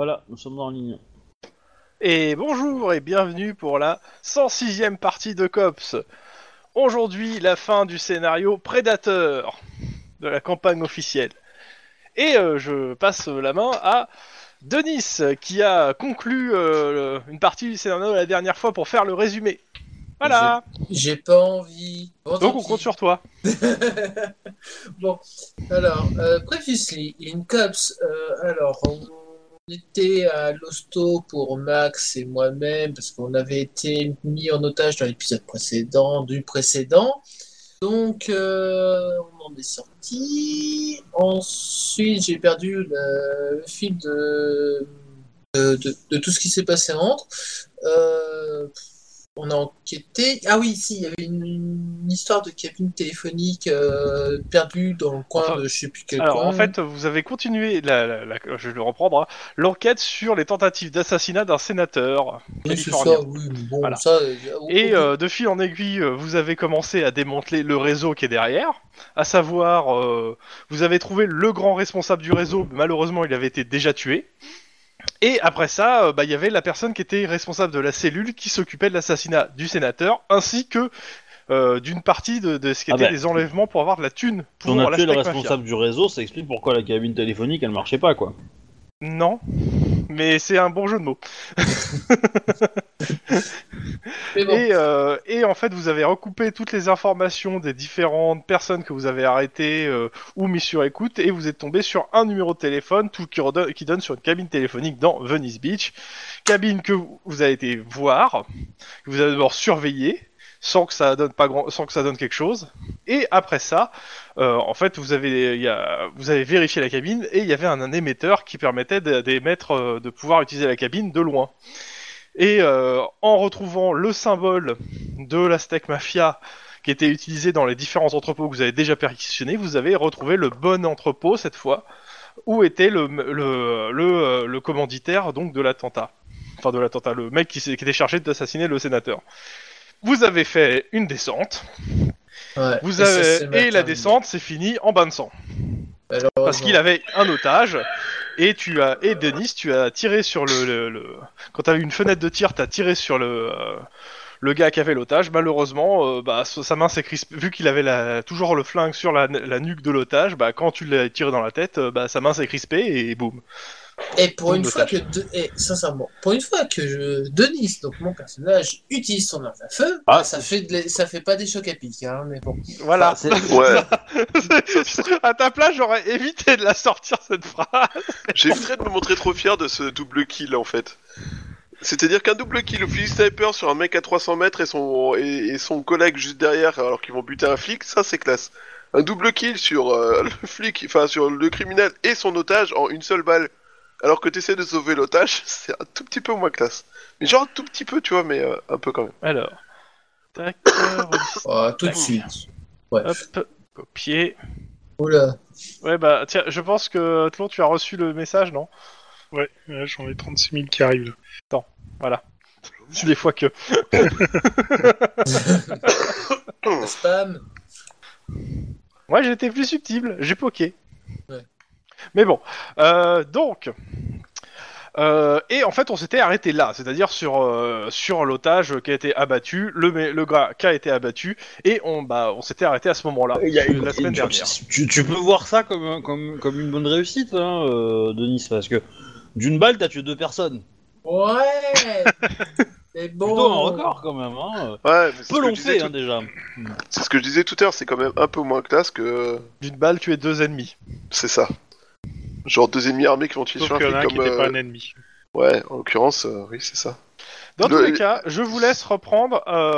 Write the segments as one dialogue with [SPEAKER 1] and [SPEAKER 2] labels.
[SPEAKER 1] Voilà, nous sommes en ligne.
[SPEAKER 2] Et bonjour et bienvenue pour la 106e partie de Cops. Aujourd'hui, la fin du scénario Predator de la campagne officielle. Et je passe la main à Denis qui a conclu une partie du scénario la dernière fois pour faire le résumé. Voilà.
[SPEAKER 3] J'ai pas envie. Bon,
[SPEAKER 2] Donc
[SPEAKER 3] tant
[SPEAKER 2] on
[SPEAKER 3] pis.
[SPEAKER 2] compte sur toi.
[SPEAKER 3] Bon, alors, previously in Cops, alors, on était à l'hosto pour Max et moi-même parce qu'on avait été mis en otage dans l'épisode précédent. Donc, on en est sorti. Ensuite, j'ai perdu le fil de tout ce qui s'est passé entre. On a enquêté. Ah oui, si, il y avait une histoire de cabine téléphonique perdue dans le coin de je sais plus quel
[SPEAKER 2] Alors
[SPEAKER 3] coin.
[SPEAKER 2] en fait, vous avez continué, je vais le reprendre, hein, l'enquête sur les tentatives d'assassinat d'un sénateur
[SPEAKER 3] Oui, c'est
[SPEAKER 2] californien.
[SPEAKER 3] ça, oui, bon,
[SPEAKER 2] Voilà.
[SPEAKER 3] ça.
[SPEAKER 2] Et de fil en aiguille, vous avez commencé à démanteler le réseau qui est derrière, à savoir, vous avez trouvé le grand responsable du réseau, malheureusement il avait été déjà tué. Et après ça, il y avait la personne qui était responsable de la cellule qui s'occupait de l'assassinat du sénateur, ainsi que d'une partie de ce qui était des enlèvements pour avoir de la thune
[SPEAKER 1] Si
[SPEAKER 2] pour
[SPEAKER 1] on a tué le
[SPEAKER 2] l'aspect
[SPEAKER 1] responsable du réseau, ça explique pourquoi la cabine téléphonique elle marchait pas, quoi.
[SPEAKER 2] Non, mais c'est un bon jeu de mots.
[SPEAKER 3] Mais bon.
[SPEAKER 2] Et en fait, vous avez recoupé toutes les informations des différentes personnes que vous avez arrêtées ou mis sur écoute, et vous êtes tombé sur un numéro de téléphone qui donne sur une cabine téléphonique dans Venice Beach. Cabine que vous avez été voir, que vous avez d'abord surveillée, sans que ça donne quelque chose. Et après ça, en fait, vous avez vérifié la cabine et il y avait un émetteur qui permettait de pouvoir utiliser la cabine de loin. Et en retrouvant le symbole de la Steak Mafia qui était utilisé dans les différents entrepôts que vous avez déjà perquisitionnés, vous avez retrouvé le bon entrepôt cette fois, où était le commanditaire donc de l'attentat. Enfin de l'attentat, le mec qui était chargé d'assassiner le sénateur. Vous avez fait une descente.
[SPEAKER 3] Ouais,
[SPEAKER 2] Et la descente s'est finie en bain de sang. Parce qu'il avait un otage. Et Denis, tu as tiré sur quand tu as eu une fenêtre de tir, tu as tiré sur le gars qui avait l'otage. Malheureusement, sa main s'est crispée. Vu qu'il avait toujours le flingue sur la nuque de l'otage, quand tu l'as tiré dans la tête, sa main s'est crispée et boum.
[SPEAKER 3] Et pour une fois sincèrement, Denis, donc mon personnage, utilise son arme à feu, ça fait pas des chocs à pic, hein, mais bon.
[SPEAKER 2] Voilà.
[SPEAKER 4] Ouais.
[SPEAKER 2] À ta place, j'aurais évité de la sortir cette phrase.
[SPEAKER 4] J'éviterais de me montrer trop fier de ce double kill en fait. C'est-à-dire qu'un double kill au fusil sniper sur un mec à 300 mètres et son collègue juste derrière alors qu'ils vont buter un flic, ça c'est classe. Un double kill sur le flic, enfin sur le criminel et son otage en une seule balle. Alors que t'essaies de sauver l'otage, c'est un tout petit peu moins classe. Mais genre un tout petit peu, tu vois, mais un peu quand même.
[SPEAKER 2] Alors, tac,
[SPEAKER 3] tout de suite. Ouais.
[SPEAKER 2] Hop, copier.
[SPEAKER 3] Oula.
[SPEAKER 2] Ouais, tiens, je pense que Tlon, tu as reçu le message, non?
[SPEAKER 5] Ouais, j'en ai 36 000 qui arrivent là.
[SPEAKER 2] Attends, voilà. C'est des fois que...
[SPEAKER 3] Spam.
[SPEAKER 2] Ouais, j'étais plus subtil, j'ai poké.
[SPEAKER 3] Ouais.
[SPEAKER 2] Mais bon, donc... et en fait, on s'était arrêté là, c'est-à-dire sur l'otage qui a été abattu, le gars qui a été abattu, et on s'était arrêté à ce moment-là, la semaine dernière.
[SPEAKER 1] Tu peux voir ça comme une bonne réussite, hein, Denis, parce que d'une balle, t'as tué 2 personnes.
[SPEAKER 3] Ouais. Mais bon.
[SPEAKER 1] Plutôt un record quand même, hein.
[SPEAKER 4] Ouais, mais
[SPEAKER 1] Peu l'on fait, déjà.
[SPEAKER 4] C'est ce que je disais tout à l'heure, c'est quand même un peu moins classe que...
[SPEAKER 2] D'une balle, tu es 2 ennemis.
[SPEAKER 4] C'est ça. Genre 2 ennemis armés qui vont tuer
[SPEAKER 5] Sauf
[SPEAKER 4] sur un
[SPEAKER 5] qu'il y en a
[SPEAKER 4] flic
[SPEAKER 5] un
[SPEAKER 4] comme...
[SPEAKER 5] qui n'était pas un ennemi.
[SPEAKER 4] Ouais, en l'occurrence, oui, c'est ça.
[SPEAKER 2] Dans tous les cas, je vous laisse reprendre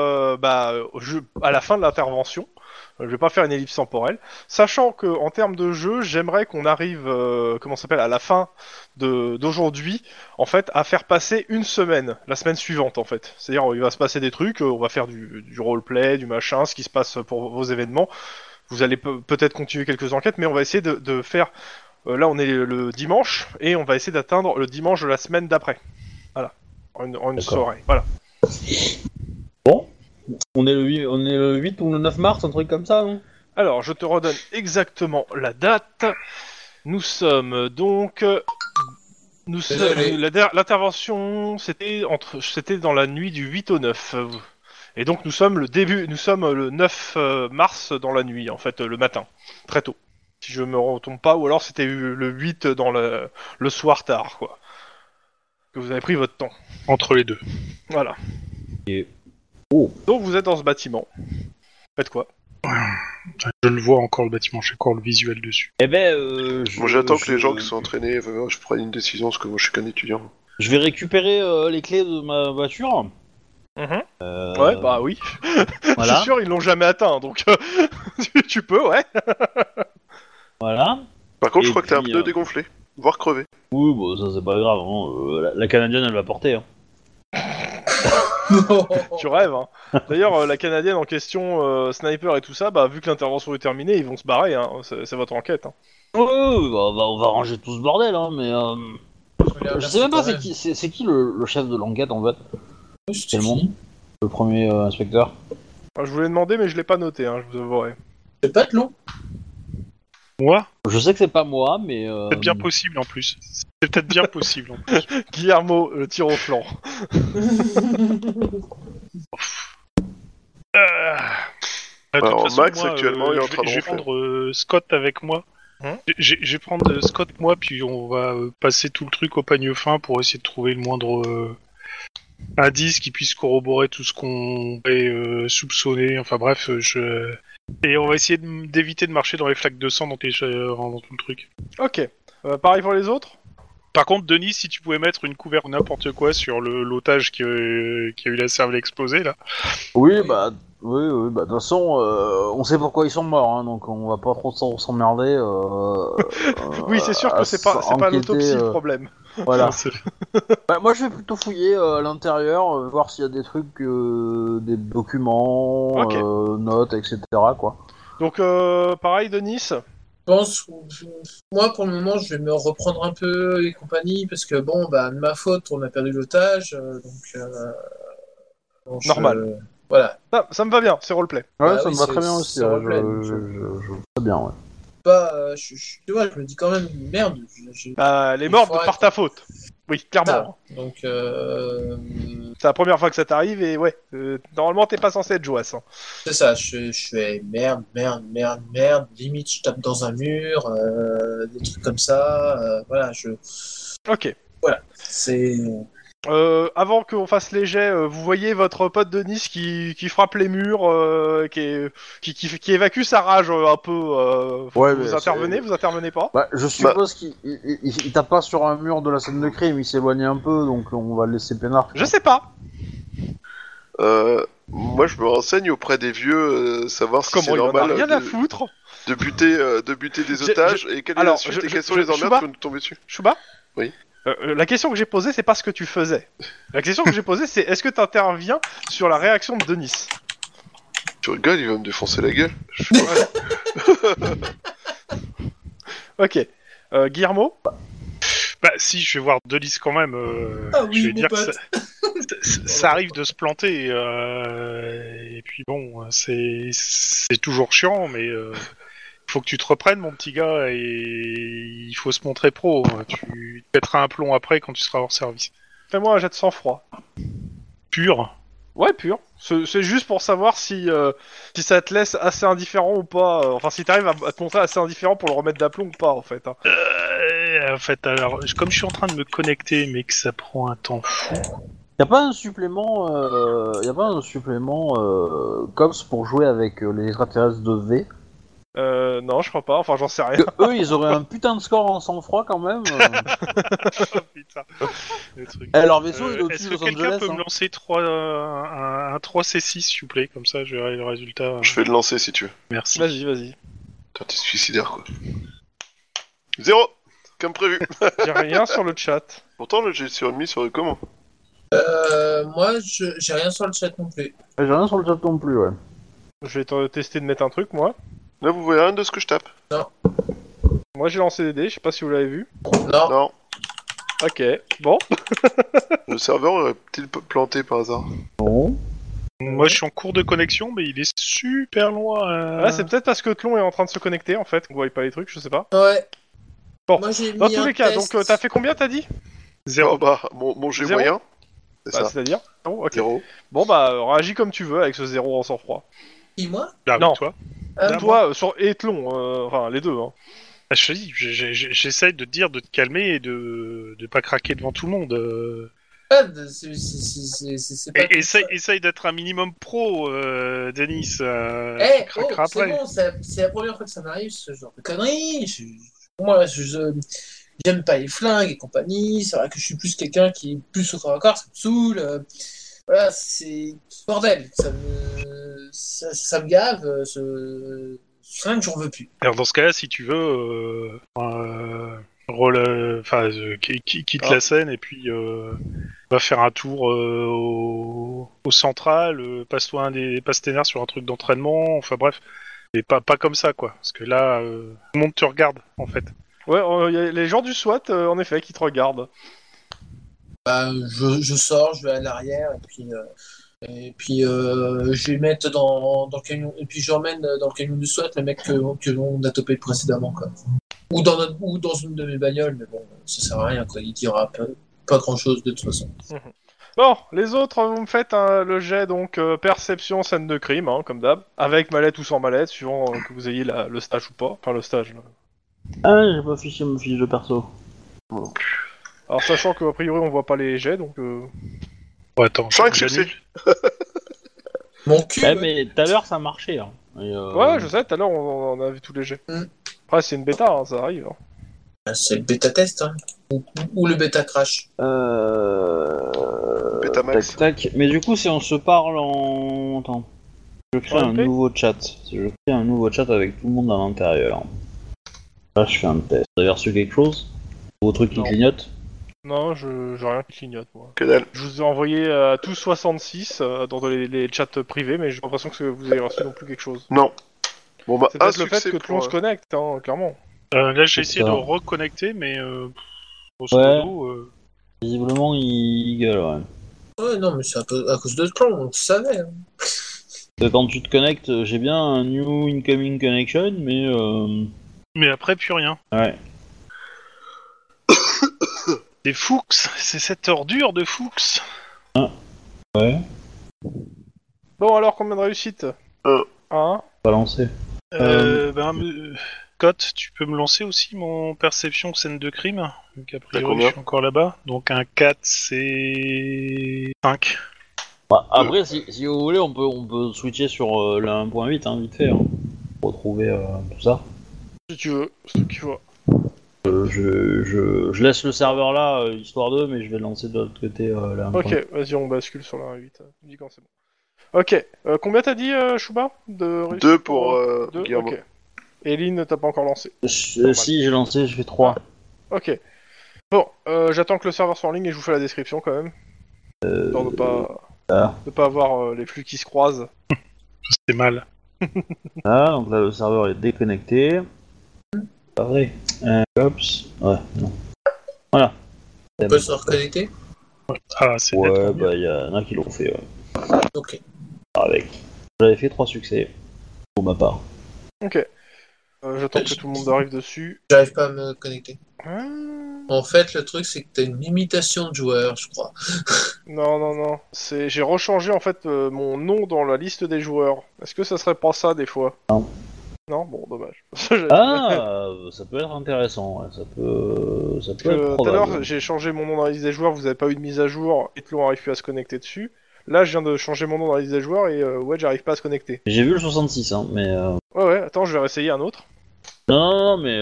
[SPEAKER 2] à la fin de l'intervention. Je vais pas faire une ellipse temporelle, sachant que en termes de jeu, j'aimerais qu'on arrive, à la fin d'aujourd'hui, en fait, à faire passer une semaine, la semaine suivante, en fait. C'est-à-dire, il va se passer des trucs, on va faire du roleplay, du machin, ce qui se passe pour vos événements. Vous allez peut-être continuer quelques enquêtes, mais on va essayer de faire. Là, on est le dimanche, et on va essayer d'atteindre le dimanche de la semaine d'après. Voilà, en une soirée. Voilà.
[SPEAKER 1] Bon. On est le 8 ou le 9 mars, un truc comme ça, non?
[SPEAKER 2] Alors, je te redonne exactement la date. Nous sommes donc
[SPEAKER 3] Désolé.
[SPEAKER 2] L'intervention, c'était dans la nuit du 8 au 9. Et donc nous sommes le 9 mars dans la nuit, en fait, le matin, très tôt. Si je me retombe pas, ou alors c'était le 8 dans le soir tard, quoi. Que vous avez pris votre temps.
[SPEAKER 5] Entre les deux.
[SPEAKER 2] Voilà.
[SPEAKER 1] Et... Oh.
[SPEAKER 2] Donc vous êtes dans ce bâtiment. Faites quoi?
[SPEAKER 5] Je le vois encore, le bâtiment, j'ai encore le visuel dessus.
[SPEAKER 1] Eh ben,
[SPEAKER 4] Moi j'attends que les gens qui sont entraînés, je prenne une décision, parce que moi je suis qu'un étudiant.
[SPEAKER 1] Je vais récupérer les clés de ma voiture.
[SPEAKER 2] Ouais, bah oui.
[SPEAKER 1] Voilà.
[SPEAKER 2] C'est sûr, ils l'ont jamais atteint, donc tu peux, ouais.
[SPEAKER 1] Voilà.
[SPEAKER 4] Par contre,
[SPEAKER 1] Et
[SPEAKER 4] je crois que t'as un
[SPEAKER 1] puis,
[SPEAKER 4] pneu dégonflé, voire crevé.
[SPEAKER 1] Oui, bon, ça c'est pas grave. Hein. La Canadienne, elle va porter. Hein.
[SPEAKER 2] Tu rêves, hein. D'ailleurs, la Canadienne en question, sniper et tout ça, bah vu que l'intervention est terminée, ils vont se barrer, hein. C'est votre enquête, hein.
[SPEAKER 1] Ouais, on va ranger tout ce bordel, hein, mais... Je sais même pas
[SPEAKER 3] Merci
[SPEAKER 1] c'est qui le chef de l'enquête, en fait.
[SPEAKER 3] quand même.
[SPEAKER 1] C'est le monde. Le premier inspecteur.
[SPEAKER 2] Je vous l'ai demandé, mais je l'ai pas noté, hein, je vous avouerai.
[SPEAKER 3] C'est pas de long.
[SPEAKER 5] Moi,
[SPEAKER 1] Je sais que c'est pas moi, mais...
[SPEAKER 5] c'est bien possible en plus. C'est peut-être bien possible en plus.
[SPEAKER 2] Guillermo, le tir au flanc.
[SPEAKER 5] De
[SPEAKER 4] Alors,
[SPEAKER 5] toute façon,
[SPEAKER 4] Max,
[SPEAKER 5] moi,
[SPEAKER 4] actuellement, il est en train de
[SPEAKER 5] je vais
[SPEAKER 4] ronfler.
[SPEAKER 5] prendre Scott avec moi. Je vais prendre Scott moi, puis on va passer tout le truc au peigne fin pour essayer de trouver le moindre indice qui puisse corroborer tout ce qu'on pourrait soupçonner. Enfin bref, et on va essayer d'éviter de marcher dans les flaques de sang dans tout le truc.
[SPEAKER 2] Ok. Pareil pour les autres?
[SPEAKER 5] Par contre, Denis, si tu pouvais mettre une couverture n'importe quoi sur l'otage qui a eu la cervelle explosée là.
[SPEAKER 1] Oui, bah de toute façon, on sait pourquoi ils sont morts, hein, donc on va pas trop s'emmerder.
[SPEAKER 2] Oui, c'est sûr que c'est pas l'autopsie le problème.
[SPEAKER 1] Voilà. Bah, moi, je vais plutôt fouiller à l'intérieur, voir s'il y a des trucs, des documents,
[SPEAKER 2] Ok.
[SPEAKER 1] notes, etc. quoi.
[SPEAKER 2] Donc, pareil, Denis?
[SPEAKER 3] Je pense, moi pour le moment, je vais me reprendre un peu et compagnie parce que bon, bah de ma faute, on a perdu l'otage, donc
[SPEAKER 2] Normal.
[SPEAKER 3] Voilà.
[SPEAKER 2] Ah, ça me va bien, c'est roleplay.
[SPEAKER 1] Ouais,
[SPEAKER 3] Bah
[SPEAKER 1] ça
[SPEAKER 3] oui,
[SPEAKER 1] me va
[SPEAKER 3] c'est-
[SPEAKER 1] très bien aussi.
[SPEAKER 3] c'est
[SPEAKER 1] Ouais,
[SPEAKER 3] roleplay,
[SPEAKER 1] je très bien, ouais.
[SPEAKER 3] Tu vois, je me dis quand même merde.
[SPEAKER 2] Elle est
[SPEAKER 3] Il
[SPEAKER 2] morte
[SPEAKER 3] faut
[SPEAKER 2] par ta faute. Oui, clairement.
[SPEAKER 3] Donc
[SPEAKER 2] C'est la première fois que ça t'arrive et ouais, normalement t'es pas censé être jouasse. Hein.
[SPEAKER 3] c'est ça. Je fais merde. Limite, je tape dans un mur, des trucs comme ça. Voilà,
[SPEAKER 2] Ok.
[SPEAKER 3] c'est.
[SPEAKER 2] Avant qu'on fasse les jets, vous voyez votre pote Denis qui frappe les murs, qui évacue sa rage un peu.
[SPEAKER 1] Ouais,
[SPEAKER 2] vous
[SPEAKER 1] mais
[SPEAKER 2] intervenez pas?
[SPEAKER 1] Bah, je suppose qu'il tape pas sur un mur de la scène de crime, il s'éloigne un peu, donc on va le laisser peinard.
[SPEAKER 2] Je sais pas.
[SPEAKER 4] Moi je me renseigne auprès des vieux, savoir si c'est
[SPEAKER 2] Comment il en a
[SPEAKER 4] normal
[SPEAKER 2] rien à foutre.
[SPEAKER 4] de buter des otages et quelle est la suite et quelles sont les emmerdes
[SPEAKER 2] Chouba
[SPEAKER 4] qui vont nous tomber dessus.
[SPEAKER 2] Chouba?
[SPEAKER 4] Oui.
[SPEAKER 2] La question que j'ai posée, c'est pas ce que tu faisais. La question que j'ai posée, c'est est-ce que tu interviens sur la réaction de Denis?
[SPEAKER 4] Tu rigoles, il va me défoncer la gueule.
[SPEAKER 2] Ok. Guillermo?
[SPEAKER 5] Bah si, je vais voir Denis quand même.
[SPEAKER 3] Ah oui,
[SPEAKER 5] je vais
[SPEAKER 3] mon
[SPEAKER 5] dire que
[SPEAKER 3] pote.
[SPEAKER 5] ça arrive de se planter. Et puis bon, c'est toujours chiant, mais faut que tu te reprennes, mon petit gars, et il faut se montrer pro. Tu pèteras un plomb après quand tu seras hors service.
[SPEAKER 2] Fais-moi un jet de sang-froid.
[SPEAKER 5] Pur.
[SPEAKER 2] Ouais, pur. C'est juste pour savoir si ça te laisse assez indifférent ou pas. Enfin, si t'arrives à te montrer assez indifférent pour le remettre d'aplomb ou pas, en fait. Hein.
[SPEAKER 5] En fait, alors, comme je suis en train de me connecter, mais que ça prend un temps fou.
[SPEAKER 1] Y'a pas un supplément, COPS pour jouer avec les extraterrestres de V?
[SPEAKER 2] Non, je crois pas. Enfin, j'en sais rien.
[SPEAKER 1] Que eux, ils auraient un putain de score en sang-froid quand même.
[SPEAKER 5] Putain, le truc.
[SPEAKER 1] Eh, leur vaisseau, il est au-dessus
[SPEAKER 5] Est-ce
[SPEAKER 1] de
[SPEAKER 5] que
[SPEAKER 1] Los
[SPEAKER 5] quelqu'un
[SPEAKER 1] Angeles.
[SPEAKER 5] peut
[SPEAKER 1] hein.
[SPEAKER 5] me lancer un 3C6, s'il vous plaît? Comme ça, je verrai le résultat.
[SPEAKER 4] Je vais le lancer si tu veux.
[SPEAKER 5] Merci.
[SPEAKER 2] Vas-y.
[SPEAKER 4] Putain, t'es suicidaire quoi. 0 comme prévu.
[SPEAKER 2] J'ai rien sur le chat.
[SPEAKER 4] Pourtant le j'ai mis sur le comment.
[SPEAKER 3] Moi, j'ai rien sur le chat non plus.
[SPEAKER 1] J'ai rien sur le chat non plus, ouais.
[SPEAKER 2] Je vais tester de mettre un truc, moi.
[SPEAKER 4] Là vous voyez rien de ce que je tape.
[SPEAKER 2] Moi, j'ai lancé des dés. Je sais pas si vous l'avez vu.
[SPEAKER 3] Non.
[SPEAKER 4] Non.
[SPEAKER 2] Ok. Bon.
[SPEAKER 4] Le serveur aurait-il planté par hasard?
[SPEAKER 1] Bon.
[SPEAKER 5] Moi, je suis en cours de connexion, mais il est super loin.
[SPEAKER 2] Ouais, c'est peut-être parce que Tlon est en train de se connecter, en fait. On voit pas les trucs, je sais pas.
[SPEAKER 3] Ouais.
[SPEAKER 2] Bon.
[SPEAKER 3] Moi, j'ai
[SPEAKER 2] Dans
[SPEAKER 3] mis
[SPEAKER 2] tous
[SPEAKER 3] un
[SPEAKER 2] les cas,
[SPEAKER 3] test.
[SPEAKER 2] donc t'as fait combien, t'as dit?
[SPEAKER 5] 0.
[SPEAKER 4] Oh, bah, mon jet
[SPEAKER 2] Zéro.
[SPEAKER 4] moyen. C'est
[SPEAKER 2] Bah,
[SPEAKER 4] ça.
[SPEAKER 2] c'est-à-dire non, ok.
[SPEAKER 4] 0.
[SPEAKER 2] Bon, bah, réagis comme tu veux avec ce 0 en sang-froid.
[SPEAKER 3] Qui, moi?
[SPEAKER 5] Là,
[SPEAKER 2] Non.
[SPEAKER 5] toi.
[SPEAKER 3] Ah,
[SPEAKER 5] Là,
[SPEAKER 2] Toi, et Tlon, enfin, les deux. Hein.
[SPEAKER 5] Ah, je te dis, j'essaye de te dire de te calmer et de pas craquer devant tout le monde.
[SPEAKER 3] ah, c'est pas tout ça.
[SPEAKER 5] Essaye d'être un minimum pro, Denis.
[SPEAKER 3] Eh,
[SPEAKER 5] Tu craqueras
[SPEAKER 3] c'est
[SPEAKER 5] après.
[SPEAKER 3] bon, c'est la première fois que ça m'arrive, ce genre de conneries. Moi, j'aime pas les flingues et compagnie. C'est vrai que je suis plus quelqu'un qui est plus au corps à corps, ça me saoule. Voilà, c'est bordel. Ça me gave. Ce flingue, j'en veux plus.
[SPEAKER 5] Alors dans ce cas-là, si tu veux, quitte la scène et puis va faire un tour au central, passe-toi un des pasténaires sur un truc d'entraînement, enfin bref. Mais pas comme ça, quoi. Parce que là, tout le monde te regarde, en fait.
[SPEAKER 2] Ouais, il y a les gens du SWAT, en effet, qui te regardent.
[SPEAKER 3] Bah, je sors, je vais à l'arrière et puis je vais mettre dans le camion et puis j'emmène dans le camion du SWAT le mec que l'on a topé précédemment, quoi. Ou dans une de mes bagnoles, mais bon, ça sert à rien, quoi. Il dira pas grand chose de toute façon.
[SPEAKER 2] Bon, les autres, vous me faites le jet, donc, perception, scène de crime, hein, comme d'hab. Avec mallette ou sans mallette, suivant que vous ayez le stage ou pas. Enfin, le stage, là.
[SPEAKER 1] Ah, j'ai pas affiché mon fiche de perso.
[SPEAKER 2] Alors, sachant qu'a priori, on voit pas les jets, donc...
[SPEAKER 5] Ouais, attends.
[SPEAKER 4] 5
[SPEAKER 5] j'annule.
[SPEAKER 4] succès.
[SPEAKER 3] Mon cul.
[SPEAKER 1] Ouais,
[SPEAKER 3] ouais.
[SPEAKER 1] mais tout à l'heure ça marchait. Hein.
[SPEAKER 2] Ouais, je sais, tout à l'heure, on a vu tous les jets.
[SPEAKER 3] Mm.
[SPEAKER 2] Après, c'est une bêta, hein, ça arrive. Hein.
[SPEAKER 3] Ah, c'est le bêta test, hein. Ou le bêta crash.
[SPEAKER 4] Betamax.
[SPEAKER 1] Tac. Mais du coup, si on se parle en. Attends. Je crée un
[SPEAKER 2] MP?
[SPEAKER 1] nouveau chat. Si je crée un nouveau chat avec tout le monde à l'intérieur. Là, je fais un test. Vous avez reçu quelque chose? Vos trucs qui
[SPEAKER 2] Non.
[SPEAKER 1] clignotent?
[SPEAKER 2] Non, j'ai rien qui clignote, moi.
[SPEAKER 4] Que dalle.
[SPEAKER 2] Je vous ai envoyé à tous 66 dans les chats privés, mais j'ai l'impression que vous avez reçu non plus quelque chose.
[SPEAKER 4] Non. Bon bah,
[SPEAKER 2] C'est
[SPEAKER 4] un
[SPEAKER 2] peut-être le fait
[SPEAKER 4] succès
[SPEAKER 2] que tout le monde se
[SPEAKER 4] pour...
[SPEAKER 2] connecte, hein, clairement.
[SPEAKER 5] Là, j'ai
[SPEAKER 1] C'est
[SPEAKER 5] essayé de
[SPEAKER 1] ça.
[SPEAKER 5] reconnecter, mais grosso
[SPEAKER 1] Ouais.
[SPEAKER 5] modo,
[SPEAKER 1] Visiblement, il gueule, ouais.
[SPEAKER 3] Ouais, non, mais c'est un peu à cause de Tlon, on le savait. Hein.
[SPEAKER 1] Parce que quand tu te connectes, j'ai bien un new incoming connection,
[SPEAKER 5] mais après, plus rien.
[SPEAKER 1] Ouais.
[SPEAKER 5] C'est Fuchs, c'est cette ordure de Fuchs.
[SPEAKER 1] Ouais.
[SPEAKER 2] Bon, alors, combien de réussites Un.
[SPEAKER 1] Pas lancé.
[SPEAKER 5] Cote, tu peux me lancer aussi mon perception scène de crime? Donc a
[SPEAKER 4] T'as
[SPEAKER 5] priori,
[SPEAKER 4] combien
[SPEAKER 5] je suis encore là-bas. Donc un 4, c'est 5.
[SPEAKER 1] Bah, après, si vous voulez, on peut switcher sur la 1.8, hein, vite fait. Hein, pour retrouver tout ça.
[SPEAKER 2] Si tu veux, c'est ce qu'il faut.
[SPEAKER 1] Je laisse le serveur là, histoire d'eux, mais je vais lancer de l'autre côté la 1.8.
[SPEAKER 2] Ok, vas-y, on bascule sur la 8. Tu me dis quand c'est bon. Ok, combien t'as dit, Chouba de réussite
[SPEAKER 4] 2 pour
[SPEAKER 2] Deux,
[SPEAKER 4] Guillermo.
[SPEAKER 2] ok. Eline, t'as pas encore lancé.
[SPEAKER 1] Si, j'ai lancé, je fais 3.
[SPEAKER 2] Ok. Bon, j'attends que le serveur soit en ligne et je vous fais la description quand même. Histoire de pas avoir les flux qui se croisent.
[SPEAKER 5] C'est mal.
[SPEAKER 1] Ah, donc là, le serveur est déconnecté. Pas vrai. Ops. Ouais, non. Voilà.
[SPEAKER 3] On peut se reconnecter.
[SPEAKER 5] Ah, c'est
[SPEAKER 1] Ouais,
[SPEAKER 5] nettement mieux.
[SPEAKER 1] bah, y en a qui l'ont fait, ouais.
[SPEAKER 3] Ok.
[SPEAKER 1] Avec. J'avais fait 3 succès. Pour ma part.
[SPEAKER 2] Ok. J'attends que tout le monde arrive dessus.
[SPEAKER 3] J'arrive pas à me connecter.
[SPEAKER 2] Ah.
[SPEAKER 3] En fait, le truc, c'est que t'as une limitation de joueurs, je crois.
[SPEAKER 2] Non. J'ai rechangé en fait mon nom dans la liste des joueurs. Est-ce que ça serait pas ça des fois?
[SPEAKER 1] Non.
[SPEAKER 2] Non, bon, dommage.
[SPEAKER 1] Ah, ça peut être intéressant. Ouais. Ça peut être
[SPEAKER 2] Tout à
[SPEAKER 1] probable.
[SPEAKER 2] l'heure, j'ai changé mon nom dans la liste des joueurs, vous avez pas eu de mise à jour, et Tlon arrive plus à se connecter dessus. Là, je viens de changer mon nom dans la liste des joueurs et ouais, j'arrive pas à se connecter.
[SPEAKER 1] J'ai vu le 66, hein, mais.
[SPEAKER 2] Ouais, attends, je vais réessayer un autre.
[SPEAKER 1] Non, mais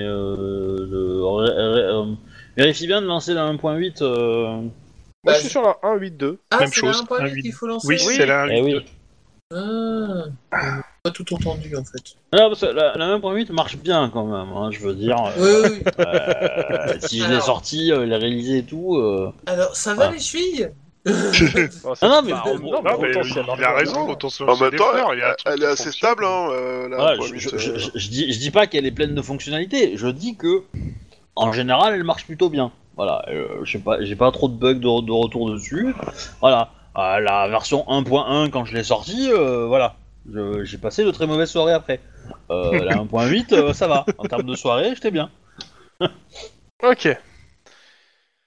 [SPEAKER 1] vérifie bien de lancer la 1.8.
[SPEAKER 2] Moi,
[SPEAKER 3] Bah,
[SPEAKER 2] je suis sur la 1.8.2.
[SPEAKER 3] Ah,
[SPEAKER 5] Même
[SPEAKER 3] c'est
[SPEAKER 5] chose,
[SPEAKER 3] la 1.8
[SPEAKER 5] 1.8.
[SPEAKER 3] qu'il faut lancer.
[SPEAKER 5] Oui, c'est la
[SPEAKER 1] Eh oui.
[SPEAKER 3] Ah, pas tout entendu en fait.
[SPEAKER 1] Non, parce que la 1.8 marche bien quand même, hein, je veux dire.
[SPEAKER 3] Oui.
[SPEAKER 1] Si je l'ai
[SPEAKER 3] Alors.
[SPEAKER 1] sorti, l'ai réalisé et tout.
[SPEAKER 3] Alors, ça va
[SPEAKER 1] Ah.
[SPEAKER 3] les chevilles?
[SPEAKER 1] Non, mais
[SPEAKER 2] Bah,
[SPEAKER 1] bon,
[SPEAKER 2] non,
[SPEAKER 5] Non, mais
[SPEAKER 2] autant s'il y a
[SPEAKER 5] il a raison, autant se
[SPEAKER 4] En
[SPEAKER 5] lancer
[SPEAKER 4] même
[SPEAKER 5] des
[SPEAKER 4] temps,
[SPEAKER 5] fleurs, il y a un truc
[SPEAKER 4] elle
[SPEAKER 5] qui
[SPEAKER 4] est assez
[SPEAKER 5] fonctionne.
[SPEAKER 4] stable, hein, la
[SPEAKER 1] Voilà,
[SPEAKER 4] 1.8,
[SPEAKER 1] je dis pas qu'elle est pleine de fonctionnalités, je dis que en général elle marche plutôt bien. Voilà, j'ai pas trop de bugs de retour dessus. Voilà, la version 1.1 quand je l'ai sortie, voilà, j'ai passé de très mauvaises soirées après. La 1.8, ça va. En termes de soirée, j'étais bien.
[SPEAKER 2] Ok.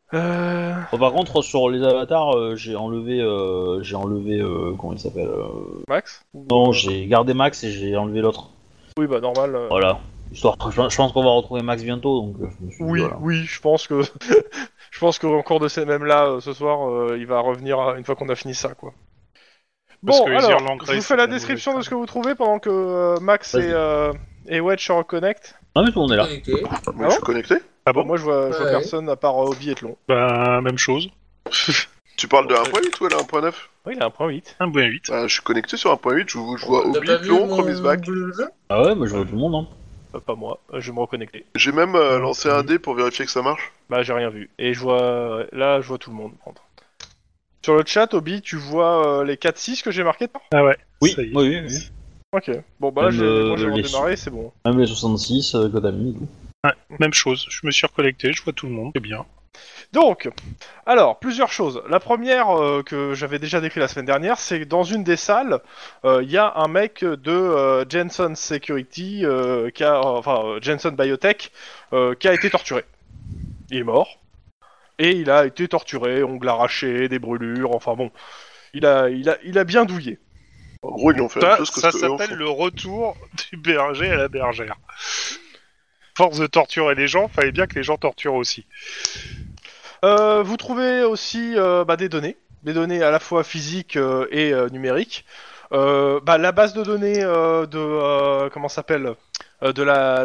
[SPEAKER 1] Bon, par contre, sur les avatars, j'ai enlevé, comment il s'appelle
[SPEAKER 2] Max
[SPEAKER 1] Non, j'ai gardé Max et j'ai enlevé l'autre.
[SPEAKER 2] Oui, bah normal.
[SPEAKER 1] Voilà. Histoire, je pense qu'on va retrouver Max bientôt, donc je me suis dit,
[SPEAKER 2] Oui,
[SPEAKER 1] voilà.
[SPEAKER 2] oui, je pense que je pense qu'en cours de ces mêmes-là, ce soir, il va revenir une fois qu'on a fini ça, quoi.
[SPEAKER 5] Parce
[SPEAKER 2] Bon,
[SPEAKER 5] que
[SPEAKER 2] alors,
[SPEAKER 5] Irlande
[SPEAKER 2] je vous
[SPEAKER 5] Grace,
[SPEAKER 2] fais la
[SPEAKER 5] c'est de la
[SPEAKER 2] description de
[SPEAKER 5] mauvaise
[SPEAKER 2] ce que vous trouvez pendant que Max et Wedge se reconnectent.
[SPEAKER 1] Non mais tout le monde est là.
[SPEAKER 3] Connecté.
[SPEAKER 4] Moi, je suis connecté.
[SPEAKER 5] Ah bon
[SPEAKER 2] Moi, je vois
[SPEAKER 3] Ouais.
[SPEAKER 2] personne à part Obi et Tlon.
[SPEAKER 5] Bah, même chose.
[SPEAKER 4] Tu parles de
[SPEAKER 2] Ouais.
[SPEAKER 4] 1.8 ou elle a 1.9?
[SPEAKER 2] Oui, il a un point 8.
[SPEAKER 5] 1.8.
[SPEAKER 4] Bah, je suis connecté sur 1.8, je vois
[SPEAKER 3] T'as
[SPEAKER 4] Obi,
[SPEAKER 3] pas vu
[SPEAKER 4] Plon,
[SPEAKER 3] mon
[SPEAKER 4] Promise Back.
[SPEAKER 3] bleu jeu?
[SPEAKER 1] Ah ouais, bah je vois tout le monde. Hein.
[SPEAKER 2] Pas moi, je vais me reconnecter.
[SPEAKER 4] J'ai même lancé un dé pour vérifier que ça marche.
[SPEAKER 2] Bah, j'ai rien vu. Et je vois... Là, je vois tout le monde. Sur le chat, Obi, tu vois les 4-6 que j'ai marqués?
[SPEAKER 5] Ah ouais.
[SPEAKER 1] Oui,
[SPEAKER 5] Ça y est.
[SPEAKER 1] oui, oui.
[SPEAKER 2] Ok. Bon, bah là,
[SPEAKER 1] Même,
[SPEAKER 2] moi, j'ai
[SPEAKER 1] les
[SPEAKER 2] redémarré, c'est bon.
[SPEAKER 1] Même les 66 que t'as mis et tout.
[SPEAKER 5] Même chose. Je me suis reconnecté, je vois tout le monde. C'est bien.
[SPEAKER 2] Donc, alors, plusieurs choses. La première que j'avais déjà décrit la semaine dernière, c'est que dans une des salles, il y a un mec de Jensen Security, Jensen Biotech, qui a été torturé. Il est mort. Et il a été torturé, ongles arrachés, des brûlures, enfin bon. Il a bien douillé.
[SPEAKER 4] En gros, ils ont fait la même
[SPEAKER 5] Ça,
[SPEAKER 4] chose que
[SPEAKER 5] ça
[SPEAKER 4] ce que eux en
[SPEAKER 5] s'appelle
[SPEAKER 4] font.
[SPEAKER 5] le retour du berger à la bergère. Force de torturer les gens, fallait bien que les gens torturent aussi.
[SPEAKER 2] Vous trouvez aussi des données à la fois physiques et numériques. La base de données comment s'appelle de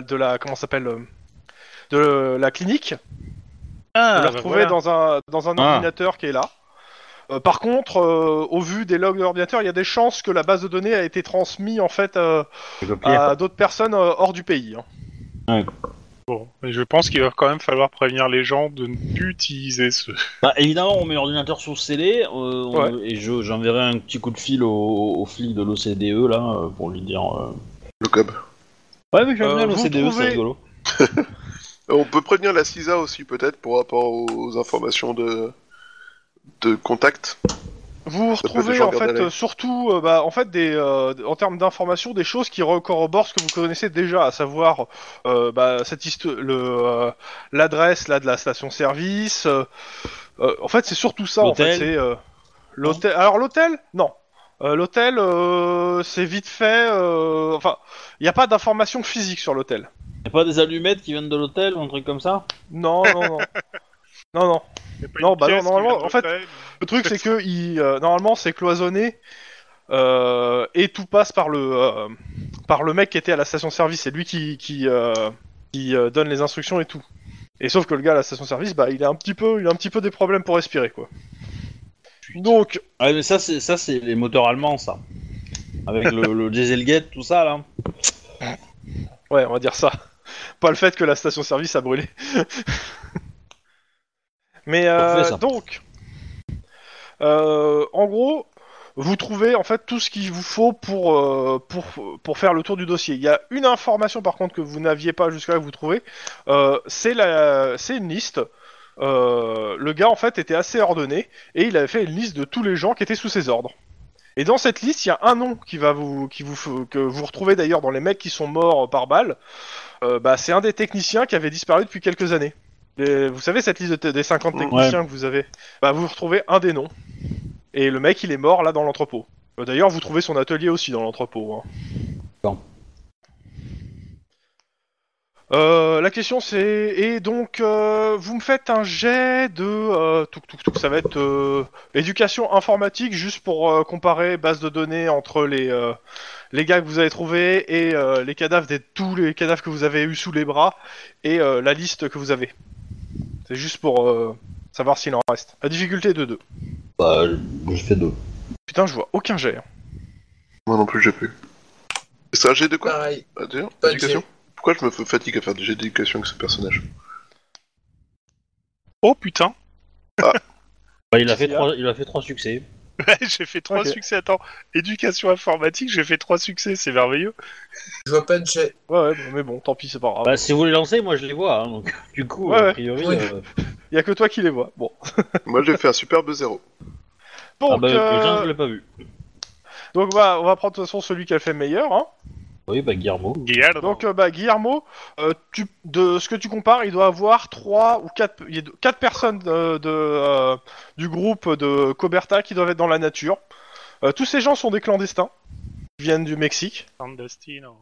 [SPEAKER 2] la clinique. Vous la retrouvez dans un ordinateur qui est là. Par contre, au vu des logs de l'ordinateur, il y a des chances que la base de données a été transmise en fait
[SPEAKER 1] J'ai copié.
[SPEAKER 2] à d'autres personnes hors du pays. Hein.
[SPEAKER 1] Ouais.
[SPEAKER 5] Bon, mais je pense qu'il va quand même falloir prévenir les gens de ne plus utiliser ce...
[SPEAKER 1] Bah, évidemment, on met l'ordinateur sous scellé
[SPEAKER 2] Ouais.
[SPEAKER 1] et j'enverrai un petit coup de fil au flic de l'OCDE là pour lui dire.
[SPEAKER 4] Le cob.
[SPEAKER 1] Ouais, mais j'aime bien
[SPEAKER 2] vous
[SPEAKER 1] l'OCDE,
[SPEAKER 2] trouvez-
[SPEAKER 1] c'est rigolo.
[SPEAKER 4] On peut prévenir la CISA aussi, peut-être, pour rapport aux informations de contact.
[SPEAKER 2] Vous
[SPEAKER 4] Ça peut
[SPEAKER 2] retrouvez
[SPEAKER 4] déjà
[SPEAKER 2] en
[SPEAKER 4] regarder à
[SPEAKER 2] fait
[SPEAKER 4] l'œil.
[SPEAKER 2] surtout en termes d'informations des choses qui corroborent ce que vous connaissez déjà, à savoir l'adresse là de la station-service. En fait, c'est surtout ça. En fait,
[SPEAKER 1] L'hôtel.
[SPEAKER 2] c'est l'hôtel. Alors l'hôtel, non. L'hôtel, c'est vite fait. Enfin, il n'y a pas d'informations physiques sur l'hôtel.
[SPEAKER 1] Y'a pas des allumettes qui viennent de l'hôtel ou un truc comme ça?
[SPEAKER 2] Non, non, non. Non, non.
[SPEAKER 5] Y a pas
[SPEAKER 2] Non,
[SPEAKER 5] une
[SPEAKER 2] bah non,
[SPEAKER 5] pièce qui
[SPEAKER 2] normalement,
[SPEAKER 5] vient de
[SPEAKER 2] en fait,
[SPEAKER 5] l'hôtel.
[SPEAKER 2] Le truc, c'est que normalement, c'est cloisonné et tout passe par le mec qui était à la station-service. C'est lui qui donne les instructions et tout. Et sauf que le gars à la station-service, il a un petit peu des problèmes pour respirer, quoi. Donc,
[SPEAKER 1] Ah, mais ça c'est les moteurs allemands, ça. Avec le Dieselgate, tout ça là.
[SPEAKER 2] ouais, on va dire ça. Pas le fait que la station-service a brûlé. Mais
[SPEAKER 1] Parfait, ça.
[SPEAKER 2] donc, en gros, vous trouvez en fait tout ce qu'il vous faut pour faire le tour du dossier. Il y a une information par contre que vous n'aviez pas jusqu'à là que vous trouvez, c'est une liste. Le gars en fait était assez ordonné et il avait fait une liste de tous les gens qui étaient sous ses ordres. Et dans cette liste, il y a un nom que vous retrouvez d'ailleurs dans les mecs qui sont morts par balle. C'est un des techniciens qui avait disparu depuis quelques années. Vous savez cette liste des 50 techniciens que vous avez. Vous retrouvez un des noms. Et le mec, il est mort là dans l'entrepôt. D'ailleurs, vous trouvez son atelier aussi dans l'entrepôt. Hein.
[SPEAKER 1] Bon.
[SPEAKER 2] La question c'est... Et donc, vous me faites un jet de... ça va être éducation informatique, juste pour comparer base de données entre les gars que vous avez trouvés et les cadavres tous les cadavres que vous avez eu sous les bras et la liste que vous avez. C'est juste pour savoir s'il en reste. La difficulté est de 2.
[SPEAKER 1] Bah, je fais 2.
[SPEAKER 2] Putain, je vois aucun jet. Hein.
[SPEAKER 4] Moi non plus, j'ai plus. C'est un jet de quoi?
[SPEAKER 3] Pareil.
[SPEAKER 4] Ah, d'ailleurs,
[SPEAKER 3] Pas de
[SPEAKER 4] éducation.
[SPEAKER 3] jet.
[SPEAKER 4] Pourquoi je me fatigue à faire des jets d'éducation avec ce personnage?
[SPEAKER 5] Oh putain.
[SPEAKER 1] Bah, il a fait
[SPEAKER 2] Qu'est-ce
[SPEAKER 1] 3 succès.
[SPEAKER 5] J'ai fait 3
[SPEAKER 2] Ok.
[SPEAKER 5] succès. Attends, éducation informatique, j'ai fait 3 succès, c'est merveilleux.
[SPEAKER 3] Je vois pas de jet.
[SPEAKER 2] Ouais, mais bon, tant pis, c'est pas grave.
[SPEAKER 1] Bah, si vous les lancez, moi je les vois. Hein, donc, du coup,
[SPEAKER 2] Ouais,
[SPEAKER 1] a
[SPEAKER 2] ouais.
[SPEAKER 1] priori.
[SPEAKER 3] Oui.
[SPEAKER 2] Y a que toi qui les vois. Bon.
[SPEAKER 4] Moi j'ai fait un superbe 0.
[SPEAKER 2] Donc,
[SPEAKER 1] Ah bah, putain, je l'ai pas vu.
[SPEAKER 2] Donc on va prendre de toute façon celui qui a fait le meilleur. Hein.
[SPEAKER 1] Oui, bah Guillermo.
[SPEAKER 2] Donc, Guillermo, de ce que tu compares, il doit avoir 3 ou 4, il y a 4 personnes du groupe de Coberta qui doivent être dans la nature. Tous ces gens sont des clandestins, qui viennent du Mexique.
[SPEAKER 5] Clandestino.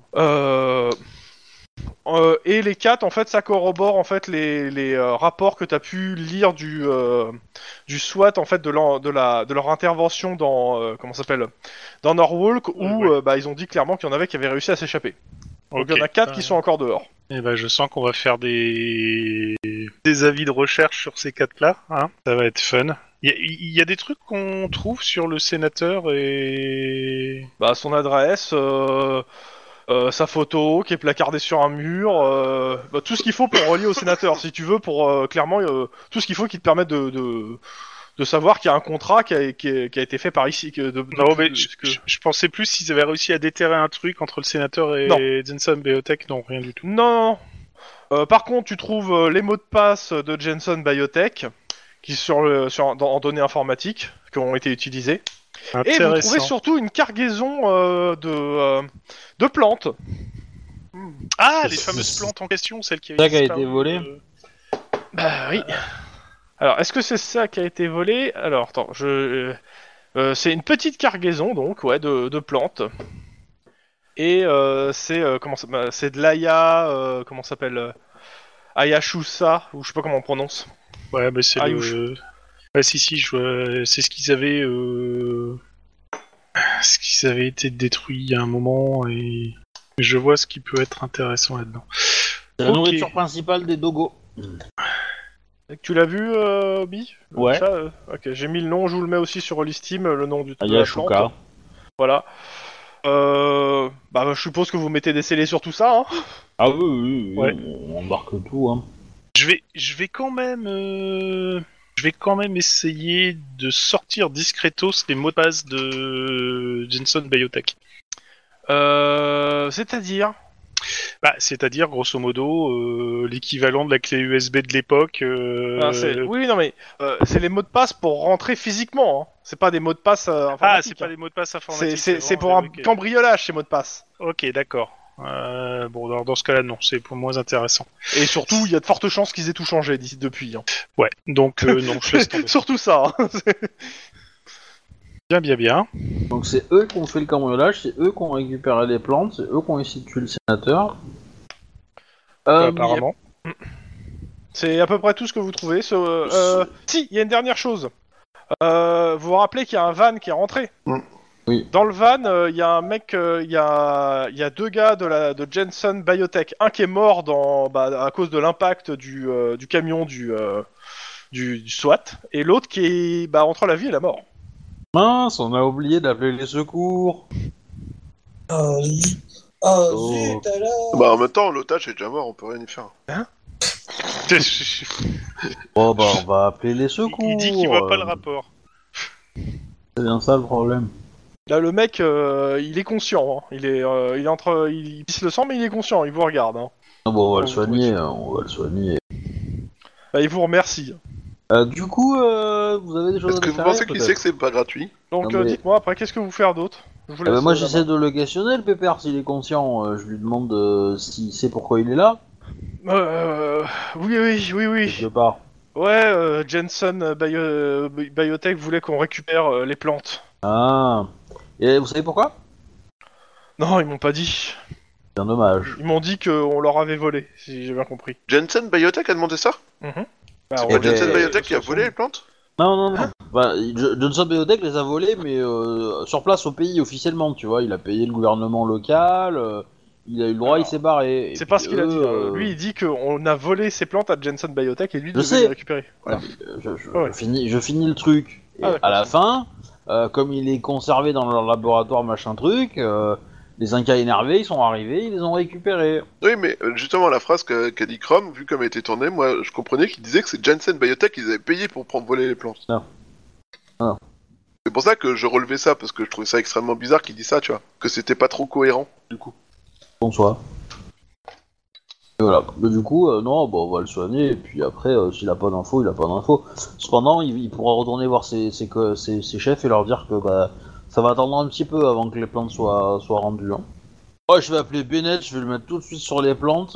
[SPEAKER 2] Et les 4, en fait, ça corrobore en fait les rapports que tu as pu lire du SWAT, en fait, de leur intervention dans comment ça s'appelle, dans Norwalk, où ils ont dit clairement qu'il y en avait qui avaient réussi à s'échapper. Donc il y en a 4 qui sont encore dehors.
[SPEAKER 5] Et je sens qu'on va faire des avis de recherche sur ces 4-là. Hein, ça va être fun. Il y a des trucs qu'on trouve sur le sénateur et...
[SPEAKER 2] Son adresse, sa photo qui est placardée sur un mur, tout ce qu'il faut pour relier au sénateur, si tu veux, pour clairement tout ce qu'il faut qui te permette de savoir qu'il y a un contrat qui a été fait par ici.
[SPEAKER 5] Je pensais plus s'ils avaient réussi à déterrer un truc entre le sénateur et Jensen Biotech. Non, rien du tout.
[SPEAKER 2] Non. Par contre, tu trouves les mots de passe de Jensen Biotech qui en données informatiques qui ont été utilisés. Et vous trouvez surtout une cargaison de plantes.
[SPEAKER 5] Ah, les fameuses plantes en question, celles qui avaient
[SPEAKER 1] qui a été volée.
[SPEAKER 2] Oui. Alors, est-ce que c'est ça qui a été volé? Alors, attends, c'est une petite cargaison, donc, de plantes. Et c'est c'est de l'Aya, comment ça s'appelle, Ayahuasca, ou je sais pas comment on prononce.
[SPEAKER 5] Ouais, mais c'est le... Ouais, si, c'est ce qu'ils avaient... Ce qui avait été détruit il y a un moment, et je vois ce qui peut être intéressant là-dedans.
[SPEAKER 1] C'est la nourriture principale des dogos.
[SPEAKER 2] Tu l'as vu, Bi?
[SPEAKER 1] Ouais.
[SPEAKER 2] Ça, ok, j'ai mis le nom, je vous le mets aussi sur Steam, le nom de la
[SPEAKER 1] Ayahuasca.
[SPEAKER 2] plante. Voilà. Je suppose que vous mettez des scellés sur tout ça, hein?
[SPEAKER 1] Ah oui,
[SPEAKER 5] ouais.
[SPEAKER 1] On embarque tout, hein.
[SPEAKER 5] Je vais quand même essayer de sortir discretos les mots de passe de Jensen Biotech.
[SPEAKER 2] C'est-à-dire?
[SPEAKER 5] C'est-à-dire, grosso modo, l'équivalent de la clé USB de l'époque.
[SPEAKER 2] Oui, non, mais c'est les mots de passe pour rentrer physiquement. Hein. C'est pas des mots de passe informatiques.
[SPEAKER 5] Ah, c'est pas des mots de passe informatiques.
[SPEAKER 2] C'est pour un cambriolage, ces mots de passe.
[SPEAKER 5] Ok, d'accord. Dans ce cas-là, non, c'est pour moins intéressant.
[SPEAKER 2] Et surtout, il y a de fortes chances qu'ils aient tout changé depuis. Hein.
[SPEAKER 5] Ouais, donc non, je laisse tomber.
[SPEAKER 2] Surtout ça. Hein.
[SPEAKER 5] Bien.
[SPEAKER 1] Donc c'est eux qui ont fait le cambriolage, c'est eux qui ont récupéré les plantes, c'est eux qui ont essayé de tuer le sénateur.
[SPEAKER 5] Apparemment.
[SPEAKER 2] C'est à peu près tout ce que vous trouvez. Si, il y a une dernière chose. Vous vous rappelez qu'il y a un van qui est rentré.
[SPEAKER 1] Oui.
[SPEAKER 2] Dans le van, il y a un mec, il y a 2 gars de Jensen Biotech. Un qui est mort à cause de l'impact du camion du SWAT, et l'autre qui est entre la vie et la mort.
[SPEAKER 1] Mince, on a oublié d'appeler les secours.
[SPEAKER 3] Zut alors.
[SPEAKER 4] En même temps, l'otage est déjà mort, on peut rien y faire.
[SPEAKER 2] Hein?
[SPEAKER 1] On va appeler les secours.
[SPEAKER 5] Il dit qu'il voit pas le rapport.
[SPEAKER 1] C'est bien ça le problème.
[SPEAKER 2] Là, le mec, il est conscient. Hein. Il est il pisse le sang, mais il est conscient. Il vous regarde. Hein.
[SPEAKER 1] On va le soigner.
[SPEAKER 2] Il vous remercie.
[SPEAKER 1] Du coup, vous avez des choses
[SPEAKER 4] Est-ce
[SPEAKER 1] à
[SPEAKER 4] que vous pensez qu'il sait que c'est pas gratuit?
[SPEAKER 2] Donc,
[SPEAKER 1] Non, mais-
[SPEAKER 2] dites-moi après, qu'est-ce que vous faites d'autre? Je vous laisse,
[SPEAKER 1] moi,
[SPEAKER 2] la
[SPEAKER 1] j'essaie
[SPEAKER 2] main.
[SPEAKER 1] de le questionner, le pépère, s'il est conscient. Je lui demande s'il sait pourquoi il est là.
[SPEAKER 2] Oui.
[SPEAKER 1] Quelque part.
[SPEAKER 2] Ouais, Jensen Biotech voulait qu'on récupère les plantes.
[SPEAKER 1] Ah. Et vous savez pourquoi?
[SPEAKER 2] Non, ils m'ont pas dit.
[SPEAKER 1] Bien dommage.
[SPEAKER 2] Ils m'ont dit qu'on leur avait volé, si j'ai bien compris.
[SPEAKER 4] Jensen Biotech a demandé ça? C'est
[SPEAKER 1] ouais,
[SPEAKER 4] pas Jensen
[SPEAKER 1] mais-
[SPEAKER 4] Biotech qui a volé les plantes?
[SPEAKER 1] Non. Johnson Biotech les a volés, mais sur place au pays officiellement, tu vois. Il a payé le gouvernement local, il a eu le droit, il s'est barré.
[SPEAKER 2] C'est pas ce qu'il a dit. Lui, il dit qu'on a volé ses plantes à Jensen Biotech et lui
[SPEAKER 1] Je
[SPEAKER 2] devait
[SPEAKER 1] sais.
[SPEAKER 2] les récupérer. Voilà. Ouais.
[SPEAKER 1] Je finis le truc. Et
[SPEAKER 2] Ah, d'accord.
[SPEAKER 1] à la fin, comme il est conservé dans leur laboratoire, machin truc, les Incas énervés, ils sont arrivés, ils les ont récupérés.
[SPEAKER 4] Oui, mais justement, la phrase qu'a dit Chrome, vu comme elle était tournée, moi, je comprenais qu'il disait que c'est Jensen Biotech qu'ils avaient payé pour voler les plantes.
[SPEAKER 1] Non. Non.
[SPEAKER 4] C'est pour ça que je relevais ça, parce que je trouvais ça extrêmement bizarre qu'il dise ça, tu vois. Que c'était pas trop cohérent, du coup.
[SPEAKER 1] Bonsoir. Et voilà. Mais du coup, non, on va le soigner, et puis après, s'il a pas d'infos, il a pas d'infos. Cependant, il pourra retourner voir ses chefs et leur dire que ça va attendre un petit peu avant que les plantes soient rendues. Hein. Oh, je vais appeler Bennett, je vais le mettre tout de suite sur les plantes.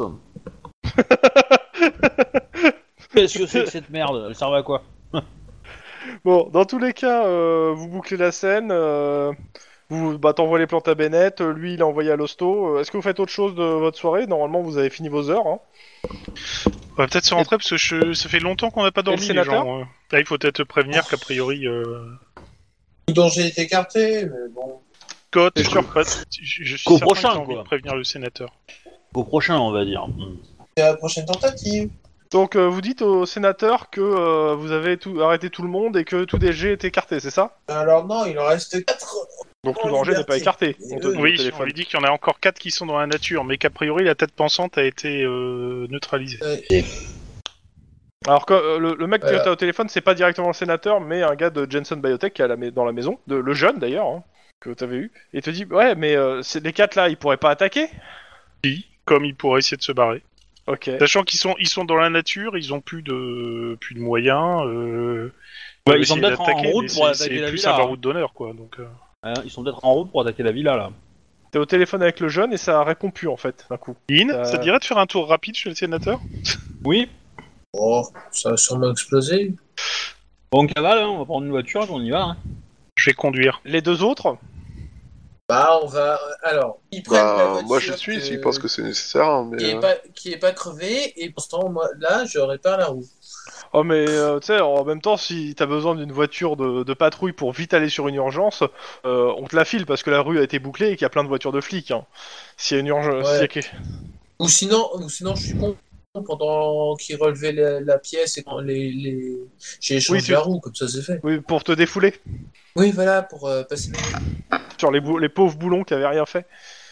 [SPEAKER 1] Qu'est-ce que c'est que cette merde? Elle servait à quoi?
[SPEAKER 2] Bon, dans tous les cas, vous bouclez la scène. T'envoies les plantes à Bennett. Lui, il a envoyé à l'hosto. Est-ce que vous faites autre chose de votre soirée? Normalement, vous avez fini vos heures. Hein.
[SPEAKER 5] On va peut-être se rentrer parce que ça fait longtemps qu'on n'a pas dormi, les
[SPEAKER 2] sénateur
[SPEAKER 5] gens. Là, il faut peut-être te prévenir qu'a priori...
[SPEAKER 3] Tout danger est écarté, mais bon.
[SPEAKER 5] Scott,
[SPEAKER 2] C'est sûr.
[SPEAKER 5] je suis
[SPEAKER 1] Qu'au
[SPEAKER 5] certain
[SPEAKER 1] prochain,
[SPEAKER 5] que t'as envie
[SPEAKER 1] quoi.
[SPEAKER 5] de prévenir le sénateur.
[SPEAKER 1] Au prochain, on va dire.
[SPEAKER 3] C'est la prochaine tentative.
[SPEAKER 2] Donc, vous dites au sénateur que vous avez arrêté tout le monde et que tout DG est écarté, c'est ça?
[SPEAKER 3] Alors non, il en reste 4.
[SPEAKER 2] Donc tout
[SPEAKER 3] En
[SPEAKER 2] danger n'est
[SPEAKER 3] liberté.
[SPEAKER 2] pas écarté. On te dit au
[SPEAKER 5] Oui, on
[SPEAKER 2] téléphone.
[SPEAKER 5] lui dit qu'il y en a encore 4 qui sont dans la nature, mais qu'a priori la tête pensante a été neutralisée.
[SPEAKER 2] Alors que le mec
[SPEAKER 3] Voilà.
[SPEAKER 2] que t'as au téléphone, c'est pas directement le sénateur, mais un gars de Jensen Biotech qui est dans la maison, le jeune d'ailleurs, hein, que t'avais eu, et te dit ouais, mais les 4 là, ils pourraient pas attaquer?
[SPEAKER 5] Si, comme il pourrait essayer de se barrer.
[SPEAKER 2] Ok.
[SPEAKER 5] Sachant qu'ils sont dans la nature, ils ont plus de moyens.
[SPEAKER 1] Ouais, ils
[SPEAKER 5] essayer
[SPEAKER 1] sont peut-être en
[SPEAKER 5] d'attaquer,
[SPEAKER 1] route
[SPEAKER 5] mais
[SPEAKER 1] pour
[SPEAKER 5] c'est
[SPEAKER 1] attaquer la
[SPEAKER 5] plus
[SPEAKER 1] villa.
[SPEAKER 5] un route d'honneur, quoi. Donc,
[SPEAKER 1] Ils sont peut-être en route pour attaquer la villa là.
[SPEAKER 2] T'es au téléphone avec le jeune et ça répond plus en fait, d'un coup.
[SPEAKER 5] ça te dirait de faire un tour rapide chez le sénateur?
[SPEAKER 1] Oui.
[SPEAKER 3] Oh, ça va sûrement exploser.
[SPEAKER 1] Bon, on cavale, hein, on va prendre une voiture et on y va. Hein.
[SPEAKER 5] Je vais conduire.
[SPEAKER 2] Les deux autres,
[SPEAKER 3] Bah, on va. Alors, ils prennent la voiture.
[SPEAKER 4] Moi je suis s'ils pensent que c'est nécessaire, hein, mais...
[SPEAKER 3] Qui est pas crevé, et pour l'instant, moi, là, je répare la roue.
[SPEAKER 2] oh mais tu sais, en même temps, si t'as besoin d'une voiture de patrouille pour vite aller sur une urgence, on te la file parce que la rue a été bouclée et qu'il y a plein de voitures de flics. Hein. S'il y a une urgence,
[SPEAKER 3] Ouais.
[SPEAKER 2] s'il y a
[SPEAKER 3] Ou sinon, je suis con. Pendant qu'ils relevaient la pièce et quand j'ai échangé
[SPEAKER 2] Oui,
[SPEAKER 3] la roue, comme ça c'est fait.
[SPEAKER 2] oui, pour te défouler
[SPEAKER 3] Oui, voilà, pour passer
[SPEAKER 2] sur les pauvres boulons qui avaient rien fait.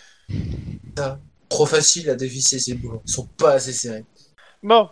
[SPEAKER 3] trop facile à dévisser ces boulons. Ils sont pas assez serrés.
[SPEAKER 2] Bon.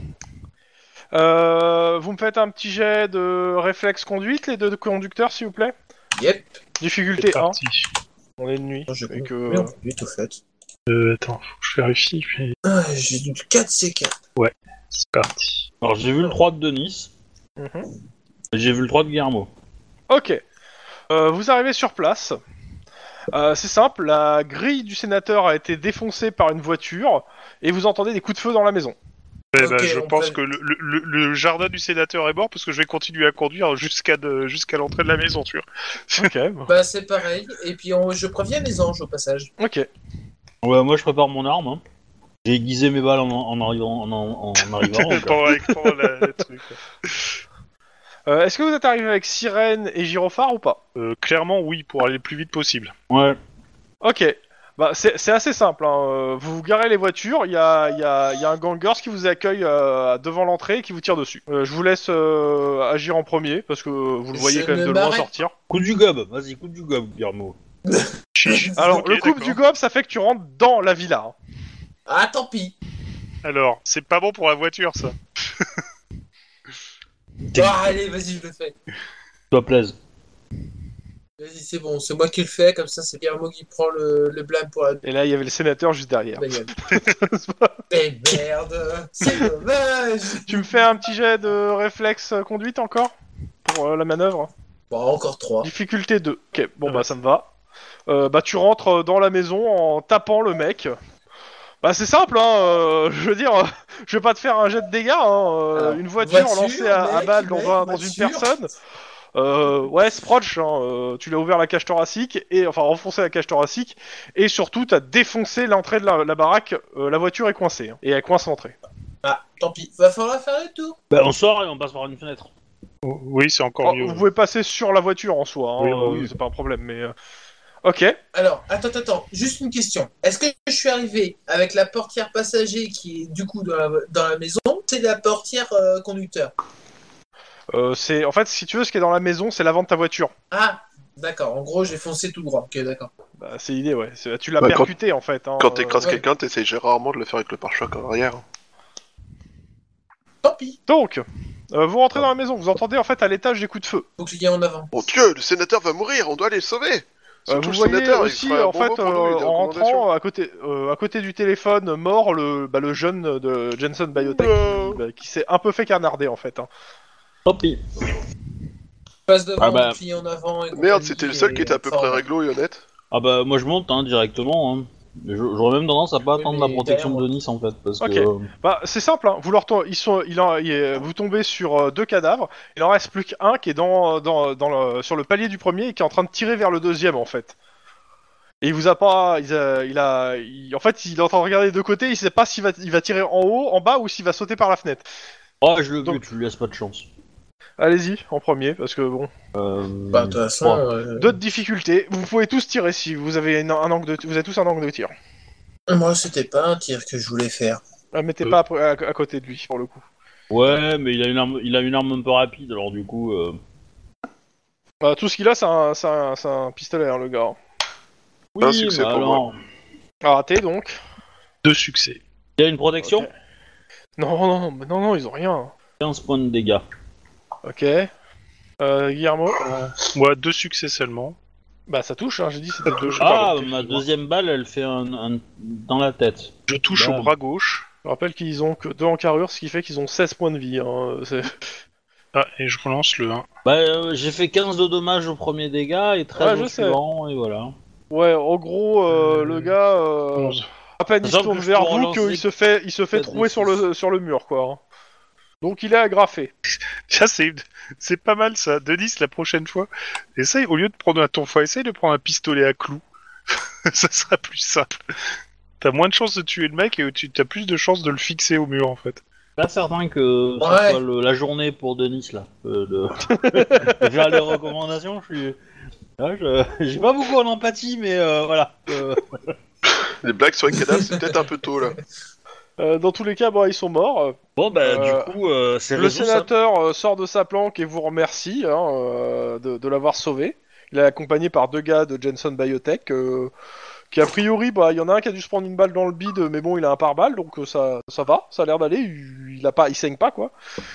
[SPEAKER 2] Vous me faites un petit jet de réflexe conduite, les deux conducteurs, s'il vous plaît.
[SPEAKER 3] Yep.
[SPEAKER 2] Difficulté 1.
[SPEAKER 5] Parti.
[SPEAKER 2] On est de nuit.
[SPEAKER 3] Je
[SPEAKER 2] Et
[SPEAKER 3] comprends. Vite au fait.
[SPEAKER 5] Attends, faut que je vérifie, puis
[SPEAKER 3] Ah, j'ai du 4C4.
[SPEAKER 5] c'est parti.
[SPEAKER 1] Alors j'ai vu le 3 de Denis,
[SPEAKER 2] Mhm.
[SPEAKER 1] et j'ai vu le 3 de Guillermo.
[SPEAKER 2] Ok. Vous arrivez sur place. C'est simple, la grille du sénateur a été défoncée par une voiture et vous entendez des coups de feu dans la maison.
[SPEAKER 3] Ok,
[SPEAKER 5] Je
[SPEAKER 3] on
[SPEAKER 5] pense
[SPEAKER 3] peut-
[SPEAKER 5] que le jardin du sénateur est mort parce que je vais continuer à conduire jusqu'à l'entrée de la maison, tu vois.
[SPEAKER 2] Ok. Bon.
[SPEAKER 3] Bah, c'est pareil. Et puis, je préviens les anges au passage.
[SPEAKER 2] Ok.
[SPEAKER 1] Ouais, moi je prépare mon arme. Hein. J'ai aiguisé mes balles en arrivant. En arrivant donc,
[SPEAKER 5] Pendant le truc.
[SPEAKER 2] Est-ce que vous êtes arrivé avec sirène et gyrophare ou pas?
[SPEAKER 5] Clairement, oui, pour aller le plus vite possible.
[SPEAKER 1] ouais.
[SPEAKER 2] Ok. Bah, c'est assez simple. Hein. Vous garez les voitures, il y a un gangers qui vous accueille devant l'entrée et qui vous tire dessus. Je vous laisse agir en premier parce que vous le voyez
[SPEAKER 3] Je
[SPEAKER 2] quand même
[SPEAKER 3] ne
[SPEAKER 2] de loin
[SPEAKER 3] m'arrête-
[SPEAKER 2] sortir.
[SPEAKER 1] Coup du gob, vas-y, coup du gob, Guillermo.
[SPEAKER 2] Alors,
[SPEAKER 5] Ok,
[SPEAKER 2] le coup
[SPEAKER 5] d'accord.
[SPEAKER 2] du gob, ça fait que tu rentres dans la villa. Hein.
[SPEAKER 3] Ah, tant pis.
[SPEAKER 5] Alors, c'est pas bon pour la voiture, ça.
[SPEAKER 3] Ah, allez, vas-y, je le fais.
[SPEAKER 1] Toi plaise.
[SPEAKER 3] Vas-y, c'est bon, c'est moi qui le fais, comme ça, c'est Guillermo qui prend le blâme pour la
[SPEAKER 2] Et là, il y avait le sénateur juste derrière.
[SPEAKER 3] bagnole. Mais merde, c'est dommage.
[SPEAKER 2] Tu me fais un petit jet de réflexe conduite encore pour la manœuvre.
[SPEAKER 3] Bon, encore 3.
[SPEAKER 2] Difficulté 2. Ok, bon bah ça me va. Bah tu rentres dans la maison en tapant le mec. Bah c'est simple, hein. Je veux dire, je vais pas te faire un jet de dégâts. Hein.
[SPEAKER 3] Alors,
[SPEAKER 2] Une voiture
[SPEAKER 3] voiture,
[SPEAKER 2] lancée à
[SPEAKER 3] mec,
[SPEAKER 2] balle dans une
[SPEAKER 3] voiture.
[SPEAKER 2] personne. Ouais, Sproch, hein, tu l'as ouvert la cage thoracique et enfin renfoncé la cage thoracique et surtout t'as défoncé l'entrée de la baraque. La voiture est coincée hein, et elle coince l'entrée.
[SPEAKER 3] Ah, tant pis. Va falloir faire le tour.
[SPEAKER 1] Bah on sort et on passe par une fenêtre.
[SPEAKER 5] Oui, c'est encore
[SPEAKER 2] Oh,
[SPEAKER 5] mieux.
[SPEAKER 2] vous pouvez passer sur la voiture en soi, hein,
[SPEAKER 1] Oui.
[SPEAKER 2] c'est pas un problème, mais... Ok,
[SPEAKER 3] Alors, attends, juste une question. Est-ce que je suis arrivé avec la portière passager qui est du coup dans la maison, c'est la portière conducteur?
[SPEAKER 2] c'est... En fait, si tu veux, ce qui est dans la maison, c'est l'avant de ta voiture.
[SPEAKER 3] Ah, d'accord. En gros, j'ai foncé tout droit. Ok, d'accord.
[SPEAKER 2] Bah, c'est l'idée, ouais. Tu l'as
[SPEAKER 4] Bah,
[SPEAKER 2] percuté, en fait. Hein,
[SPEAKER 4] Quand t'écrases
[SPEAKER 3] ouais.
[SPEAKER 4] quelqu'un, t'essayes rarement de le faire avec le pare-choc en arrière.
[SPEAKER 3] Tant pis.
[SPEAKER 2] Donc, vous rentrez dans la maison, vous entendez, en fait, à l'étage des coups de feu.
[SPEAKER 3] Bouclier en avant.
[SPEAKER 4] Mon Dieu, le sénateur va mourir, on doit aller le sauver. Surtout
[SPEAKER 2] Vous
[SPEAKER 4] le
[SPEAKER 2] voyez
[SPEAKER 4] sénateur, il
[SPEAKER 2] aussi,
[SPEAKER 4] fera un
[SPEAKER 2] en
[SPEAKER 4] bon
[SPEAKER 2] fait,
[SPEAKER 4] mot pour nous, il a des
[SPEAKER 2] en
[SPEAKER 4] recommandations.
[SPEAKER 2] rentrant, à côté du téléphone mort, le jeune de Jensen Biotech, qui s'est un peu fait canarder, en fait. Hein.
[SPEAKER 1] Tant pis.
[SPEAKER 3] Passe devant,
[SPEAKER 1] Ah bah.
[SPEAKER 3] bouclier en avant. Et
[SPEAKER 4] Merde,
[SPEAKER 3] compagnie,
[SPEAKER 4] c'était le seul qui était à peu
[SPEAKER 3] enfin,
[SPEAKER 4] près
[SPEAKER 3] ouais.
[SPEAKER 4] réglo et honnête.
[SPEAKER 1] Ah bah moi je monte hein, directement. Hein. J'aurais même tendance à pas
[SPEAKER 3] Oui,
[SPEAKER 1] attendre la
[SPEAKER 3] mais
[SPEAKER 1] protection
[SPEAKER 3] derrière
[SPEAKER 1] de Denis en fait, parce
[SPEAKER 2] Ok.
[SPEAKER 1] que...
[SPEAKER 2] Bah, c'est simple, hein. Vous tombez sur 2 cadavres, il en reste plus qu'un qui est sur le palier du premier et qui est en train de tirer vers le deuxième en fait. Et il vous a pas, en fait, il est en train de regarder des deux côtés, il sait pas s'il va tirer en haut, en bas ou s'il va sauter par la fenêtre.
[SPEAKER 1] Oh, je le
[SPEAKER 2] Donc-
[SPEAKER 1] bute, je lui laisse pas de chance.
[SPEAKER 2] Allez-y, en premier, parce que bon.
[SPEAKER 3] Bah, de toute façon,
[SPEAKER 1] ouais.
[SPEAKER 2] D'autres difficultés, vous pouvez tous tirer si vous avez un angle vous avez tous un angle de tir.
[SPEAKER 3] moi, c'était pas un tir que je voulais faire.
[SPEAKER 2] Mettez pas à côté de lui, pour le coup.
[SPEAKER 1] Ouais, mais il a une arme un peu rapide, alors du coup...
[SPEAKER 2] Tout ce qu'il a, c'est un pistolet, hein, le gars.
[SPEAKER 1] Oui,
[SPEAKER 4] Un succès
[SPEAKER 1] mais
[SPEAKER 4] pour
[SPEAKER 1] alors...
[SPEAKER 2] Raté, donc.
[SPEAKER 5] 2 succès.
[SPEAKER 1] Il y a une protection.
[SPEAKER 2] Ok. Non, ils ont rien.
[SPEAKER 1] 15 points de dégâts.
[SPEAKER 2] Ok. Guillermo.
[SPEAKER 5] Moi, 2 succès seulement.
[SPEAKER 2] Bah, ça touche, hein, j'ai dit c'était 2.
[SPEAKER 1] Ah, ma deuxième balle, elle fait un dans la tête.
[SPEAKER 5] Je touche
[SPEAKER 1] Bam.
[SPEAKER 5] au bras gauche.
[SPEAKER 2] Je rappelle qu'ils ont que 2 en carrure, ce qui fait qu'ils ont 16 points de vie. Hein.
[SPEAKER 5] Ah, et je relance le 1.
[SPEAKER 1] Bah, j'ai fait 15 de dommages au premier dégât et 13
[SPEAKER 2] Ouais,
[SPEAKER 1] au
[SPEAKER 2] je sais.
[SPEAKER 1] suivant, et voilà.
[SPEAKER 2] Ouais, en gros, le gars,
[SPEAKER 5] 11.
[SPEAKER 2] à peine il se
[SPEAKER 1] Sachant
[SPEAKER 2] tourne
[SPEAKER 1] que je
[SPEAKER 2] vers
[SPEAKER 1] peux
[SPEAKER 2] vous
[SPEAKER 1] relancer
[SPEAKER 2] qu'il se fait
[SPEAKER 1] 4
[SPEAKER 2] trouer
[SPEAKER 1] des
[SPEAKER 2] sur le mur, quoi. Hein. Donc il est agrafé.
[SPEAKER 5] Ça, c'est pas mal ça. Denis, la prochaine fois, essaye, au lieu de prendre un tonfa, essaye de prendre un pistolet à clous. Ça sera plus simple. T'as moins de chances de tuer le mec et t'as plus de chances de le fixer au mur en fait.
[SPEAKER 1] Pas certain que ce
[SPEAKER 3] Ouais.
[SPEAKER 1] soit la journée pour Denis, là. De faire les recommandations, je suis... Là, j'ai pas beaucoup en empathie, mais voilà.
[SPEAKER 4] Les blagues sur les cadavres, c'est peut-être un peu tôt là.
[SPEAKER 2] Dans tous les cas, bon, ils sont morts.
[SPEAKER 1] Bon, bah,
[SPEAKER 2] Euh,
[SPEAKER 1] du coup, c'est
[SPEAKER 2] Le
[SPEAKER 1] résolu, ça.
[SPEAKER 2] sénateur sort de sa planque et vous remercie de l'avoir sauvé. Il est accompagné par 2 gars de Jensen Biotech, qui a priori, bah, il y en a un qui a dû se prendre une balle dans le bide, mais bon, il a un pare-balles, donc ça va, ça a l'air d'aller. Il saigne pas, quoi.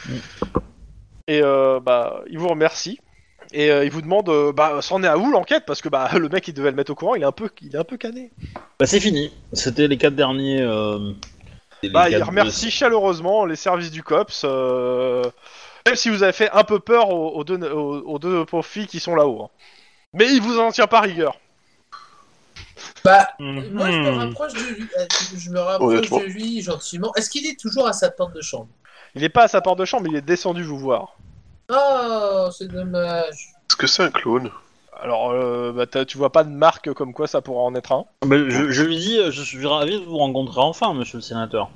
[SPEAKER 2] Et bah, il vous remercie. Et il vous demande, bah, c'en est à où l'enquête? Parce que bah, le mec, il devait le mettre au courant, il est un peu cané.
[SPEAKER 1] Bah, c'est fini. C'était les 4 derniers...
[SPEAKER 2] Bah, il remercie chaleureusement les services du COPS, même si vous avez fait un peu peur aux deux pauvres filles qui sont là-haut. Hein. Mais il vous en tient pas rigueur.
[SPEAKER 3] Bah,
[SPEAKER 5] Mhm.
[SPEAKER 3] moi, je me rapproche de lui. Je me rapproche
[SPEAKER 4] Honnêtement.
[SPEAKER 3] de lui gentiment. Est-ce qu'il est toujours à sa porte de chambre?
[SPEAKER 2] Il est pas à sa porte de chambre, il est descendu vous voir.
[SPEAKER 3] Oh, c'est dommage.
[SPEAKER 4] Est-ce que c'est un clone?
[SPEAKER 2] Alors, bah, tu vois pas de marque comme quoi ça pourra en être un.
[SPEAKER 1] Bah, je lui dis, je suis ravi de vous rencontrer enfin, monsieur le sénateur.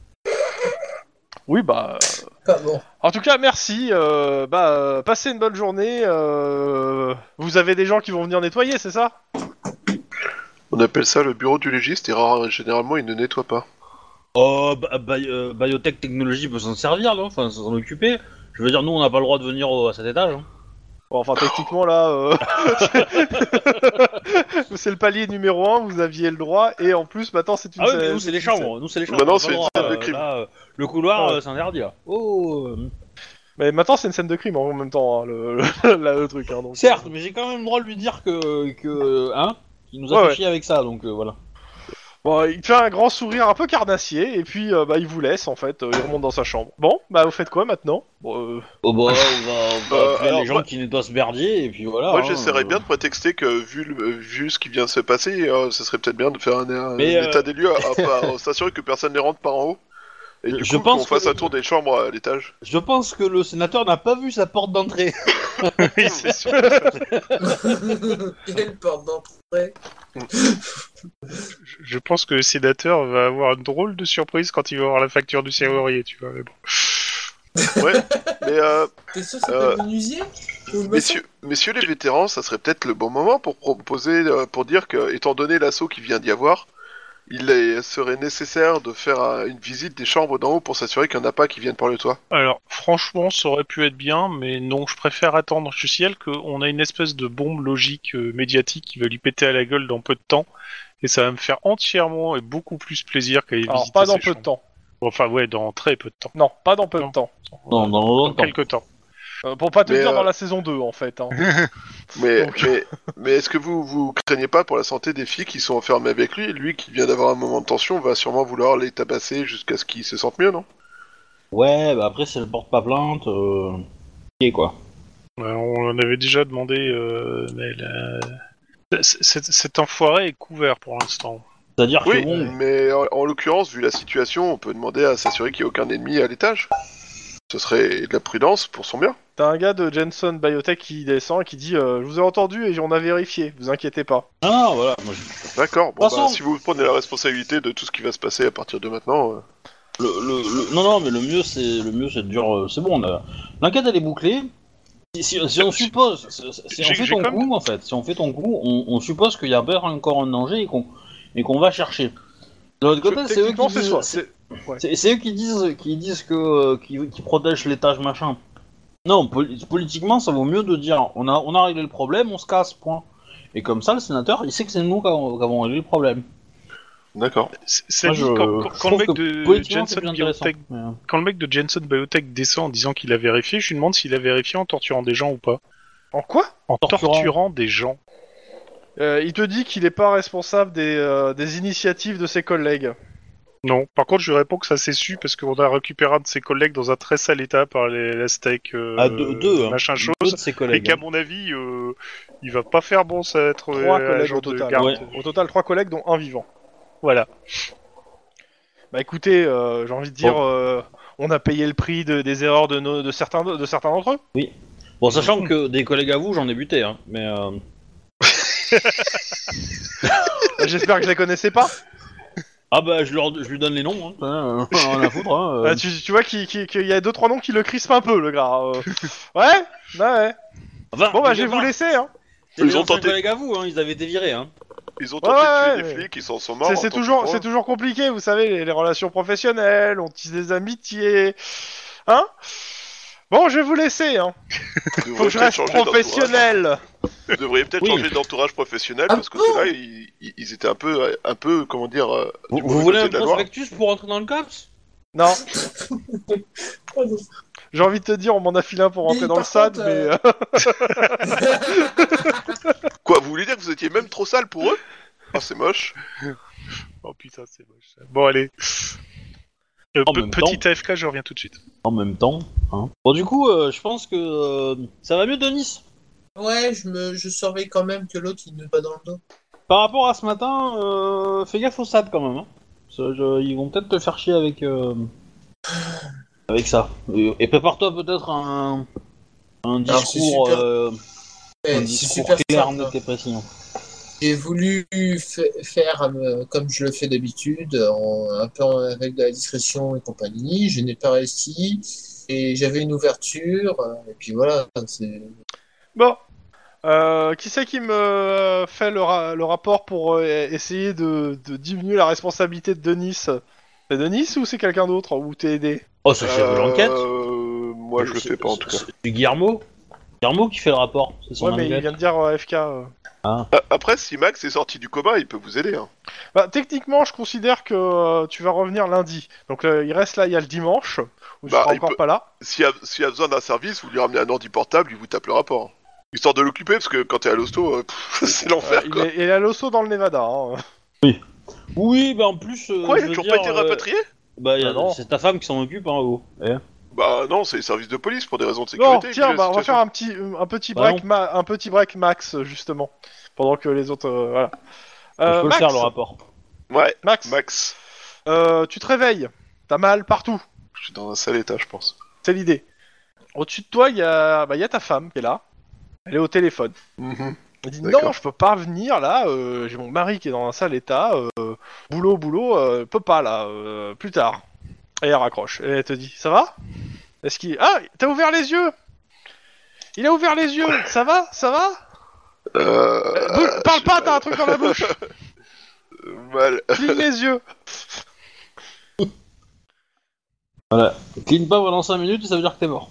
[SPEAKER 2] Oui, bah...
[SPEAKER 3] Pas bon.
[SPEAKER 2] En tout cas, merci. Passez une bonne journée. Vous avez des gens qui vont venir nettoyer, c'est ça?
[SPEAKER 4] On appelle ça le bureau du légiste et généralement il ne nettoie pas.
[SPEAKER 1] Oh, Biotech Technologie peut s'en servir, non? Enfin, s'en occuper. Je veux dire, nous, on n'a pas le droit de venir à cet étage. Hein.
[SPEAKER 2] Bon, enfin, techniquement, là... c'est le palier numéro 1, vous aviez le droit, et en plus, maintenant, c'est une...
[SPEAKER 1] Ah oui, mais nous, c'est les chambres. Nous, c'est les chambres.
[SPEAKER 4] Maintenant,
[SPEAKER 1] on a
[SPEAKER 4] c'est
[SPEAKER 1] pas le
[SPEAKER 4] une
[SPEAKER 1] droit,
[SPEAKER 4] scène de crime.
[SPEAKER 1] là, le couloir,
[SPEAKER 2] Ah ouais.
[SPEAKER 1] c'est interdit, là. Oh
[SPEAKER 2] Mais maintenant, c'est une scène de crime en même temps, hein, le truc. Hein, donc,
[SPEAKER 1] Certes, mais j'ai quand même le droit de lui dire hein, qu'il nous a
[SPEAKER 2] Ouais,
[SPEAKER 1] fait
[SPEAKER 2] ouais.
[SPEAKER 1] chier avec ça, donc voilà.
[SPEAKER 2] Bon, il fait un grand sourire un peu carnassier, et puis bah, il vous laisse, en fait, il remonte dans sa chambre. Bon, bah vous faites quoi maintenant? Bon,
[SPEAKER 1] Oh bah, on va appeler
[SPEAKER 4] alors,
[SPEAKER 1] les gens
[SPEAKER 4] moi-
[SPEAKER 1] qui nettoient ce merdier, et puis voilà.
[SPEAKER 4] Moi
[SPEAKER 1] hein,
[SPEAKER 4] j'essaierais bien de prétexter que vu ce qui vient de se passer, ce serait peut-être bien de faire un
[SPEAKER 1] Mais,
[SPEAKER 4] état des lieux, à s'assurer que personne ne rentre par en haut. Et du
[SPEAKER 1] Je
[SPEAKER 4] coup,
[SPEAKER 1] pense
[SPEAKER 4] qu'on fasse
[SPEAKER 1] que-
[SPEAKER 4] un tour des chambres à l'étage.
[SPEAKER 1] Je pense que le sénateur n'a pas vu sa porte d'entrée.
[SPEAKER 5] Oui, c'est sûr.
[SPEAKER 3] Quelle porte d'entrée.
[SPEAKER 5] Je pense que le sénateur va avoir une drôle de surprise quand il va voir la facture du serrurier, tu vois. Mais bon.
[SPEAKER 4] Ouais, mais
[SPEAKER 3] T'es sûr que c'est pas le menuisier? Ou le maçon?
[SPEAKER 4] messieurs les vétérans, ça serait peut-être le bon moment pour proposer, pour dire que, étant donné l'assaut qu'il vient d'y avoir, serait nécessaire de faire une visite des chambres d'en haut pour s'assurer qu'il n'y en a pas qui viennent par le toit.
[SPEAKER 5] Alors, franchement, ça aurait pu être bien, mais non, je préfère attendre. Je signale qu'on a une espèce de bombe logique médiatique qui va lui péter à la gueule dans peu de temps, et ça va me faire entièrement et beaucoup plus plaisir qu'aller visiter
[SPEAKER 2] alors, pas dans
[SPEAKER 5] ces
[SPEAKER 2] peu de
[SPEAKER 5] chambres.
[SPEAKER 2] temps.
[SPEAKER 5] Enfin, ouais, dans très peu de temps.
[SPEAKER 2] Non, pas dans peu de
[SPEAKER 5] Non.
[SPEAKER 2] temps.
[SPEAKER 1] Non, dans longtemps.
[SPEAKER 5] Quelques temps.
[SPEAKER 2] Pour pas te
[SPEAKER 4] Mais,
[SPEAKER 2] dire dans la saison 2, en fait. Hein.
[SPEAKER 4] Mais,
[SPEAKER 2] Donc-
[SPEAKER 4] mais est-ce que vous craignez pas pour la santé des filles qui sont enfermées avec lui? Lui qui vient d'avoir un moment de tension va sûrement vouloir les tabasser jusqu'à ce qu'ils se sentent mieux, non?
[SPEAKER 1] Ouais, bah après, c'est le porte-pas plainte. Et quoi.
[SPEAKER 5] On en avait déjà demandé, mais cet enfoiré est couvert pour l'instant.
[SPEAKER 1] C'est-à-dire
[SPEAKER 4] Oui,
[SPEAKER 1] que bon,
[SPEAKER 4] mais en l'occurrence, vu la situation, on peut demander à s'assurer qu'il n'y a aucun ennemi à l'étage. Ce serait de la prudence pour son bien.
[SPEAKER 2] T'as un gars de Jensen Biotech qui descend et qui dit je vous ai entendu et on a vérifié, vous inquiétez pas.
[SPEAKER 1] ah voilà, moi,
[SPEAKER 4] D'accord, bon,
[SPEAKER 1] De toute façon-
[SPEAKER 4] si vous prenez la responsabilité de tout ce qui va se passer à partir de maintenant...
[SPEAKER 1] non, mais le mieux c'est de dire, c'est bon, l'enquête elle est bouclée. Si on suppose, si on fait ton coup en fait, si on fait ton coup, on suppose qu'il y a encore un danger et qu'on va chercher. De l'autre côté, c'est eux
[SPEAKER 2] Techniquement,
[SPEAKER 1] qui
[SPEAKER 2] c'est
[SPEAKER 1] disent,
[SPEAKER 2] soit.
[SPEAKER 1] c'est eux qui disent que qui protègent l'étage machin. Non, politiquement, ça vaut mieux de dire on a réglé le problème, on se casse, point. Et comme ça, le sénateur, il sait que c'est nous qui avons réglé le problème.
[SPEAKER 4] D'accord.
[SPEAKER 5] Ça dit,
[SPEAKER 1] Moi,
[SPEAKER 5] quand le mec de
[SPEAKER 1] politiquement, c'est
[SPEAKER 5] Jensen
[SPEAKER 1] plus intéressant.
[SPEAKER 5] Biotech, quand le mec de Jensen Biotech descend en disant qu'il a vérifié, je lui demande s'il a vérifié en torturant des gens ou pas.
[SPEAKER 2] En quoi?
[SPEAKER 5] En torturant des gens.
[SPEAKER 2] Il te dit qu'il est pas responsable des initiatives de ses collègues.
[SPEAKER 5] Non. Par contre, je lui réponds que ça s'est su parce qu'on a récupéré un de ses collègues dans un très sale état par la steak,
[SPEAKER 1] deux,
[SPEAKER 5] machin chose.
[SPEAKER 1] Deux de ses
[SPEAKER 5] Et
[SPEAKER 1] collègues.
[SPEAKER 5] qu'à mon avis, il va pas faire bon ça être
[SPEAKER 2] 3 collègues
[SPEAKER 5] agent
[SPEAKER 2] au
[SPEAKER 5] de
[SPEAKER 2] total.
[SPEAKER 5] garde.
[SPEAKER 1] Ouais.
[SPEAKER 2] Au total, 3 collègues, dont un vivant.
[SPEAKER 5] Voilà.
[SPEAKER 2] Bah écoutez, j'ai envie de dire, on a payé le prix des erreurs de certains d'entre eux.
[SPEAKER 1] Bon, sachant que des collègues à vous, j'en ai buté, hein, mais
[SPEAKER 2] Bah, j'espère que je les connaissais pas.
[SPEAKER 1] ah bah je lui donne les noms, hein, rien à foutre. Hein,
[SPEAKER 2] Tu vois qu'il y a 2-3 noms qui le crispent un peu, le gars. Ouais.
[SPEAKER 1] Enfin,
[SPEAKER 2] Bon bah,
[SPEAKER 1] quelque
[SPEAKER 2] je vais vous
[SPEAKER 1] part,
[SPEAKER 2] laisser. Hein.
[SPEAKER 1] c'est
[SPEAKER 4] Ils
[SPEAKER 1] des
[SPEAKER 4] ont
[SPEAKER 1] anciens
[SPEAKER 4] tenté.
[SPEAKER 1] collègues à vous, hein, ils avaient été virés. Hein.
[SPEAKER 4] Ils ont tenté de tuer des flics, ils s'en sont morts.
[SPEAKER 2] C'est
[SPEAKER 4] tant pis pour eux.
[SPEAKER 2] toujours compliqué, vous savez, les relations professionnelles, on tisse des amitiés. Hein? Bon, je vais vous laisser, hein.
[SPEAKER 4] Vous
[SPEAKER 2] Faut que
[SPEAKER 4] devriez
[SPEAKER 2] je
[SPEAKER 4] peut-être
[SPEAKER 2] reste
[SPEAKER 4] changer d'entourage.
[SPEAKER 2] professionnel.
[SPEAKER 4] Vous devriez peut-être
[SPEAKER 1] Oui.
[SPEAKER 4] changer d'entourage professionnel
[SPEAKER 3] Ah
[SPEAKER 4] parce que
[SPEAKER 3] bon
[SPEAKER 4] ceux-là, ils étaient un peu, comment dire,
[SPEAKER 1] Vous,
[SPEAKER 4] du
[SPEAKER 1] vous
[SPEAKER 4] mauvais
[SPEAKER 1] voulez
[SPEAKER 4] côté
[SPEAKER 1] un
[SPEAKER 4] de la loi.
[SPEAKER 1] prospectus pour rentrer dans le COPS?
[SPEAKER 2] Non. J'ai envie de te dire, on m'en a filé un pour rentrer
[SPEAKER 3] Mais
[SPEAKER 2] dans le
[SPEAKER 3] par
[SPEAKER 2] SAD,
[SPEAKER 3] contre,
[SPEAKER 2] mais...
[SPEAKER 4] Quoi, vous voulez dire que vous étiez même trop sale pour eux? Ah, c'est moche.
[SPEAKER 5] Oh putain, c'est moche. Bon, allez.
[SPEAKER 1] En même
[SPEAKER 5] Petit AFK, je reviens tout de suite.
[SPEAKER 1] En même temps. Hein. Bon, du coup, je pense que ça va mieux, Denis.
[SPEAKER 3] Ouais, je surveille quand même que l'autre il ne pas dans le dos.
[SPEAKER 1] Par rapport à ce matin, fais gaffe au SAD quand même. Hein. Ils vont peut-être te faire chier avec ça. Et prépare-toi peut-être un
[SPEAKER 3] Alors, c'est
[SPEAKER 1] discours,
[SPEAKER 3] super.
[SPEAKER 1] un
[SPEAKER 3] Ouais, c'est
[SPEAKER 1] discours
[SPEAKER 3] super
[SPEAKER 1] clair,
[SPEAKER 3] simple.
[SPEAKER 1] net et précis. Hein.
[SPEAKER 3] J'ai voulu faire comme je le fais d'habitude, un peu avec de la discrétion et compagnie. Je n'ai pas réussi et j'avais une ouverture. Et puis voilà, c'est...
[SPEAKER 2] Bon. Qui c'est qui me fait le rapport pour essayer de diminuer la responsabilité de Denis? C'est Denis ou c'est quelqu'un d'autre? Ou t'es aidé?
[SPEAKER 1] Oh, c'est le chef de l'enquête.
[SPEAKER 4] Moi, je le fais pas en tout cas.
[SPEAKER 1] C'est Guillermo. Guillermo qui fait le rapport. C'est son
[SPEAKER 2] Ouais, mais il
[SPEAKER 1] enquête.
[SPEAKER 2] vient de dire FK.
[SPEAKER 4] Après, si Max est sorti du coma, il peut vous aider. Hein.
[SPEAKER 2] Bah, techniquement, je considère que tu vas revenir lundi. Donc, il reste là, il y a le dimanche, où tu
[SPEAKER 4] Bah,
[SPEAKER 2] seras
[SPEAKER 4] il
[SPEAKER 2] encore
[SPEAKER 4] peut-
[SPEAKER 2] pas là.
[SPEAKER 4] S'il y a besoin d'un service, vous lui ramenez un ordi portable, il vous tape le rapport. Hein. Histoire de l'occuper, parce que quand t'es à l'hosto, c'est l'enfer,
[SPEAKER 2] Il
[SPEAKER 4] quoi.
[SPEAKER 2] est à l'osso dans le Nevada. Hein.
[SPEAKER 1] Oui, bah en plus.
[SPEAKER 4] Quoi, il
[SPEAKER 1] je
[SPEAKER 4] a
[SPEAKER 1] veux
[SPEAKER 4] toujours
[SPEAKER 1] dire,
[SPEAKER 4] pas été rapatrié
[SPEAKER 1] Bah,
[SPEAKER 2] Bah non.
[SPEAKER 1] c'est ta femme qui s'en occupe, hein, oh. Eh.
[SPEAKER 4] Bah non, c'est les services de police pour des raisons de
[SPEAKER 2] Non,
[SPEAKER 4] sécurité.
[SPEAKER 2] tiens,
[SPEAKER 4] vu la
[SPEAKER 2] bah, on va faire
[SPEAKER 4] situation.
[SPEAKER 2] un petit
[SPEAKER 1] Bah
[SPEAKER 2] break, un petit break max, justement. Pendant que les autres, voilà.
[SPEAKER 1] Je peux le
[SPEAKER 2] Max,
[SPEAKER 1] faire le rapport.
[SPEAKER 4] Ouais,
[SPEAKER 2] Max,
[SPEAKER 4] Max.
[SPEAKER 2] tu te réveilles. T'as mal partout.
[SPEAKER 4] Je suis dans un sale état, je pense.
[SPEAKER 2] C'est l'idée. Au-dessus de toi, il y a ta femme qui est là. Elle est au téléphone.
[SPEAKER 4] Mhm.
[SPEAKER 2] Elle dit
[SPEAKER 4] D'accord.
[SPEAKER 2] non, je peux pas venir là. J'ai mon mari qui est dans un sale état. Boulot, peut pas là. Plus tard. Et elle raccroche. Et elle te dit, ça va? Est-ce qu'il... Ah, t'as ouvert les yeux. Il a ouvert les yeux. Ça va? Parle pas, t'as un truc dans la bouche.
[SPEAKER 4] Mal.
[SPEAKER 2] Cligne les yeux.
[SPEAKER 1] Voilà. Clean pas pendant 5 minutes, ça veut dire que t'es mort.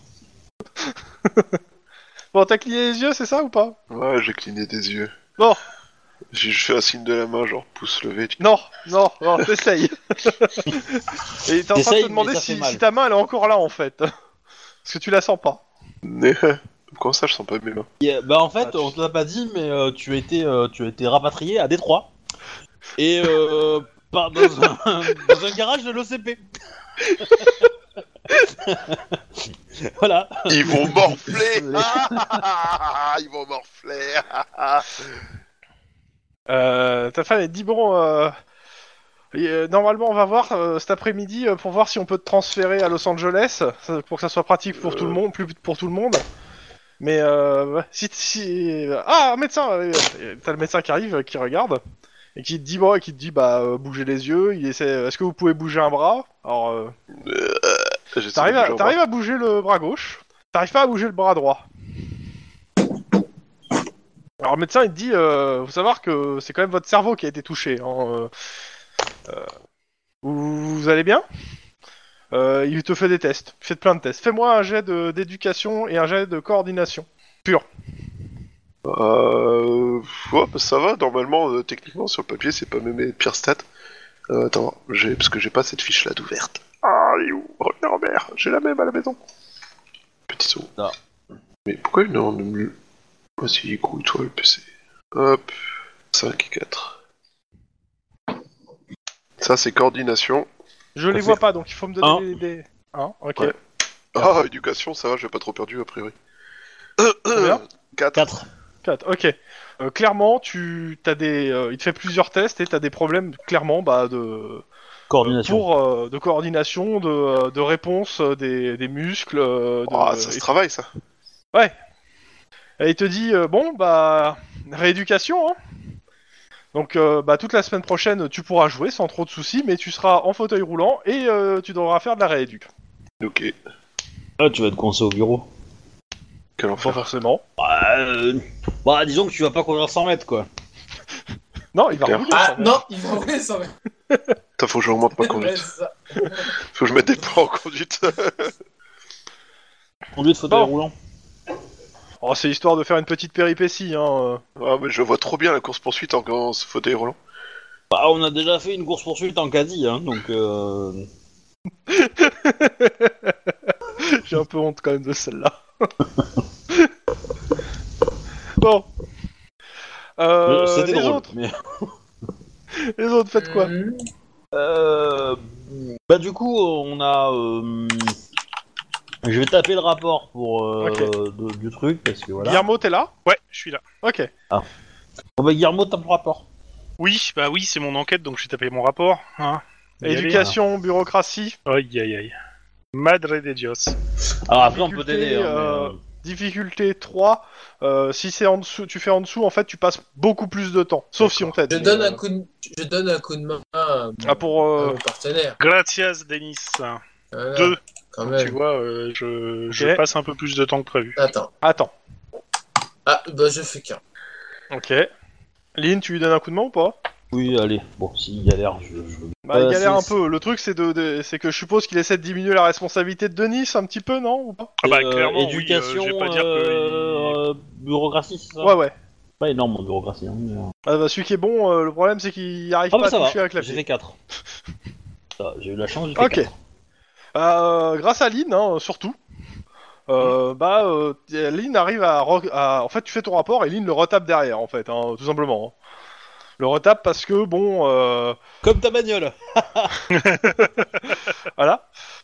[SPEAKER 2] Bon, t'as cligné les yeux, c'est ça ou pas?
[SPEAKER 4] Ouais, j'ai cligné des yeux.
[SPEAKER 2] Bon.
[SPEAKER 4] J'ai fait un signe de la main, genre pouce levé.
[SPEAKER 2] Non, t'essayes. Et t'es en train de
[SPEAKER 1] T'essayes,
[SPEAKER 2] te demander
[SPEAKER 1] mais ça fait mal.
[SPEAKER 2] si ta main elle est encore là en fait. Parce que tu la sens pas.
[SPEAKER 4] Mais comment ça, je sens pas mes mains?
[SPEAKER 1] Bah en fait,
[SPEAKER 2] Ah,
[SPEAKER 1] on te l'a pas dit, mais tu as été rapatrié à Détroit. Et dans un garage de l'OCP. Voilà.
[SPEAKER 4] Ils vont morfler. Ils vont morfler.
[SPEAKER 2] Ta femme elle dit bon, Normalement, on va voir cet après-midi pour voir si on peut te transférer à Los Angeles, pour que ça soit pratique pour tout le monde, plus pour tout le monde. Mais ouais, ah, un médecin, t'as le médecin qui arrive, qui regarde et qui te dit bougez les yeux. Est-ce que vous pouvez bouger un bras? Alors, t'arrives à bouger le bras gauche. T'arrives pas à bouger le bras droit. Alors le médecin il te dit, faut savoir que c'est quand même votre cerveau qui a été touché. Hein, vous allez bien? Il te fait des tests. Il fait plein de tests. Fais-moi un jet d'éducation et un jet de coordination. Pur.
[SPEAKER 4] Ouais, bah ça va, normalement, techniquement, sur le papier, c'est pas mes pires stats. Attends, parce que j'ai pas cette fiche-là d'ouverte. Ah, elle est où? Revenez en mer, j'ai la même à la maison. Petit saut.
[SPEAKER 1] Ah.
[SPEAKER 4] Mais pourquoi il en a mieux? Voici les couilles, toi, le PC. Hop, 5 et 4. Ça, c'est coordination.
[SPEAKER 2] Je les vois pas, donc il faut me donner des... Hein, ok.
[SPEAKER 4] Ouais. Ah, éducation, ça va, j'ai pas trop perdu, a priori.
[SPEAKER 2] Combien?
[SPEAKER 4] 4.
[SPEAKER 2] 4, ok. Clairement, il te fait plusieurs tests et t'as des problèmes, clairement, de...
[SPEAKER 1] Coordination.
[SPEAKER 2] de coordination, de réponse des muscles.
[SPEAKER 4] Ça se travaille, ça.
[SPEAKER 2] Ouais. Et il te dit, rééducation, hein. Donc, toute la semaine prochaine, tu pourras jouer sans trop de soucis, mais tu seras en fauteuil roulant et tu devras faire de la rééduc.
[SPEAKER 4] Ok.
[SPEAKER 1] Ah, tu vas être coincé au bureau.
[SPEAKER 4] Quel
[SPEAKER 2] Pas
[SPEAKER 4] enfer.
[SPEAKER 2] forcément.
[SPEAKER 1] Disons que tu vas pas courir 100 mètres, quoi.
[SPEAKER 2] Non, il va
[SPEAKER 4] Claire.
[SPEAKER 2] rouler.
[SPEAKER 3] Ah
[SPEAKER 2] ça va.
[SPEAKER 3] non, il va rouler ça.
[SPEAKER 4] Putain, faut que je remonte ma
[SPEAKER 3] Ouais,
[SPEAKER 4] conduite.
[SPEAKER 3] ça.
[SPEAKER 4] Faut que je mette des points en conduite.
[SPEAKER 1] Conduite fauteuil
[SPEAKER 2] Bon.
[SPEAKER 1] roulant.
[SPEAKER 2] Oh, c'est histoire de faire une petite péripétie, hein.
[SPEAKER 4] Ah, mais je vois trop bien la course-poursuite en fauteuil roulant.
[SPEAKER 1] Bah, on a déjà fait une course-poursuite en caddie, hein, donc...
[SPEAKER 2] J'ai un peu honte quand même de celle-là. Bon.
[SPEAKER 1] C'était
[SPEAKER 2] les
[SPEAKER 1] drôle,
[SPEAKER 2] autres,
[SPEAKER 1] mais...
[SPEAKER 2] les autres, faites quoi?
[SPEAKER 1] Du coup, on a... Je vais taper le rapport pour du truc, parce que voilà...
[SPEAKER 2] Guillermo, t'es là?
[SPEAKER 5] Ouais, je suis là.
[SPEAKER 2] Ok.
[SPEAKER 1] Bon bah Guillermo, tape le rapport.
[SPEAKER 5] Oui, c'est mon enquête, donc je vais taper mon rapport. Hein. Y aller.
[SPEAKER 2] Éducation, bureaucratie,
[SPEAKER 5] Aïe, aïe, aïe. Madre de Dios.
[SPEAKER 1] Alors après, on peut t'aider, hein,
[SPEAKER 2] difficulté 3. Si c'est en dessous, tu fais en dessous, en fait, tu passes beaucoup plus de temps. Sauf si on t'aide.
[SPEAKER 3] Je donne un coup de main à mon partenaire.
[SPEAKER 5] Gracias, Denis.
[SPEAKER 3] Voilà,
[SPEAKER 5] 2.
[SPEAKER 3] quand
[SPEAKER 5] Tu
[SPEAKER 3] même.
[SPEAKER 5] vois, je passe un peu plus de temps que prévu.
[SPEAKER 3] Attends. Ah, je fais qu'un.
[SPEAKER 2] Ok. Lynn, tu lui donnes un coup de main ou pas?
[SPEAKER 1] Oui, allez. Bon, s'il galère, je...
[SPEAKER 2] Il galère un
[SPEAKER 1] c'est-
[SPEAKER 2] peu. Le truc, c'est c'est que je suppose qu'il essaie de diminuer la responsabilité de Denis un petit peu, non? Ou pas?
[SPEAKER 5] Ah clairement,
[SPEAKER 1] éducation,
[SPEAKER 5] oui, je vais pas dire que...
[SPEAKER 1] bureaucratie, c'est ça?
[SPEAKER 2] Ouais.
[SPEAKER 1] Pas énorme en bureaucratie, hein, mais...
[SPEAKER 2] Celui qui est bon, le problème, c'est qu'il arrive
[SPEAKER 1] Ah
[SPEAKER 2] pas
[SPEAKER 1] bah
[SPEAKER 2] à
[SPEAKER 1] ça va,
[SPEAKER 2] toucher avec la
[SPEAKER 1] j'ai fait 4. J'ai eu la chance, j'ai fait
[SPEAKER 2] Ok.
[SPEAKER 1] 4.
[SPEAKER 2] Grâce à Lynn, hein, surtout. Lynn arrive en fait, tu fais ton rapport et Lynn le retape derrière, en fait, hein, tout simplement. Hein. Le retape parce que,
[SPEAKER 1] Comme ta bagnole.
[SPEAKER 2] voilà.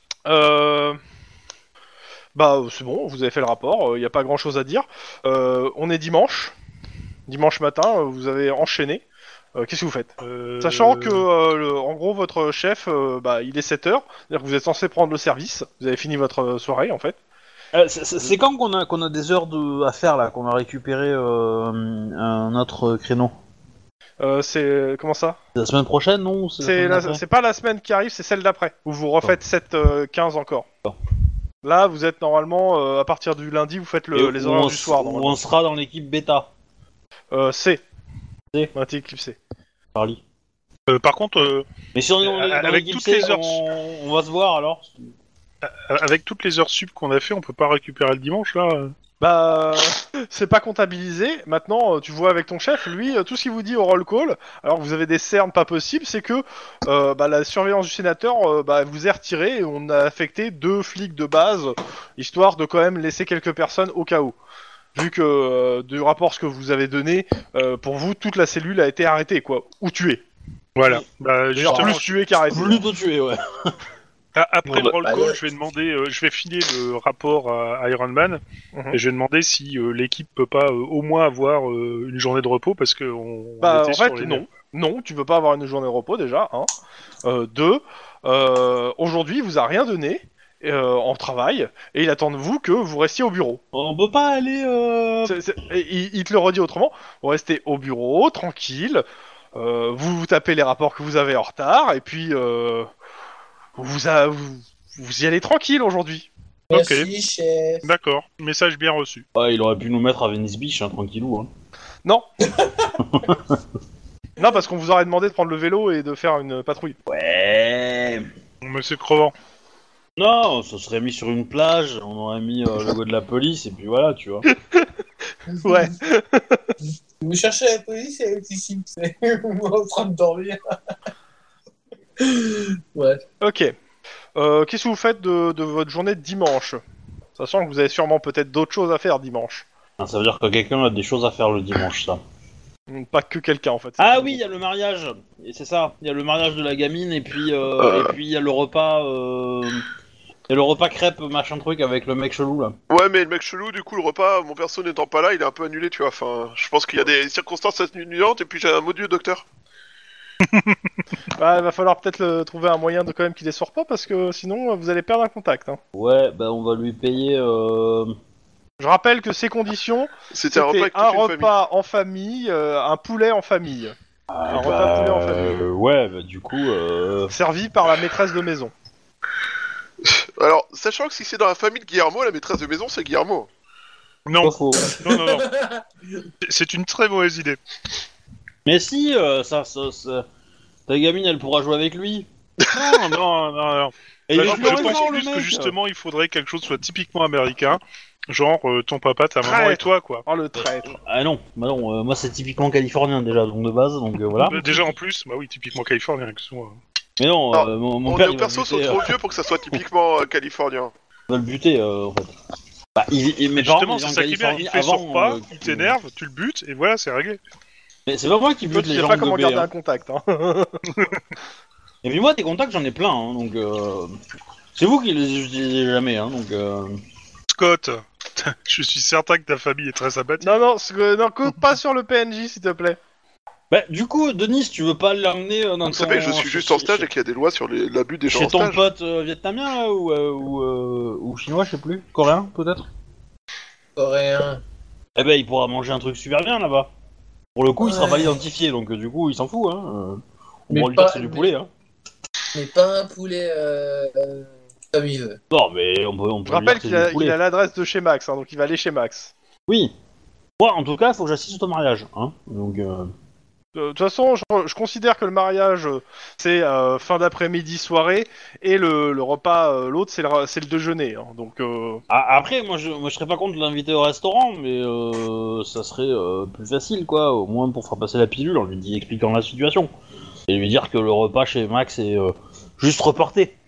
[SPEAKER 2] C'est bon, vous avez fait le rapport, il n'y a pas grand-chose à dire. On est dimanche. Dimanche matin, vous avez enchaîné. Qu'est-ce que vous faites? Sachant que, en gros, votre chef, il est 7h, c'est-à-dire que vous êtes censé prendre le service. Vous avez fini votre soirée, en fait.
[SPEAKER 1] C'est quand qu'on a des heures à faire, là, qu'on a récupéré un autre créneau?
[SPEAKER 2] C'est... Comment ça?
[SPEAKER 1] C'est la semaine prochaine, non?
[SPEAKER 2] C'est pas la semaine qui arrive, c'est celle d'après, où vous refaites 7-15 encore.
[SPEAKER 1] D'accord.
[SPEAKER 2] Là, vous êtes normalement, à partir du lundi, vous faites les horaires du soir,
[SPEAKER 1] Où
[SPEAKER 2] normalement.
[SPEAKER 1] on sera dans l'équipe bêta.
[SPEAKER 2] C.
[SPEAKER 1] C.
[SPEAKER 2] On a été éclipsé.
[SPEAKER 1] Charlie.
[SPEAKER 5] Par contre,
[SPEAKER 1] Mais si on est dans
[SPEAKER 5] avec
[SPEAKER 1] l'équipe
[SPEAKER 5] toutes
[SPEAKER 1] C,
[SPEAKER 5] les heures-
[SPEAKER 1] on va se voir, alors?
[SPEAKER 5] avec toutes les heures sup qu'on a fait, on peut pas récupérer le dimanche, là
[SPEAKER 2] C'est pas comptabilisé. Maintenant, tu vois avec ton chef, lui, tout ce qu'il vous dit au roll call, alors que vous avez des cernes pas possibles, c'est que la surveillance du sénateur vous est retirée et on a affecté 2 flics de base, histoire de quand même laisser quelques personnes au cas où. Vu que du rapport ce que vous avez donné, pour vous, toute la cellule a été arrêtée, quoi, ou tuée.
[SPEAKER 5] Voilà.
[SPEAKER 2] D'ailleurs,
[SPEAKER 5] Justement,
[SPEAKER 2] plus tuée qu'arrêtée.
[SPEAKER 1] Plutôt tué, ouais.
[SPEAKER 5] Après le roll
[SPEAKER 3] Bah,
[SPEAKER 5] call,
[SPEAKER 3] ouais.
[SPEAKER 5] je vais demander, je vais filer le rapport à Iron Man
[SPEAKER 2] Mhm.
[SPEAKER 5] et je vais demander si l'équipe peut pas au moins avoir une journée de repos parce que on
[SPEAKER 2] Bah,
[SPEAKER 5] était
[SPEAKER 2] en
[SPEAKER 5] sur
[SPEAKER 2] fait,
[SPEAKER 5] les
[SPEAKER 2] non.
[SPEAKER 5] nerfs.
[SPEAKER 2] Non, tu peux pas avoir une journée de repos déjà. Hein. Deux, aujourd'hui, il vous a rien donné en travail et il attend de vous que vous restiez au bureau.
[SPEAKER 1] On peut pas aller.
[SPEAKER 2] Et il te le redit autrement. Vous restez au bureau, tranquille. Vous tapez les rapports que vous avez en retard et puis vous y allez tranquille aujourd'hui.
[SPEAKER 3] Merci, chef.
[SPEAKER 5] D'accord, message bien reçu.
[SPEAKER 1] Ouais, il aurait pu nous mettre à Venice Beach, hein, tranquillou. Hein.
[SPEAKER 2] Non. Non, parce qu'on vous aurait demandé de prendre le vélo et de faire une patrouille.
[SPEAKER 1] Ouais.
[SPEAKER 5] Monsieur Crevant.
[SPEAKER 1] Non, ça serait mis sur une plage, on aurait mis le logo de la police et puis voilà, tu vois.
[SPEAKER 2] Ouais.
[SPEAKER 3] Vous cherchez la police, elle est ici. On est en train de dormir. Ouais.
[SPEAKER 2] Ok. Qu'est-ce que vous faites de votre journée de dimanche? Sachant que vous avez sûrement peut-être d'autres choses à faire dimanche.
[SPEAKER 1] Ça veut dire que quelqu'un a des choses à faire le dimanche, ça.
[SPEAKER 2] Pas que quelqu'un en fait.
[SPEAKER 1] Ah oui, il y a le mariage. Et c'est ça. Il y a le mariage de la gamine et puis il y a le repas. Il y a le repas crêpe machin truc avec le mec chelou là.
[SPEAKER 4] Ouais, mais le mec chelou, du coup, le repas, mon perso n'étant pas là, il est un peu annulé, tu vois. Enfin, je pense qu'il y a des circonstances atténuantes et puis j'ai un mot Dieu, docteur.
[SPEAKER 2] Bah, il va falloir peut-être trouver un moyen de quand même qu'il les sorte pas parce que sinon vous allez perdre un contact. Hein.
[SPEAKER 1] Ouais, bah on va lui payer.
[SPEAKER 2] Je rappelle que ces conditions,
[SPEAKER 4] C'était un repas avec toute
[SPEAKER 2] un
[SPEAKER 4] une famille.
[SPEAKER 2] repas en famille, un poulet en famille, un repas poulet en famille,
[SPEAKER 1] Ouais, bah du coup.
[SPEAKER 2] servi par la maîtresse de maison.
[SPEAKER 4] Alors, sachant que si c'est dans la famille de Guillermo, la maîtresse de maison, c'est Guillermo.
[SPEAKER 5] Non,
[SPEAKER 1] Pas faux.
[SPEAKER 5] non. C'est une très mauvaise idée.
[SPEAKER 1] Mais si, ta gamine elle pourra jouer avec lui.
[SPEAKER 5] Non.
[SPEAKER 1] Et
[SPEAKER 5] Bah,
[SPEAKER 1] il est
[SPEAKER 5] je
[SPEAKER 1] florissant,
[SPEAKER 5] pense
[SPEAKER 1] le
[SPEAKER 5] plus que
[SPEAKER 1] mec.
[SPEAKER 5] justement, il faudrait que quelque chose soit typiquement américain. Genre ton papa, ta maman
[SPEAKER 2] Traître.
[SPEAKER 5] et toi, quoi.
[SPEAKER 2] Oh le traître.
[SPEAKER 1] Ah non, bah non, moi c'est typiquement californien déjà, donc de base, donc voilà.
[SPEAKER 5] Déjà en plus, bah oui, typiquement californien, excuse-moi.
[SPEAKER 1] Mais non,
[SPEAKER 4] Non,
[SPEAKER 1] mon
[SPEAKER 4] Nos
[SPEAKER 1] père il va,
[SPEAKER 4] persos sont
[SPEAKER 1] buter,
[SPEAKER 4] trop vieux pour que ça soit typiquement californien.
[SPEAKER 1] va le buter en fait. Bah, mes
[SPEAKER 5] Justement,
[SPEAKER 1] parents,
[SPEAKER 5] c'est
[SPEAKER 1] ils
[SPEAKER 5] ça qui est bien, il fait son repas, il t'énerve, tu le butes, et voilà, c'est réglé.
[SPEAKER 1] Mais c'est pas moi qui
[SPEAKER 2] Toi,
[SPEAKER 1] bute
[SPEAKER 2] tu
[SPEAKER 1] les
[SPEAKER 2] sais
[SPEAKER 1] gens
[SPEAKER 2] pas
[SPEAKER 1] de
[SPEAKER 2] comment
[SPEAKER 1] B,
[SPEAKER 2] garder
[SPEAKER 1] hein.
[SPEAKER 2] un contact. Hein.
[SPEAKER 1] Et puis moi, des contacts, j'en ai plein, hein, donc c'est vous qui les utilisez jamais, hein, donc.
[SPEAKER 5] Scott, je suis certain que ta famille est très sympathique.
[SPEAKER 2] non, compte pas sur le PNJ s'il te plaît.
[SPEAKER 1] Bah, du coup, Denis, tu veux pas l'emmener dans
[SPEAKER 4] Vous savez, je suis juste en stage et qu'il y a des lois sur l'abus des gens
[SPEAKER 1] chez
[SPEAKER 4] en
[SPEAKER 1] ton
[SPEAKER 4] stage.
[SPEAKER 1] pote vietnamien là, ou chinois, je sais plus, coréen peut-être.
[SPEAKER 3] Coréen.
[SPEAKER 1] Eh ben, il pourra manger un truc super bien là-bas. Pour le coup, il sera
[SPEAKER 3] Ouais.
[SPEAKER 1] pas identifié, donc du coup, il s'en fout, hein. On
[SPEAKER 3] Mais
[SPEAKER 1] pourra lui dire
[SPEAKER 3] pas-
[SPEAKER 1] que c'est du
[SPEAKER 3] mais-
[SPEAKER 1] poulet, hein.
[SPEAKER 3] Mais pas un poulet comme il veut.
[SPEAKER 1] Non, mais on peut
[SPEAKER 2] Je
[SPEAKER 1] lui dire
[SPEAKER 2] rappelle
[SPEAKER 1] que c'est
[SPEAKER 2] qu'il a,
[SPEAKER 1] du poulet.
[SPEAKER 2] il a l'adresse de chez Max, hein, donc il va aller chez Max.
[SPEAKER 1] Oui. Moi, en tout cas, il faut que j'assiste au mariage, hein. Donc,
[SPEAKER 2] De toute façon, je considère que le mariage, c'est fin d'après-midi, soirée, et le repas, l'autre, c'est le déjeuner. Hein, donc,
[SPEAKER 1] après, moi, je serais pas contre de l'inviter au restaurant, mais ça serait plus facile, quoi. Au moins pour faire passer la pilule en lui expliquant la situation. Et lui dire que le repas chez Max est juste reporté.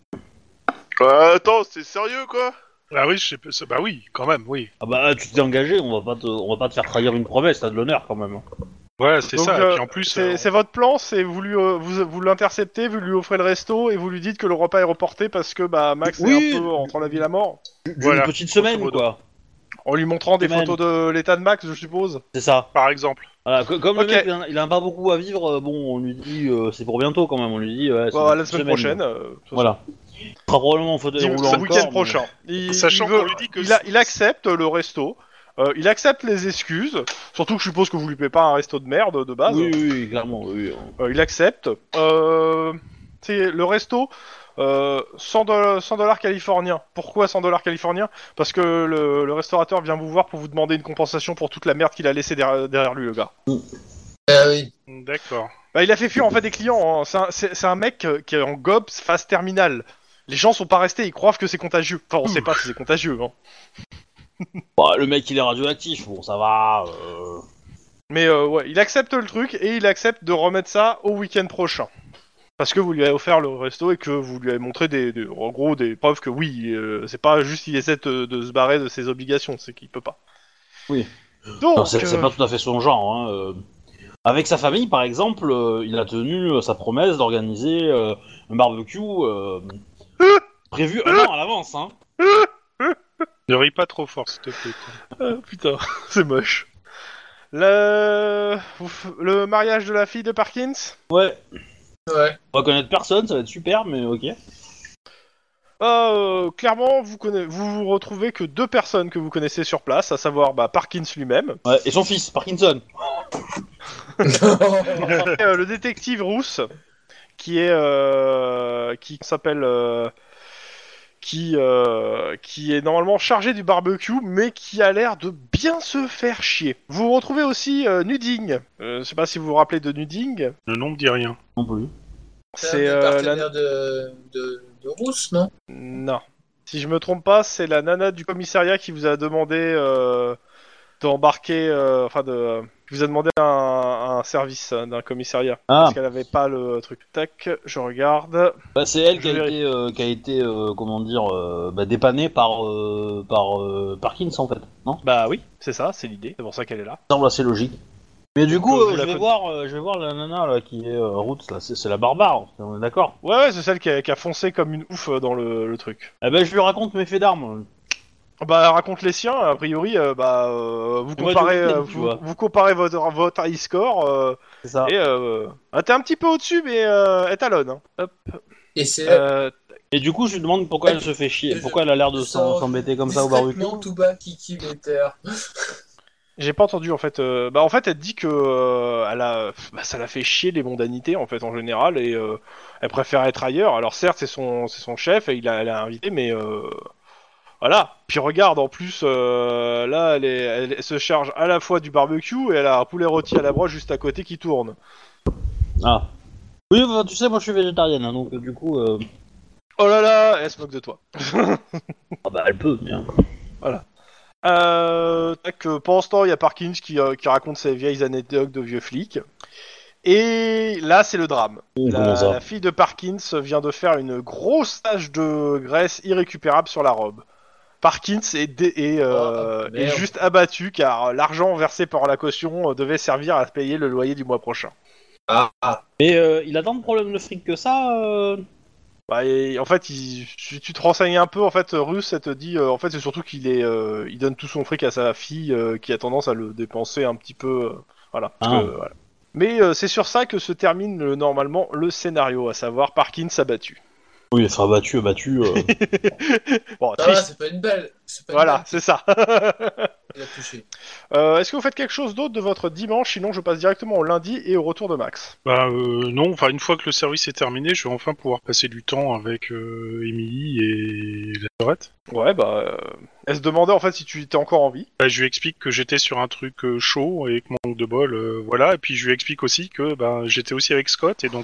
[SPEAKER 4] Attends, c'est sérieux, quoi?
[SPEAKER 5] Ah oui, je sais, bah oui, quand même, oui.
[SPEAKER 1] Ah bah, tu t'es engagé, on va pas te faire trahir une promesse, t'as de l'honneur quand même.
[SPEAKER 5] Ouais, c'est
[SPEAKER 2] donc,
[SPEAKER 5] ça, et puis en plus...
[SPEAKER 2] c'est votre plan, c'est vous l'interceptez, vous lui offrez le resto, et vous lui dites que le repas est reporté parce que bah Max
[SPEAKER 1] Oui.
[SPEAKER 2] est un peu entre la vie et la mort.
[SPEAKER 5] Voilà,
[SPEAKER 1] Une petite semaine,
[SPEAKER 5] grosso modo.
[SPEAKER 1] quoi.
[SPEAKER 2] En lui montrant des
[SPEAKER 1] Semaine.
[SPEAKER 2] photos de l'état de Max, je suppose.
[SPEAKER 1] C'est ça.
[SPEAKER 5] Par exemple.
[SPEAKER 1] Voilà, comme
[SPEAKER 2] Ok.
[SPEAKER 1] le mec, il a pas beaucoup à vivre, bon, on lui dit, c'est pour bientôt quand même, on lui dit, ouais, c'est
[SPEAKER 2] Bah,
[SPEAKER 1] une
[SPEAKER 2] la semaine
[SPEAKER 1] semaine,
[SPEAKER 2] prochaine.
[SPEAKER 1] Voilà. Il sera probablement en fauteuil roulant
[SPEAKER 2] Le
[SPEAKER 1] encore,
[SPEAKER 2] week-end
[SPEAKER 1] mais-
[SPEAKER 2] prochain. Il,
[SPEAKER 5] Sachant
[SPEAKER 2] il veut-
[SPEAKER 5] qu'on lui dit que...
[SPEAKER 2] il accepte le resto. Il accepte les excuses. Surtout que je suppose que vous lui payez pas un resto de merde de base.
[SPEAKER 1] Oui, clairement, oui.
[SPEAKER 2] Il accepte. C'est le resto. $100 californiens. Pourquoi $100 californiens? Parce que le restaurateur vient vous voir pour vous demander une compensation pour toute la merde qu'il a laissé derrière lui, le gars.
[SPEAKER 3] Ah oui.
[SPEAKER 5] D'accord.
[SPEAKER 2] Bah, il a fait fuir en fait des clients. Hein. C'est un mec qui est en GOPS phase terminale. Les gens sont pas restés, ils croient que c'est contagieux. Enfin, on sait pas si c'est contagieux. Hein.
[SPEAKER 1] Bah, le mec, il est radioactif, bon, ça va.
[SPEAKER 2] Mais ouais, il accepte le truc et il accepte de remettre ça au week-end prochain. Parce que vous lui avez offert le resto et que vous lui avez montré en gros des preuves que oui, c'est pas juste il essaie de se barrer de ses obligations, c'est qu'il peut pas.
[SPEAKER 1] Oui.
[SPEAKER 2] Donc,
[SPEAKER 1] Non, c'est pas tout à fait son genre. Hein. Avec sa famille, par exemple, il a tenu sa promesse d'organiser un barbecue Prévu un an à l'avance, hein.
[SPEAKER 5] Ne ris pas trop fort, s'il te plaît.
[SPEAKER 2] Ah, putain, c'est moche. Le mariage de la fille de Parkins.
[SPEAKER 1] Ouais.
[SPEAKER 3] Ouais.
[SPEAKER 1] On va connaître personne, ça va être super, mais ok.
[SPEAKER 2] Clairement, vous retrouvez que 2 personnes que vous connaissez sur place, à savoir Parkins lui-même,
[SPEAKER 1] Ouais, et son fils, Parkinson.
[SPEAKER 2] et, le détective Rousse, qui s'appelle qui est normalement chargé du barbecue, mais qui a l'air de bien se faire chier. Vous retrouvez aussi Nuding. Je sais pas si vous vous rappelez de Nuding.
[SPEAKER 5] Le nom me dit rien.
[SPEAKER 1] Non plus.
[SPEAKER 2] C'est
[SPEAKER 3] un des
[SPEAKER 2] la...
[SPEAKER 3] partenaires de Rousse, non?
[SPEAKER 2] Non. Si je me trompe pas, c'est la nana du commissariat qui vous a demandé d'embarquer, qui vous a demandé un service d'un commissariat.
[SPEAKER 1] Ah.
[SPEAKER 2] Parce qu'elle avait pas le truc. Tac, je regarde.
[SPEAKER 1] Bah, c'est elle
[SPEAKER 2] Je
[SPEAKER 1] qui a été comment dire, dépannée par Parkins en fait, non?
[SPEAKER 2] Bah oui, c'est ça, c'est l'idée. C'est pour ça qu'elle est là.
[SPEAKER 1] Ça semble assez logique. Mais du coup,
[SPEAKER 2] vous
[SPEAKER 1] je
[SPEAKER 2] la
[SPEAKER 1] vais voir la nana là qui est Roots là, c'est la barbare, on est d'accord?
[SPEAKER 2] Ouais, c'est celle qui a foncé comme une ouf dans le truc.
[SPEAKER 1] Eh ben je lui raconte mes faits d'armes.
[SPEAKER 2] Bah raconte les siens. A priori, vous
[SPEAKER 1] Moi,
[SPEAKER 2] comparez,
[SPEAKER 1] je le sais, tu vois.
[SPEAKER 2] vous comparez votre high score
[SPEAKER 1] C'est ça.
[SPEAKER 2] et t'es un petit peu au-dessus, mais elle talonne. Hein. Hop.
[SPEAKER 3] Et c'est
[SPEAKER 1] Et du coup, je lui demande pourquoi elle se fait chier, pourquoi elle a l'air de s'embêter comme ça au barbecue.
[SPEAKER 3] discrètement tout bas Kiki Letter.
[SPEAKER 2] J'ai pas entendu en fait. En fait, elle dit que ça la fait chier les mondanités en fait en général et elle préfère être ailleurs. Alors certes, c'est son chef et elle a invité, mais voilà. Puis regarde, en plus, là, elle se charge à la fois du barbecue et elle a un poulet rôti à la broche juste à côté qui tourne.
[SPEAKER 1] Ah. Oui, bah, tu sais, moi je suis végétarienne, hein, donc du coup.
[SPEAKER 2] Oh là là, elle se moque de toi.
[SPEAKER 1] Ah bah elle peut, bien.
[SPEAKER 2] Pendant ce temps, il y a Parkins qui raconte ses vieilles anecdotes de vieux flics. Et là, c'est le drame.
[SPEAKER 1] Comment ça
[SPEAKER 2] La fille de Parkins vient de faire une grosse tache de graisse irrécupérable sur la robe. Parkins est
[SPEAKER 3] merde.
[SPEAKER 2] juste abattu car l'argent versé par la caution devait servir à payer le loyer du mois prochain.
[SPEAKER 3] Ah,
[SPEAKER 1] Mais il a tant de problèmes de fric que ça
[SPEAKER 2] En fait, si tu te renseignes un peu, en fait, Russe, elle te dit, en fait, c'est surtout il donne tout son fric à sa fille qui a tendance à le dépenser un petit peu, voilà. Voilà. Mais c'est sur ça que se termine normalement le scénario, à savoir Parkins abattu.
[SPEAKER 1] Oui, enfin abattu.
[SPEAKER 2] Bon,
[SPEAKER 3] ça va,
[SPEAKER 2] triste.
[SPEAKER 3] c'est pas une belle.
[SPEAKER 2] Voilà, c'est ça.
[SPEAKER 3] Il a touché.
[SPEAKER 2] Est-ce que vous faites quelque chose d'autre de votre dimanche? Sinon, je passe directement au lundi et au retour de Max.
[SPEAKER 5] Non, enfin une fois que le service est terminé, je vais enfin pouvoir passer du temps avec Emily et la sœurette.
[SPEAKER 2] Ouais, elle se demandait en fait si tu étais encore en vie.
[SPEAKER 5] Je lui explique que j'étais sur un truc chaud et que manque de bol, voilà. Et puis je lui explique aussi que j'étais aussi avec Scott et donc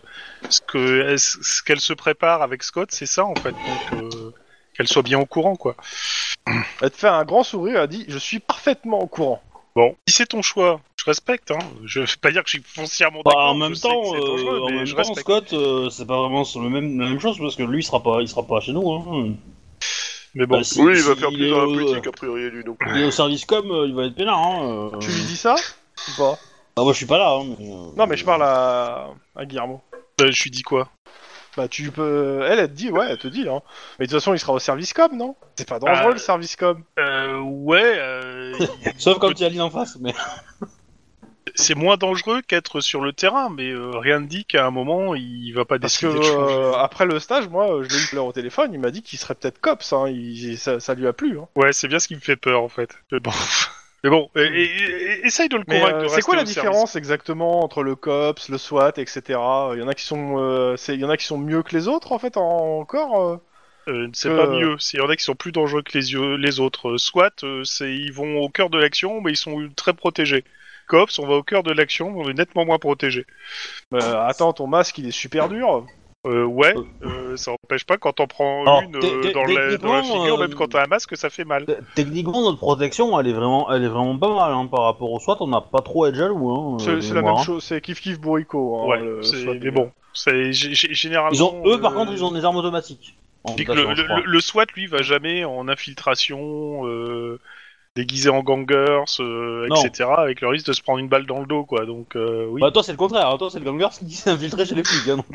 [SPEAKER 5] ce qu'elle se prépare avec Scott, c'est ça en fait. Donc qu'elle soit bien au courant, quoi.
[SPEAKER 2] Elle te fait un grand sourire, elle dit « Je suis parfaitement au courant ».
[SPEAKER 5] Bon, si c'est ton choix, je respecte. Hein. Je vais pas dire que je suis foncièrement
[SPEAKER 1] Bah,
[SPEAKER 5] d'accord.
[SPEAKER 1] en même
[SPEAKER 5] je sais
[SPEAKER 1] temps,
[SPEAKER 5] que c'est dangereux, mais je respecte.
[SPEAKER 1] Scott, c'est pas vraiment sur la même chose parce que lui, il sera pas chez nous. Hein.
[SPEAKER 5] Mais bon,
[SPEAKER 1] Bah, si-
[SPEAKER 4] Oui, il va
[SPEAKER 1] si
[SPEAKER 4] faire
[SPEAKER 1] il
[SPEAKER 4] plus
[SPEAKER 1] est
[SPEAKER 4] dans la
[SPEAKER 1] au-
[SPEAKER 4] politique, a priori, lui, donc.
[SPEAKER 1] Il est au service com, il va être peinard. Hein.
[SPEAKER 2] Tu lui dis ça ou pas?
[SPEAKER 1] Ah, moi, je suis pas là. Hein,
[SPEAKER 2] Non, mais je parle à Guillermo.
[SPEAKER 5] je lui dis quoi?
[SPEAKER 2] Tu peux... Elle te dit, ouais, elle te dit, hein. Mais de toute façon, il sera au service com, non? C'est pas dangereux, le service com.
[SPEAKER 5] Ouais,
[SPEAKER 1] Sauf quand il y a l'île en face. Mais
[SPEAKER 5] c'est moins dangereux qu'être sur le terrain, mais rien ne dit qu'à un moment, il va pas
[SPEAKER 2] Parce
[SPEAKER 5] décider de
[SPEAKER 2] que
[SPEAKER 5] changer.
[SPEAKER 2] après le stage, moi, je l'ai eu tout à l'heure au téléphone, il m'a dit qu'il serait peut-être cops, hein. Ça lui a plu, hein.
[SPEAKER 5] Ouais, c'est bien ce qui me fait peur, en fait. Mais bon, mais bon essaye de le
[SPEAKER 2] Mais
[SPEAKER 5] convaincre de
[SPEAKER 2] c'est quoi la
[SPEAKER 5] rester au
[SPEAKER 2] différence exactement entre le cops, le SWAT, etc. Il y en a qui sont mieux que les autres en fait encore.
[SPEAKER 5] C'est
[SPEAKER 2] que-
[SPEAKER 5] pas mieux. Il y en a qui sont plus dangereux que les autres. Soit ils vont au cœur de l'action, mais ils sont très protégés. Cops, on va au cœur de l'action, on est nettement moins protégés.
[SPEAKER 2] Attends, ton masque il est super dur.
[SPEAKER 5] Ouais, ça empêche pas quand on prend
[SPEAKER 1] Alors,
[SPEAKER 5] une dans la
[SPEAKER 1] techniquement,
[SPEAKER 5] figure, même quand t'as un masque, ça fait mal.
[SPEAKER 1] techniquement, notre protection, elle est vraiment pas mal. Hein, par rapport au SWAT, on n'a pas trop à être jaloux. Hein,
[SPEAKER 2] C'est
[SPEAKER 1] de
[SPEAKER 2] la
[SPEAKER 1] mémoire,
[SPEAKER 2] même
[SPEAKER 1] hein.
[SPEAKER 2] chose, c'est kiff kiff bourrico. Hein,
[SPEAKER 5] Ouais,
[SPEAKER 2] le SWAT,
[SPEAKER 5] mais bon, c'est généralement.
[SPEAKER 1] Eux, par contre, ils ont des armes automatiques. En
[SPEAKER 5] Je dis que
[SPEAKER 1] mutation, je crois.
[SPEAKER 5] le SWAT, lui, va jamais en infiltration. déguisés en gangers,
[SPEAKER 1] Non.
[SPEAKER 5] etc., avec le risque de se prendre une balle dans le dos, quoi. Donc, oui.
[SPEAKER 1] Bah, toi, c'est le contraire. Toi, c'est le ganger qui s'est infiltré chez les flics. Hein, donc,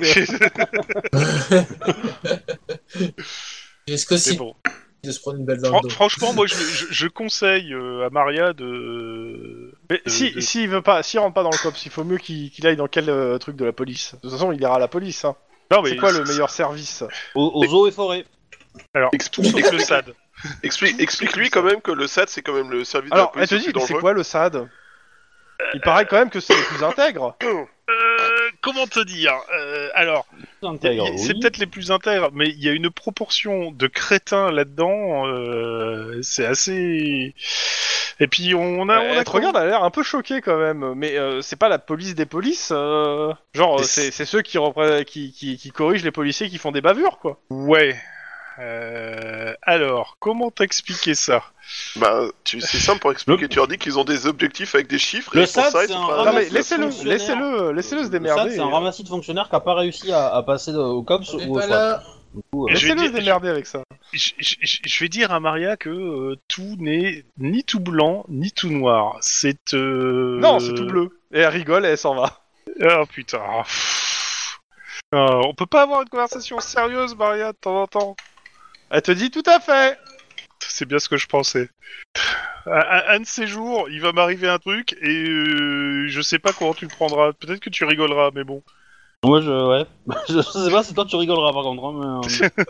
[SPEAKER 3] Il risque aussi
[SPEAKER 5] C'est bon.
[SPEAKER 3] de se prendre une balle dans le dos.
[SPEAKER 5] Franchement, moi, je conseille à Maria de...
[SPEAKER 2] Mais s'il veut pas, s'il rentre pas dans le COPS, il faut mieux qu'il aille dans quel truc de la police. De toute façon, il ira à la police. Hein.
[SPEAKER 5] Non, mais
[SPEAKER 2] C'est quoi le meilleur service?
[SPEAKER 1] aux eaux et forêts.
[SPEAKER 5] Alors, tout sauf le SAD.
[SPEAKER 4] Explique-lui quand même que le SAD c'est quand même le service
[SPEAKER 2] Alors,
[SPEAKER 4] de la
[SPEAKER 2] elle te
[SPEAKER 4] police le
[SPEAKER 2] dit,
[SPEAKER 4] plus
[SPEAKER 2] c'est
[SPEAKER 4] dangereux.
[SPEAKER 2] quoi le SAD? Il paraît quand même que c'est le plus intègre.
[SPEAKER 5] Comment te dire Alors, c'est peut-être les plus intègres, mais il y a une proportion de crétins là-dedans, c'est assez... Et puis on a
[SPEAKER 2] Elle te regarde, elle a l'air un peu choquée quand même. Mais c'est pas la police des polices. Genre,
[SPEAKER 5] Et
[SPEAKER 2] c'est ceux qui corrigent les policiers qui font des bavures, quoi.
[SPEAKER 5] Ouais. Alors, comment t'expliquer ça?
[SPEAKER 4] Bah, c'est simple pour expliquer. Tu leur dis qu'ils ont des objectifs avec des chiffres.
[SPEAKER 1] Le
[SPEAKER 4] et pour
[SPEAKER 1] SAD,
[SPEAKER 4] ça, ils
[SPEAKER 1] c'est
[SPEAKER 4] sont
[SPEAKER 1] un
[SPEAKER 4] pas-
[SPEAKER 2] Non
[SPEAKER 1] ramasse
[SPEAKER 2] mais
[SPEAKER 1] de fonctionnaires.
[SPEAKER 2] laissez-le se
[SPEAKER 1] Le SAD,
[SPEAKER 2] démerder.
[SPEAKER 1] c'est un ramassis de fonctionnaires qui a pas réussi à passer au COPS
[SPEAKER 3] On est
[SPEAKER 1] ou au
[SPEAKER 3] pas
[SPEAKER 1] SWAT.
[SPEAKER 3] là.
[SPEAKER 1] Du coup,
[SPEAKER 5] Et je vais
[SPEAKER 2] Laissez-le se
[SPEAKER 5] dire-
[SPEAKER 2] démerder avec ça.
[SPEAKER 5] Je vais dire à Maria que tout n'est ni tout blanc, ni tout noir. C'est...
[SPEAKER 2] Non, c'est tout bleu. Et elle rigole et elle s'en va.
[SPEAKER 5] Oh putain. On peut pas avoir une conversation sérieuse, Maria, de temps en temps.
[SPEAKER 2] Elle te dit tout à fait.
[SPEAKER 5] C'est bien ce que je pensais. Un de ces jours, il va m'arriver un truc et je sais pas comment tu le prendras. Peut-être que tu rigoleras, mais bon.
[SPEAKER 1] moi, ouais. Je sais pas si toi tu rigoleras par contre. Hein,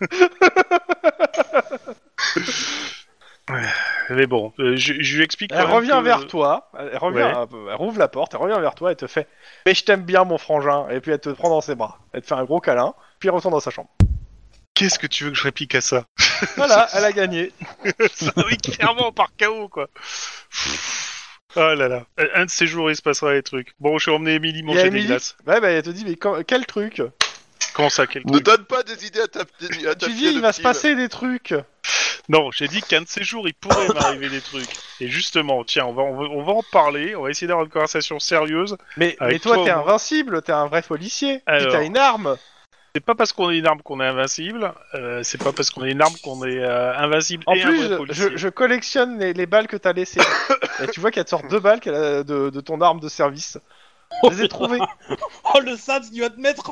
[SPEAKER 1] mais,
[SPEAKER 5] Mais bon, je lui explique.
[SPEAKER 2] Elle
[SPEAKER 5] quand même
[SPEAKER 2] revient
[SPEAKER 5] que-
[SPEAKER 2] vers toi. Elle revient. Elle rouvre la porte. Elle revient vers toi et te fait. Mais je t'aime bien, mon frangin. Et puis elle te prend dans ses bras. Elle te fait un gros câlin. Puis elle retourne dans sa chambre.
[SPEAKER 5] Qu'est-ce que tu veux que je réplique à ça?
[SPEAKER 2] Voilà, elle a gagné.
[SPEAKER 5] Oui, clairement, par KO, quoi. Oh là là. Un de ces jours, il se passera des trucs. Bon, je vais emmener Emily
[SPEAKER 2] Il y a
[SPEAKER 5] manger des
[SPEAKER 2] Emily.
[SPEAKER 5] glaces.
[SPEAKER 2] Ouais, bah elle te dit, mais quel truc?
[SPEAKER 5] Comment ça, quel
[SPEAKER 4] Ne
[SPEAKER 5] truc?
[SPEAKER 4] donne pas des idées à ta
[SPEAKER 2] Tu
[SPEAKER 4] fille
[SPEAKER 2] dis, il va se
[SPEAKER 4] adoptive.
[SPEAKER 2] passer des trucs.
[SPEAKER 5] Non, j'ai dit qu'un de ces jours, il pourrait m'arriver des trucs. Et justement, tiens, on va en parler. On va essayer d'avoir une conversation sérieuse.
[SPEAKER 2] Mais
[SPEAKER 5] Avec
[SPEAKER 2] toi,
[SPEAKER 5] toi,
[SPEAKER 2] t'es
[SPEAKER 5] moi.
[SPEAKER 2] invincible. T'es un vrai policier. Puis
[SPEAKER 5] Alors.
[SPEAKER 2] t'as une arme.
[SPEAKER 5] C'est pas parce qu'on a une arme qu'on est invincible. C'est pas parce qu'on a une arme qu'on est invincible.
[SPEAKER 2] En
[SPEAKER 5] et un vrai
[SPEAKER 2] plus,
[SPEAKER 5] policier.
[SPEAKER 2] je collectionne les balles que t'as laissées. Et tu vois qu'elle te sort 2 balles de ton arme de service. Je les ai trouvées.
[SPEAKER 1] Oh, le SAD qui va te mettre.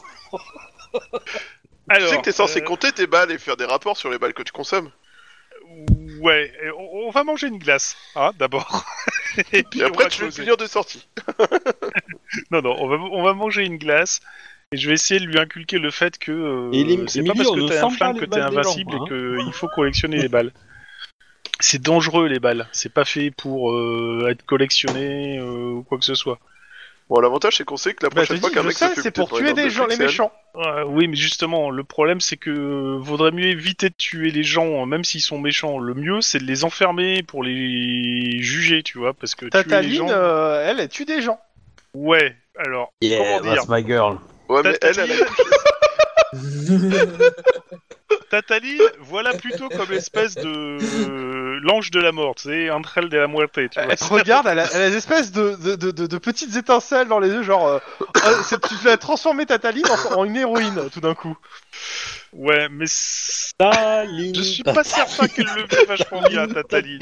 [SPEAKER 4] Tu sais que t'es censé compter tes balles et faire des rapports sur les balles que tu consommes.
[SPEAKER 5] Ouais, et on va manger une glace, hein, d'abord. Et puis
[SPEAKER 4] Et
[SPEAKER 5] on
[SPEAKER 4] après,
[SPEAKER 5] va
[SPEAKER 4] tu fais une
[SPEAKER 5] closer.
[SPEAKER 4] punition de sortie.
[SPEAKER 5] Non, on va manger une glace. Et je vais essayer de lui inculquer le fait que
[SPEAKER 1] Et
[SPEAKER 5] c'est
[SPEAKER 1] Emily,
[SPEAKER 5] pas parce
[SPEAKER 1] on
[SPEAKER 5] que
[SPEAKER 1] ne
[SPEAKER 5] t'as un
[SPEAKER 1] sent pas
[SPEAKER 5] flingue
[SPEAKER 1] les
[SPEAKER 5] que t'es
[SPEAKER 1] balles des gens,
[SPEAKER 5] invincible
[SPEAKER 1] hein.
[SPEAKER 5] et qu'il faut collectionner les balles. C'est dangereux les balles. C'est pas fait pour être collectionné ou quoi que ce soit.
[SPEAKER 4] Bon, l'avantage, c'est qu'on sait que la
[SPEAKER 2] Bah, je
[SPEAKER 4] prochaine
[SPEAKER 2] te
[SPEAKER 4] fois
[SPEAKER 2] dis,
[SPEAKER 4] qu'un
[SPEAKER 2] je
[SPEAKER 4] mec se
[SPEAKER 2] sais,
[SPEAKER 4] fait
[SPEAKER 2] c'est
[SPEAKER 4] buter
[SPEAKER 2] pour
[SPEAKER 4] par
[SPEAKER 2] tuer
[SPEAKER 4] une arme
[SPEAKER 2] des
[SPEAKER 4] de
[SPEAKER 2] gens, les
[SPEAKER 4] flic, c'est elle.
[SPEAKER 2] méchants.
[SPEAKER 5] Oui, mais justement, le problème c'est que vaudrait mieux éviter de tuer les gens, même s'ils sont méchants. Le mieux, c'est de les enfermer pour les juger, tu vois, parce que tuer les
[SPEAKER 2] Tataline,
[SPEAKER 5] gens.
[SPEAKER 2] elle tue des gens.
[SPEAKER 5] Ouais. Alors,
[SPEAKER 1] Yeah,
[SPEAKER 5] comment dire?
[SPEAKER 1] that's my girl.
[SPEAKER 4] Ouais, mais elle a...
[SPEAKER 5] Tataline, voilà plutôt comme l'espèce de l'ange de la mort, tu sais, Angel de la Muerte, tu vois.
[SPEAKER 2] Elle te regarde, elle a des espèces de petites étincelles dans les yeux, genre... tu fais transformer Tataline en une héroïne, tout d'un coup.
[SPEAKER 5] Ouais, mais
[SPEAKER 1] Taline.
[SPEAKER 5] je suis pas certain qu'elle le fait vachement bien, Tataline.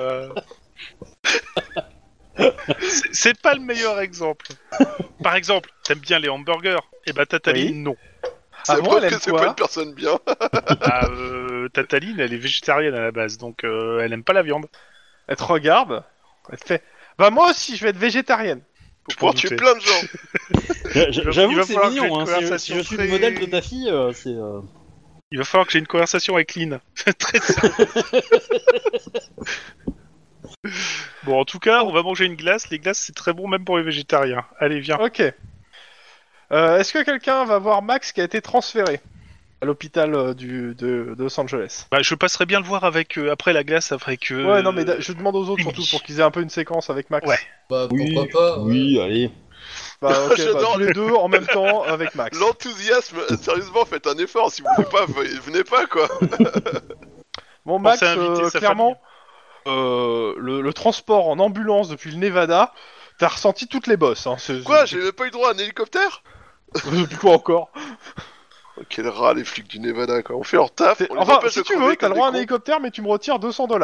[SPEAKER 5] C'est pas le meilleur exemple. Par exemple, t'aimes bien les hamburgers? Eh ben Tataline,
[SPEAKER 2] Oui.
[SPEAKER 5] non.
[SPEAKER 4] Ça
[SPEAKER 2] Ah bon,
[SPEAKER 4] prouve
[SPEAKER 2] elle
[SPEAKER 4] que
[SPEAKER 2] aime
[SPEAKER 4] c'est
[SPEAKER 2] quoi
[SPEAKER 4] pas une personne bien.
[SPEAKER 5] Ah, Tataline, elle est végétarienne à la base, donc elle aime pas la viande.
[SPEAKER 2] Elle te regarde, elle te fait... Bah moi aussi, je vais être végétarienne.
[SPEAKER 4] Je pourrais tuer plein de gens.
[SPEAKER 1] J'avoue
[SPEAKER 5] il va
[SPEAKER 1] que c'est
[SPEAKER 5] falloir que j'ai
[SPEAKER 1] mignon.
[SPEAKER 5] une
[SPEAKER 1] Hein. Si je suis le
[SPEAKER 5] conversation
[SPEAKER 1] modèle
[SPEAKER 5] très-
[SPEAKER 1] de ta fille, c'est.
[SPEAKER 5] Il va falloir que j'ai une conversation avec Lynn. Très simple. Bon, en tout cas, on va manger une glace. Les glaces, c'est très bon même pour les végétariens. Allez, viens.
[SPEAKER 2] Ok. Est-ce que quelqu'un va voir Max qui a été transféré à l'hôpital de Los Angeles?
[SPEAKER 5] Bah, je passerai bien le voir avec après la glace, avec.
[SPEAKER 2] Ouais, non, mais je demande aux autres
[SPEAKER 5] Emily.
[SPEAKER 2] surtout pour qu'ils aient un peu une séquence avec Max.
[SPEAKER 5] Ouais.
[SPEAKER 3] Bah,
[SPEAKER 1] Oui,
[SPEAKER 3] pourquoi pas? ouais.
[SPEAKER 1] oui, allez.
[SPEAKER 2] Bah, ok,
[SPEAKER 4] J'adore.
[SPEAKER 2] tous les deux en même temps avec Max.
[SPEAKER 4] L'enthousiasme, sérieusement, faites un effort. Si vous voulez pas, venez pas, quoi.
[SPEAKER 2] Bon, Max,
[SPEAKER 5] Pensez à inviter sa
[SPEAKER 2] clairement, le transport en ambulance depuis le Nevada, t'as ressenti toutes les bosses. Hein.
[SPEAKER 4] Quoi, j'ai même pas eu droit à un hélicoptère?
[SPEAKER 2] Depuis quoi encore?
[SPEAKER 4] Oh, quel rat, les flics du Nevada, quoi. On fait leur taf, on les
[SPEAKER 2] Enfin,
[SPEAKER 4] empêche
[SPEAKER 2] si
[SPEAKER 4] de
[SPEAKER 2] tu
[SPEAKER 4] crever
[SPEAKER 2] veux, t'as
[SPEAKER 4] comme
[SPEAKER 2] le droit à un
[SPEAKER 4] des cons.
[SPEAKER 2] hélicoptère, mais tu me retires $200.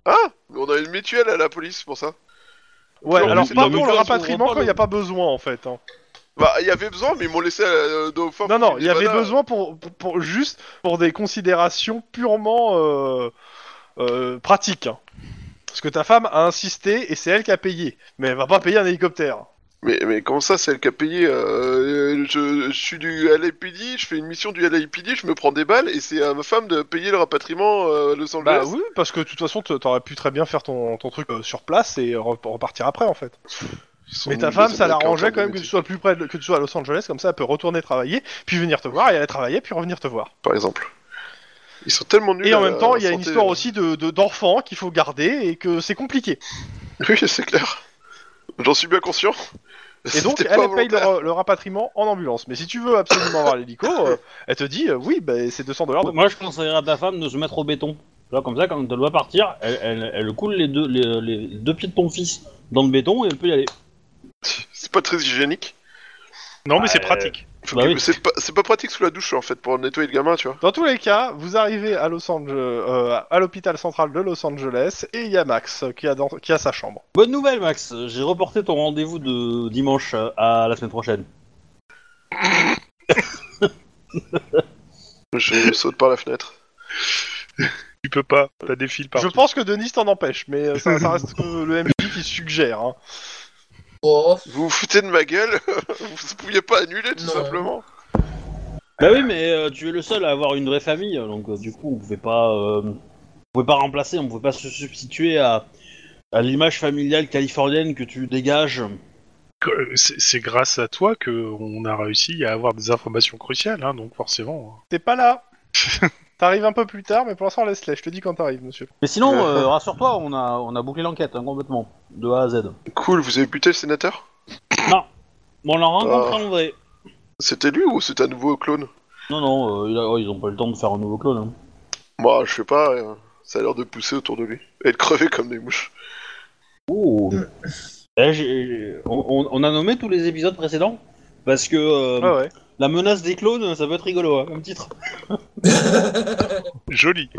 [SPEAKER 4] Ah, mais on a une mutuelle à la police pour ça.
[SPEAKER 2] Ouais,
[SPEAKER 4] Non,
[SPEAKER 2] alors
[SPEAKER 4] c'est
[SPEAKER 2] pas
[SPEAKER 4] pas
[SPEAKER 2] pour le
[SPEAKER 1] mutuel,
[SPEAKER 2] rapatriement
[SPEAKER 1] on
[SPEAKER 2] quand il n'y a pas besoin en fait. Hein.
[SPEAKER 4] Bah, il y avait besoin, mais ils m'ont laissé au fond.
[SPEAKER 2] Non, il y avait besoin pour juste pour des considérations purement pratiques. Hein. Parce que ta femme a insisté et c'est elle qui a payé. Mais elle va pas payer un hélicoptère.
[SPEAKER 4] Mais comment ça, c'est elle qui a payé je suis du LAPD, je fais une mission du LAPD, je me prends des balles et c'est à ma femme de payer le rapatriement à Los Angeles.
[SPEAKER 2] Bah oui, parce que de toute façon t'aurais pu très bien faire ton truc sur place et repartir après en fait.
[SPEAKER 4] Ils sont
[SPEAKER 2] Mais ta
[SPEAKER 4] nuls,
[SPEAKER 2] femme,
[SPEAKER 4] les
[SPEAKER 2] ça
[SPEAKER 4] Américains,
[SPEAKER 2] l'arrangeait
[SPEAKER 4] en
[SPEAKER 2] quand même que tu sois plus près, que tu sois à Los Angeles, comme ça elle peut retourner travailler, puis venir te voir et aller travailler, puis revenir te voir.
[SPEAKER 4] Par exemple. Ils sont tellement nuls.
[SPEAKER 2] Et en même temps, il y a une
[SPEAKER 4] santé,
[SPEAKER 2] histoire aussi d'enfants qu'il faut garder et que c'est compliqué.
[SPEAKER 4] Oui, c'est clair. J'en suis bien conscient.
[SPEAKER 2] Et donc,
[SPEAKER 4] C'était
[SPEAKER 2] elle
[SPEAKER 4] pas
[SPEAKER 2] paye
[SPEAKER 4] volontaire.
[SPEAKER 2] le rapatriement en ambulance. Mais si tu veux absolument avoir l'hélico, elle te dit oui, bah, c'est $200 de
[SPEAKER 1] Moi, je conseillerais à ta femme de se mettre au béton. Tu vois, comme ça, quand elle doit partir, elle coule les deux pieds de ton fils dans le béton et elle peut y aller.
[SPEAKER 4] C'est pas très hygiénique.
[SPEAKER 5] Non, mais c'est pratique.
[SPEAKER 1] Bah oui.
[SPEAKER 4] C'est pas pratique sous la douche en fait pour nettoyer le gamin, tu vois.
[SPEAKER 2] Dans tous les cas, vous arrivez à Los Angeles, à l'hôpital central de Los Angeles, et il y a Max qui a sa chambre.
[SPEAKER 1] Bonne nouvelle, Max. J'ai reporté ton rendez-vous de dimanche à la semaine prochaine.
[SPEAKER 4] Je saute par la fenêtre.
[SPEAKER 5] Tu peux pas, t'as des fils partout.
[SPEAKER 2] Je pense que Denis t'en empêche, mais ça reste que le MJ qui suggère. Hein.
[SPEAKER 3] Oh,
[SPEAKER 4] Vous vous foutez de ma gueule. Vous pouviez pas annuler tout
[SPEAKER 3] Non.
[SPEAKER 4] simplement.
[SPEAKER 1] Bah oui, mais tu es le seul à avoir une vraie famille, donc du coup, on pouvait pas remplacer, on pouvait pas se substituer à l'image familiale californienne que tu dégages.
[SPEAKER 5] C'est grâce à toi que on a réussi à avoir des informations cruciales, hein, donc forcément.
[SPEAKER 2] T'es pas là. T'arrives un peu plus tard, mais pour l'instant, laisse-les. Je te dis quand t'arrives, monsieur.
[SPEAKER 1] Mais sinon, rassure-toi, on a bouclé l'enquête hein, complètement, de A à Z.
[SPEAKER 4] Cool, vous avez buté le sénateur?
[SPEAKER 1] Non, bon, on l'a rencontré en vrai.
[SPEAKER 4] C'était lui ou c'était un nouveau clone?
[SPEAKER 1] Non, ils ont pas eu le temps de faire un nouveau clone. Hein.
[SPEAKER 4] Moi, je sais pas, ça a l'air de pousser autour de lui. Et de crever comme des mouches.
[SPEAKER 1] Oh. On a nommé tous les épisodes précédents parce que
[SPEAKER 2] Ouais.
[SPEAKER 1] la menace des clones, ça peut être rigolo hein, comme titre.
[SPEAKER 5] Joli.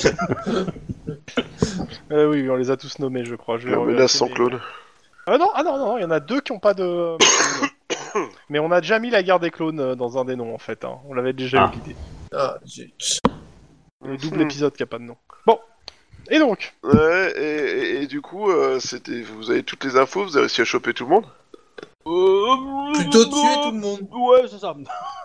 [SPEAKER 2] Oui, on les a tous nommés, je crois. Je vais
[SPEAKER 4] La menace sans
[SPEAKER 2] revérifier,
[SPEAKER 4] clone.
[SPEAKER 2] non, il y en a deux qui ont pas de... mais on a déjà mis la guerre des clones dans un des noms, en fait. Hein. On l'avait déjà eu l'idée.
[SPEAKER 3] ah, zut.
[SPEAKER 2] Le double épisode qui a pas de nom. Bon. Et donc
[SPEAKER 4] Ouais, et du coup, vous avez toutes les infos, vous avez réussi à choper tout le monde?
[SPEAKER 3] Plutôt tuer tout le monde.
[SPEAKER 1] Ouais, c'est ça.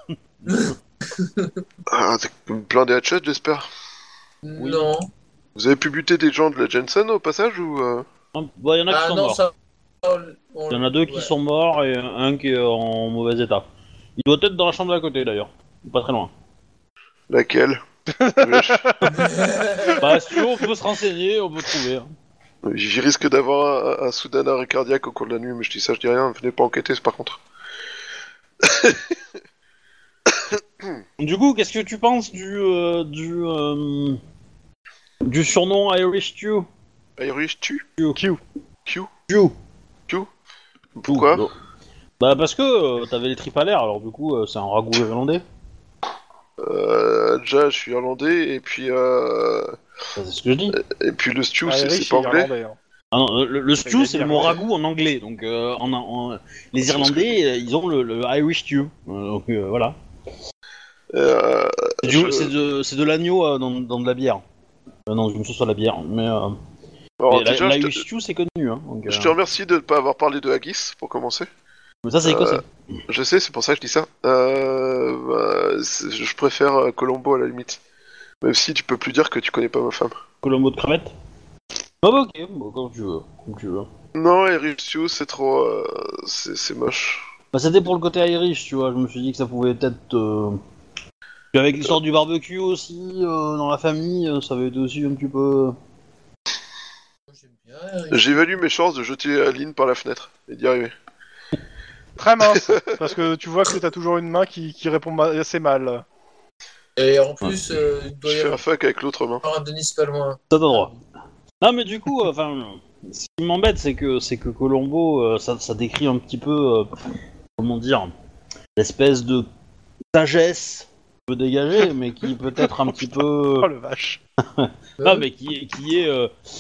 [SPEAKER 4] Ah, t'es plein de headshots, j'espère.
[SPEAKER 3] Non.
[SPEAKER 4] Vous avez pu buter des gens de la Jensen au passage ou
[SPEAKER 1] Bah, y en a qui
[SPEAKER 3] Ah
[SPEAKER 1] sont
[SPEAKER 3] non,
[SPEAKER 1] morts.
[SPEAKER 3] ça.
[SPEAKER 1] Il y en a deux qui sont morts et un qui est en mauvais état. Il doit être dans la chambre d'à côté d'ailleurs, pas très loin.
[SPEAKER 4] laquelle?
[SPEAKER 1] Bah, si tu veux, on peut se renseigner, on peut trouver. Hein.
[SPEAKER 4] J'y risque d'avoir un soudain arrêt cardiaque au cours de la nuit, mais je dis ça, je dis rien, venez pas enquêter, c'est par contre.
[SPEAKER 1] Du coup, qu'est-ce que tu penses du surnom Irish Stew?
[SPEAKER 4] Irish tue?
[SPEAKER 2] Q.
[SPEAKER 1] Stew.
[SPEAKER 4] Pourquoi?
[SPEAKER 1] Stew. Bah parce que t'avais les tripes à l'air, alors du coup c'est un ragoût irlandais.
[SPEAKER 4] Déjà, je suis irlandais, et puis
[SPEAKER 1] C'est ce que je dis.
[SPEAKER 4] le stew,
[SPEAKER 2] Ah,
[SPEAKER 4] c'est
[SPEAKER 2] Irish,
[SPEAKER 4] pas
[SPEAKER 2] il est
[SPEAKER 4] anglais.
[SPEAKER 2] irlandais, hein.
[SPEAKER 1] Ah non, le stew
[SPEAKER 2] veut
[SPEAKER 1] c'est
[SPEAKER 2] dire
[SPEAKER 1] le mot
[SPEAKER 2] irlandais.
[SPEAKER 1] ragoût en anglais, donc les Irlandais ils ont le Irish Stew, donc voilà. C'est de l'agneau dans de la bière. Non, je me souviens sur la bière, mais
[SPEAKER 4] Alors, déjà,
[SPEAKER 1] l'Irish Stew c'est connu. Hein, donc,
[SPEAKER 4] je te remercie de ne pas avoir parlé de haggis, pour commencer.
[SPEAKER 1] mais ça c'est écossais.
[SPEAKER 4] Je sais, c'est pour ça que je dis ça. Je préfère Colombo à la limite. Même si tu peux plus dire que tu connais pas ma femme.
[SPEAKER 1] Colombo de crevette. Ah bah ok, bon, quand tu veux.
[SPEAKER 4] Non, Irish Stew, c'est trop... c'est moche.
[SPEAKER 1] Bah c'était pour le côté Irish, tu vois, je me suis dit que ça pouvait être... Puis avec l'histoire du barbecue aussi, dans la famille, ça avait été aussi un petit peu...
[SPEAKER 3] J'aime bien. Eric.
[SPEAKER 4] J'évalue mes chances de jeter Aline par la fenêtre et d'y arriver.
[SPEAKER 2] Très mince, parce que tu vois que t'as toujours une main qui répond assez mal.
[SPEAKER 3] Et en plus, il doit
[SPEAKER 4] Je
[SPEAKER 3] y
[SPEAKER 4] fais un
[SPEAKER 3] avoir
[SPEAKER 4] fuck avec l'autre main.
[SPEAKER 3] un Denis pas loin.
[SPEAKER 1] Ça donne droit. Non mais du coup, ce qui m'embête c'est que Colombo, ça décrit un petit peu, comment dire, l'espèce de sagesse peut dégager, mais qui peut être un petit peu...
[SPEAKER 2] Oh le vache.
[SPEAKER 1] Non mais qui est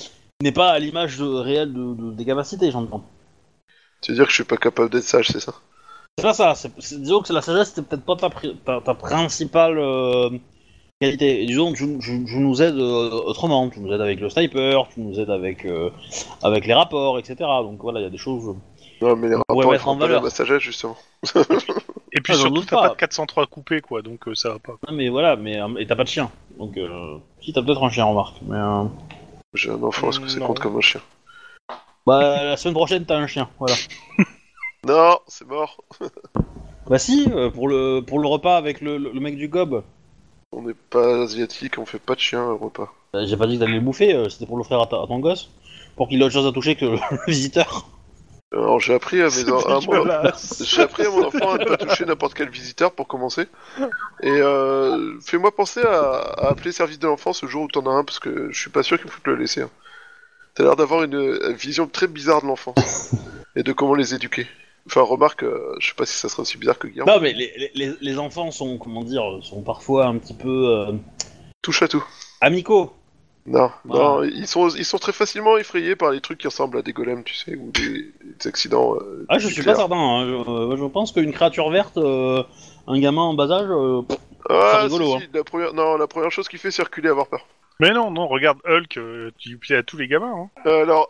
[SPEAKER 1] n'est pas à l'image réelle des capacités, j'entends.
[SPEAKER 4] Tu veux dire que je suis pas capable d'être sage, c'est ça?
[SPEAKER 1] C'est pas ça, disons que la sagesse c'était peut-être pas ta principale qualité. Et disons que tu nous aides autrement, tu nous aides avec le sniper, tu nous aides avec les rapports, etc. Donc voilà, il y a des choses...
[SPEAKER 4] Non, mais les
[SPEAKER 1] pourrait
[SPEAKER 4] rapports, ils
[SPEAKER 1] mettre en
[SPEAKER 4] font pas
[SPEAKER 1] valeur.
[SPEAKER 4] ma sagesse, justement.
[SPEAKER 5] Et puis
[SPEAKER 1] Ah, j'en
[SPEAKER 5] surtout,
[SPEAKER 1] doute
[SPEAKER 5] t'as
[SPEAKER 1] pas.
[SPEAKER 5] pas de 403 coupé, quoi, donc ça va pas.
[SPEAKER 1] Non mais voilà, et t'as pas de chien. Donc si t'as peut-être un chien, remarque. Mais
[SPEAKER 4] J'ai un enfant, est-ce que ça
[SPEAKER 2] Non.
[SPEAKER 4] compte comme un chien?
[SPEAKER 1] bah la semaine prochaine t'as un chien, voilà.
[SPEAKER 4] Non, c'est mort.
[SPEAKER 1] Bah si, pour le repas avec le mec du gob.
[SPEAKER 4] On n'est pas asiatique, on fait pas de chien au repas.
[SPEAKER 1] J'ai pas dit que t'allais le bouffer, c'était pour l'offrir à ton gosse. Pour qu'il ait autre chose à toucher que le visiteur.
[SPEAKER 4] Alors j'ai appris à
[SPEAKER 2] C'est
[SPEAKER 4] mon
[SPEAKER 2] dégueulasse.
[SPEAKER 4] j'ai appris à mon enfant à ne pas toucher n'importe quel visiteur pour commencer. Et fais-moi penser à appeler service de l'enfance le jour où t'en as un, parce que je suis pas sûr qu'il faut te le laisser. Hein. T'as l'air d'avoir une vision très bizarre de l'enfance et de comment les éduquer. Enfin, remarque, je sais pas si ça sera aussi bizarre que Guillaume.
[SPEAKER 1] Non mais les enfants sont, comment dire, sont parfois un petit peu
[SPEAKER 4] Touche à tout.
[SPEAKER 1] amicaux.
[SPEAKER 4] Non,
[SPEAKER 1] Voilà.
[SPEAKER 4] non, ils sont très facilement effrayés par les trucs qui ressemblent à des golems, tu sais, ou des accidents.
[SPEAKER 1] Ah je suis pas
[SPEAKER 4] nucléaires.
[SPEAKER 1] certain, hein. Je pense qu'une créature verte, un gamin en bas âge,
[SPEAKER 4] Ah,
[SPEAKER 1] c'est rigolo,
[SPEAKER 4] si, la première chose qu'il fait, c'est reculer, avoir peur.
[SPEAKER 5] Mais non, regarde Hulk, tu plais à tous les gamins, hein.
[SPEAKER 4] Alors,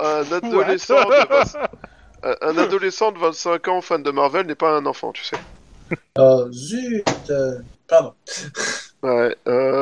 [SPEAKER 4] un adolescent de 25 ans fan de Marvel n'est pas un enfant, tu sais.
[SPEAKER 3] Oh, zut. Pardon.
[SPEAKER 4] Ouais,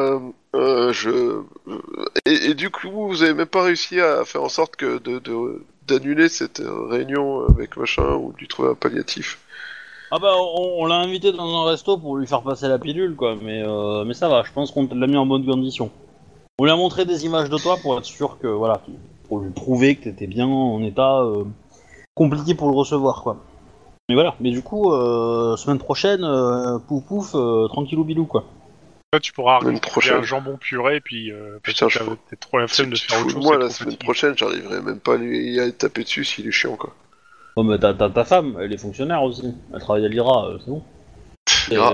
[SPEAKER 4] et du coup, vous avez même pas réussi à faire en sorte que d'annuler cette réunion avec machin ou de lui trouver un palliatif.
[SPEAKER 1] Ah bah on l'a invité dans un resto pour lui faire passer la pilule quoi, mais ça va, je pense qu'on l'a mis en bonne condition. On lui a montré des images de toi pour être sûr que voilà, pour lui prouver que t'étais bien en état compliqué pour le recevoir quoi. Mais voilà, mais du coup semaine prochaine, pouf pouf, tranquillou bilou quoi.
[SPEAKER 5] Là, tu pourras
[SPEAKER 4] Semaine
[SPEAKER 5] rajouter
[SPEAKER 4] prochaine.
[SPEAKER 5] un jambon puré, puis
[SPEAKER 4] Putain,
[SPEAKER 5] parce que t'as peut-être trop la flemme de faire autre chose.
[SPEAKER 4] Moi,
[SPEAKER 5] c'est
[SPEAKER 4] la
[SPEAKER 5] trop
[SPEAKER 4] semaine
[SPEAKER 5] fatigué.
[SPEAKER 4] prochaine, j'arriverai même pas à lui taper dessus s'il est chiant, quoi.
[SPEAKER 1] Oh mais ta femme, elle est fonctionnaire aussi, elle travaille à l'IRA, c'est bon. Et,
[SPEAKER 4] Ah.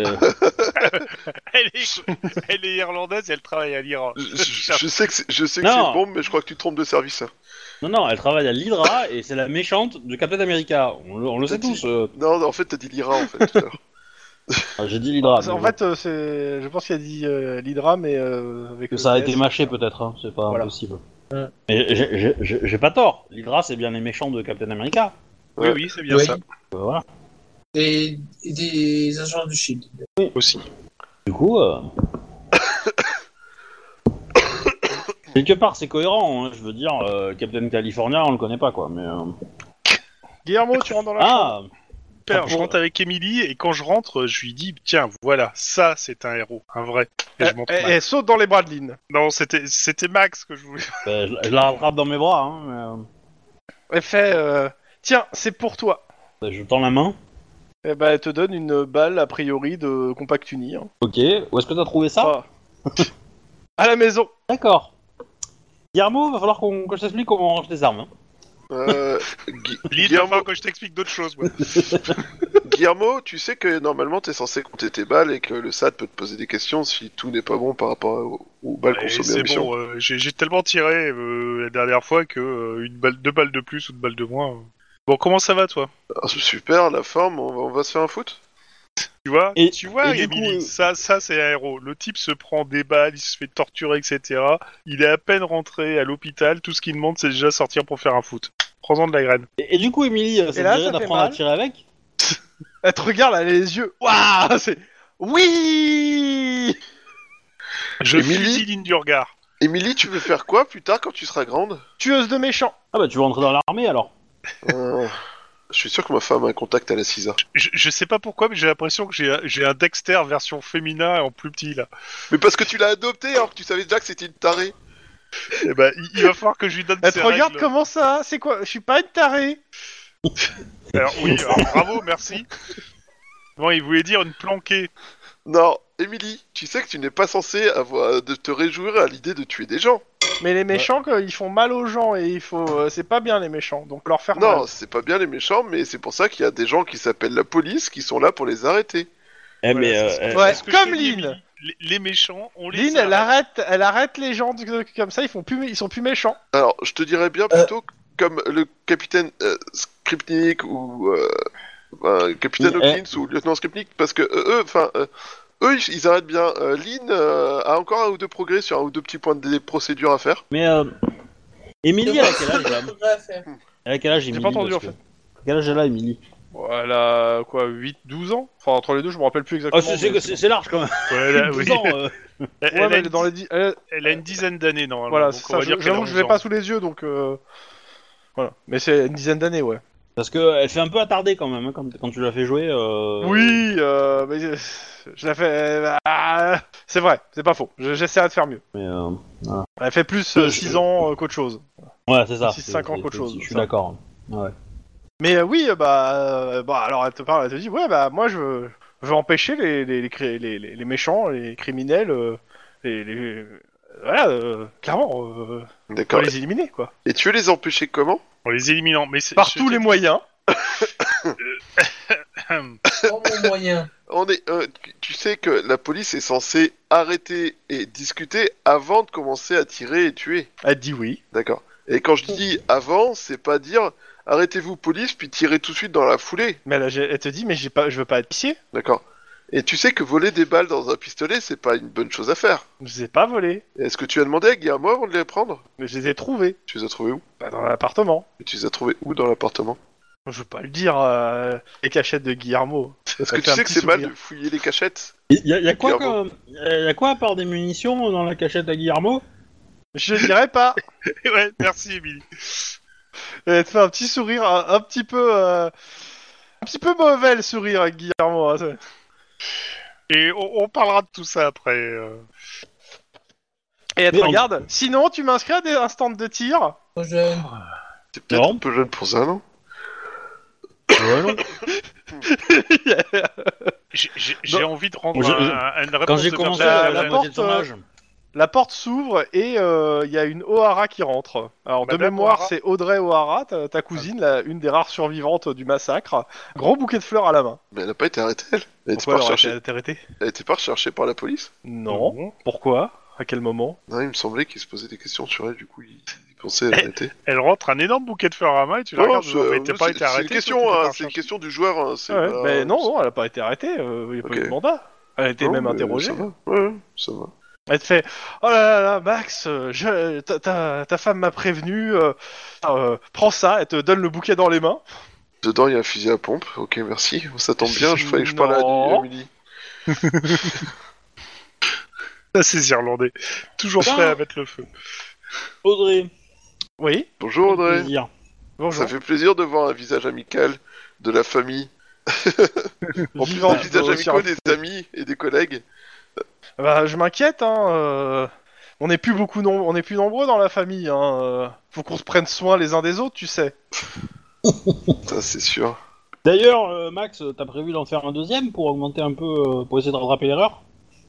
[SPEAKER 5] Elle est irlandaise et elle travaille à l'Iran.
[SPEAKER 4] Je sais que c'est
[SPEAKER 1] Non.
[SPEAKER 4] bon, mais je crois que tu te trompes de service. Hein.
[SPEAKER 1] non, elle travaille à l'Hydra et c'est la méchante de Captain America, on le sait tous.
[SPEAKER 4] Non, en fait, t'as dit l'IRA, en fait, tout à l'heure.
[SPEAKER 1] J'ai dit l'Hydra. mais
[SPEAKER 2] En
[SPEAKER 1] bon.
[SPEAKER 2] fait, je pense qu'il a dit l'Hydra, mais avec
[SPEAKER 1] Que
[SPEAKER 2] le
[SPEAKER 1] ça a
[SPEAKER 2] S.
[SPEAKER 1] été mâché peut-être, hein. C'est pas
[SPEAKER 2] Voilà.
[SPEAKER 1] impossible.
[SPEAKER 3] Ouais.
[SPEAKER 1] Mais j'ai pas tort, l'Hydra c'est bien les méchants de Captain America.
[SPEAKER 5] Oui, oui, c'est bien
[SPEAKER 3] Oui.
[SPEAKER 5] ça.
[SPEAKER 1] Voilà.
[SPEAKER 3] Et des agents du Shield.
[SPEAKER 5] Aussi.
[SPEAKER 1] Du coup, quelque part c'est cohérent, hein. Je veux dire, Captain California on le connaît pas quoi, mais...
[SPEAKER 2] Guillermo, tu rentres dans la chambre.
[SPEAKER 1] Ah
[SPEAKER 5] Père, je rentre avec Emily et quand je rentre, je lui dis tiens, voilà, ça c'est un héros, un vrai. Et je montre Max.
[SPEAKER 2] Saute dans les bras de Lynn.
[SPEAKER 5] Non, c'était Max que je voulais.
[SPEAKER 1] je la rattrape dans mes bras, hein,
[SPEAKER 2] Elle fait tiens, c'est pour toi.
[SPEAKER 1] mais, je tends la main.
[SPEAKER 2] Et ben, elle te donne une balle, a priori, de Compact Uni. Hein.
[SPEAKER 1] Ok, où est-ce que t'as trouvé ça?
[SPEAKER 2] Enfin, à la maison.
[SPEAKER 1] D'accord. Guillermo, va falloir que je t'explique comment on range les armes. Hein.
[SPEAKER 5] Lynn,
[SPEAKER 4] Guillermo,
[SPEAKER 5] enfin, que je t'explique d'autres choses, moi.
[SPEAKER 4] Guillermo, tu sais que normalement t'es censé compter tes balles et que le SAD peut te poser des questions si tout n'est pas bon par rapport aux balles
[SPEAKER 5] Et
[SPEAKER 4] consommées en
[SPEAKER 5] c'est
[SPEAKER 4] mission.
[SPEAKER 5] bon, j'ai tellement tiré la dernière fois que deux balles de plus ou deux balles de moins. Bon, comment ça va, toi?
[SPEAKER 4] Ah, super, la forme, on va se faire un foot.
[SPEAKER 5] Tu vois,
[SPEAKER 1] Et
[SPEAKER 5] tu
[SPEAKER 1] du
[SPEAKER 5] Emily,
[SPEAKER 1] coup,
[SPEAKER 5] ça c'est un héros. Le type se prend des balles, il se fait torturer, etc. Il est à peine rentré à l'hôpital, tout ce qu'il demande c'est déjà sortir pour faire un foot. Prends-en de la graine.
[SPEAKER 1] Et du coup, Emily, ça te
[SPEAKER 2] là,
[SPEAKER 1] dirait
[SPEAKER 2] ça fait
[SPEAKER 1] d'apprendre à
[SPEAKER 2] mal
[SPEAKER 1] tirer avec?
[SPEAKER 2] Elle te regarde, elle a les yeux. Waouh, c'est... Oui.
[SPEAKER 5] Je
[SPEAKER 4] Emily
[SPEAKER 5] fusille Lynn du regard.
[SPEAKER 4] Émilie, tu veux faire quoi plus tard quand tu seras grande?
[SPEAKER 2] Tueuse de méchants.
[SPEAKER 1] Ah bah tu vas entrer dans l'armée alors.
[SPEAKER 4] Je suis sûr que ma femme a un contact à la CISA.
[SPEAKER 5] Je sais pas pourquoi, mais j'ai l'impression que j'ai un Dexter version féminin en plus petit là.
[SPEAKER 4] Mais parce que tu l'as adopté alors que tu savais déjà que c'était une tarée.
[SPEAKER 5] Et ben, il va falloir que je lui donne
[SPEAKER 2] Elle
[SPEAKER 5] ses
[SPEAKER 2] te regarde
[SPEAKER 5] règles.
[SPEAKER 2] comment ça? C'est quoi? Je suis pas une tarée.
[SPEAKER 5] Alors, oui, alors, bravo, merci. Bon, il voulait dire une planquée.
[SPEAKER 4] Non, Émilie, tu sais que tu n'es pas censé avoir de te réjouir à l'idée de tuer des gens.
[SPEAKER 2] Mais les méchants, ils font mal aux gens et il faut, c'est pas bien les méchants. Donc leur faire mal.
[SPEAKER 4] Non, c'est pas bien les méchants, mais c'est pour ça qu'il y a des gens qui s'appellent la police qui sont là pour les arrêter.
[SPEAKER 1] Eh mais
[SPEAKER 5] c'est
[SPEAKER 2] Ouais,
[SPEAKER 5] ce que je
[SPEAKER 2] comme
[SPEAKER 5] te dis,
[SPEAKER 2] Lynn.
[SPEAKER 5] Emily. les méchants, on les
[SPEAKER 2] Lynn, elle arrête les gens comme ça, ils sont plus méchants.
[SPEAKER 4] Alors, je te dirais bien plutôt comme le capitaine Skripnik ou capitaine Hawkins ou lieutenant Skripnik, parce que eux, ils arrêtent bien. Lynn a encore un ou deux progrès sur un ou deux petits points de procédure à faire.
[SPEAKER 1] Mais Émilie, elle a quel âge là Elle a quel âge, Émilie?
[SPEAKER 2] J'ai pas entendu en fait.
[SPEAKER 1] Quel âge elle a, Émilie?
[SPEAKER 2] Elle a quoi, 8-12 ans? Enfin, entre les deux, je me rappelle plus exactement.
[SPEAKER 1] C'est large quand même.
[SPEAKER 5] Ouais,
[SPEAKER 1] 12
[SPEAKER 5] oui.
[SPEAKER 1] ans,
[SPEAKER 2] Elle
[SPEAKER 5] a une dizaine d'années normalement.
[SPEAKER 2] Voilà,
[SPEAKER 5] donc
[SPEAKER 2] c'est
[SPEAKER 5] on
[SPEAKER 2] ça.
[SPEAKER 5] va dire qu'elle
[SPEAKER 2] J'avoue
[SPEAKER 5] a
[SPEAKER 2] que je
[SPEAKER 5] 11
[SPEAKER 2] l'ai
[SPEAKER 5] ans.
[SPEAKER 2] pas sous les yeux, donc voilà. Mais c'est une dizaine d'années, ouais.
[SPEAKER 1] Parce qu'elle fait un peu attardée quand même, hein, quand tu l'as fait jouer.
[SPEAKER 2] Oui, mais je la fais. C'est vrai, c'est pas faux. J'essaierai de faire mieux.
[SPEAKER 1] Mais voilà.
[SPEAKER 2] Elle fait plus 6 ans qu'autre chose.
[SPEAKER 1] Ouais, c'est ça.
[SPEAKER 2] 6-5 ans qu'autre chose.
[SPEAKER 1] Je suis d'accord. Ouais.
[SPEAKER 2] Mais oui, alors elle te dit, ouais, moi je veux empêcher les méchants, les criminels, voilà, clairement, faut
[SPEAKER 4] D'accord.
[SPEAKER 2] les éliminer, quoi.
[SPEAKER 4] Et tu veux les empêcher comment?
[SPEAKER 5] En les éliminant. Mais
[SPEAKER 2] Par tous les moyens.
[SPEAKER 3] Prends mon moyen.
[SPEAKER 4] Tu sais que la police est censée arrêter et discuter avant de commencer à tirer et tuer.
[SPEAKER 2] Elle dit oui.
[SPEAKER 4] D'accord. Et quand je dis avant, c'est pas dire arrêtez-vous police puis tirez tout de suite dans la foulée.
[SPEAKER 2] Mais elle te dit, mais je veux pas être pissé.
[SPEAKER 4] D'accord. Et tu sais que voler des balles dans un pistolet, c'est pas une bonne chose à faire.
[SPEAKER 2] Je les ai pas volés.
[SPEAKER 4] Est-ce que tu as demandé à Guillermo avant de les prendre?
[SPEAKER 2] Mais je les ai trouvés.
[SPEAKER 4] Tu les as trouvés où?
[SPEAKER 2] Dans l'appartement.
[SPEAKER 4] Et tu les as trouvés où dans l'appartement?
[SPEAKER 2] Je veux pas le dire, les cachettes de Guillermo.
[SPEAKER 4] Est-ce
[SPEAKER 2] Ça
[SPEAKER 4] que
[SPEAKER 2] fait
[SPEAKER 4] tu
[SPEAKER 2] un
[SPEAKER 4] sais que
[SPEAKER 2] petit
[SPEAKER 4] c'est mal
[SPEAKER 2] sourire.
[SPEAKER 4] de fouiller les cachettes?
[SPEAKER 1] Y a quoi
[SPEAKER 4] Guillermo.
[SPEAKER 1] y a quoi à part des munitions dans la cachette à Guillermo?
[SPEAKER 2] Je dirais pas.
[SPEAKER 5] Ouais, merci Émilie.
[SPEAKER 2] Elle te fait un petit sourire, un petit peu mauvais le sourire avec Guillermo. Hein.
[SPEAKER 5] Et on parlera de tout ça après.
[SPEAKER 2] Et elle te
[SPEAKER 1] Mais on-
[SPEAKER 2] regarde. Sinon, tu m'inscris à un stand de tir.
[SPEAKER 3] Trop jeune.
[SPEAKER 4] T'es peut-être
[SPEAKER 1] Non.
[SPEAKER 4] un peu jeune pour ça, non?
[SPEAKER 1] Ouais, non.
[SPEAKER 5] J'ai envie de rendre
[SPEAKER 1] J'ai-
[SPEAKER 5] une réponse
[SPEAKER 1] Quand j'ai
[SPEAKER 5] de
[SPEAKER 1] commencé
[SPEAKER 5] personne.
[SPEAKER 2] la
[SPEAKER 1] la
[SPEAKER 2] porte,
[SPEAKER 1] moitié de son âge.
[SPEAKER 2] La porte s'ouvre et il y a une O'Hara qui rentre. Alors de
[SPEAKER 5] Madame
[SPEAKER 2] mémoire,
[SPEAKER 5] O'Hara.
[SPEAKER 2] c'est Audrey O'Hara, ta cousine, une des rares survivantes du massacre. Gros bouquet de fleurs à la main.
[SPEAKER 4] Mais elle n'a pas été arrêtée, elle. Elle était
[SPEAKER 2] Pourquoi
[SPEAKER 4] pas
[SPEAKER 2] elle aurait
[SPEAKER 4] recherchée.
[SPEAKER 2] été arrêtée?
[SPEAKER 4] Elle était pas recherchée par la police?
[SPEAKER 2] Non.
[SPEAKER 5] Mhm.
[SPEAKER 2] Pourquoi? À quel moment?
[SPEAKER 4] Non, il me semblait qu'il se posait des questions sur elle, du coup, il pensait l'arrêter.
[SPEAKER 5] Elle rentre un énorme bouquet de fleurs à main et tu la regardes. Mais t'as pas été arrêté.
[SPEAKER 4] C'est une question, c'est une question du joueur. Hein, c'est
[SPEAKER 2] Ouais,
[SPEAKER 4] pas-
[SPEAKER 2] mais non, elle a pas été arrêtée. Il n'y a pas
[SPEAKER 4] Ok.
[SPEAKER 2] eu de mandat. Elle a été
[SPEAKER 4] Non,
[SPEAKER 2] même
[SPEAKER 4] mais
[SPEAKER 2] interrogée.
[SPEAKER 4] Ça va, ouais, ça va.
[SPEAKER 2] Elle te fait, oh là là, Max, ta femme m'a prévenu. Prends ça. Elle te donne le bouquet dans les mains.
[SPEAKER 4] Dedans, il y a un fusil à pompe. Ok, merci. Ça tombe bien, je fallait que je parle à
[SPEAKER 2] Non.
[SPEAKER 4] Amélie.
[SPEAKER 5] Ça, c'est irlandais. Toujours prêt à mettre le feu.
[SPEAKER 1] Audrey.
[SPEAKER 2] Oui.
[SPEAKER 4] Bonjour Audrey.
[SPEAKER 1] Plaisir.
[SPEAKER 2] Bonjour.
[SPEAKER 4] Ça fait plaisir de voir un visage amical de la famille. En plus
[SPEAKER 2] Vivant,
[SPEAKER 4] des visages
[SPEAKER 2] aussi,
[SPEAKER 4] amicaux des amis et des collègues.
[SPEAKER 2] Bah, je m'inquiète, hein. On n'est plus on n'est plus nombreux dans la famille, hein. Faut qu'on se prenne soin les uns des autres, tu sais.
[SPEAKER 4] Ça, c'est sûr.
[SPEAKER 1] D'ailleurs, Max, t'as prévu d'en faire un deuxième pour augmenter un peu, pour essayer de rattraper l'erreur?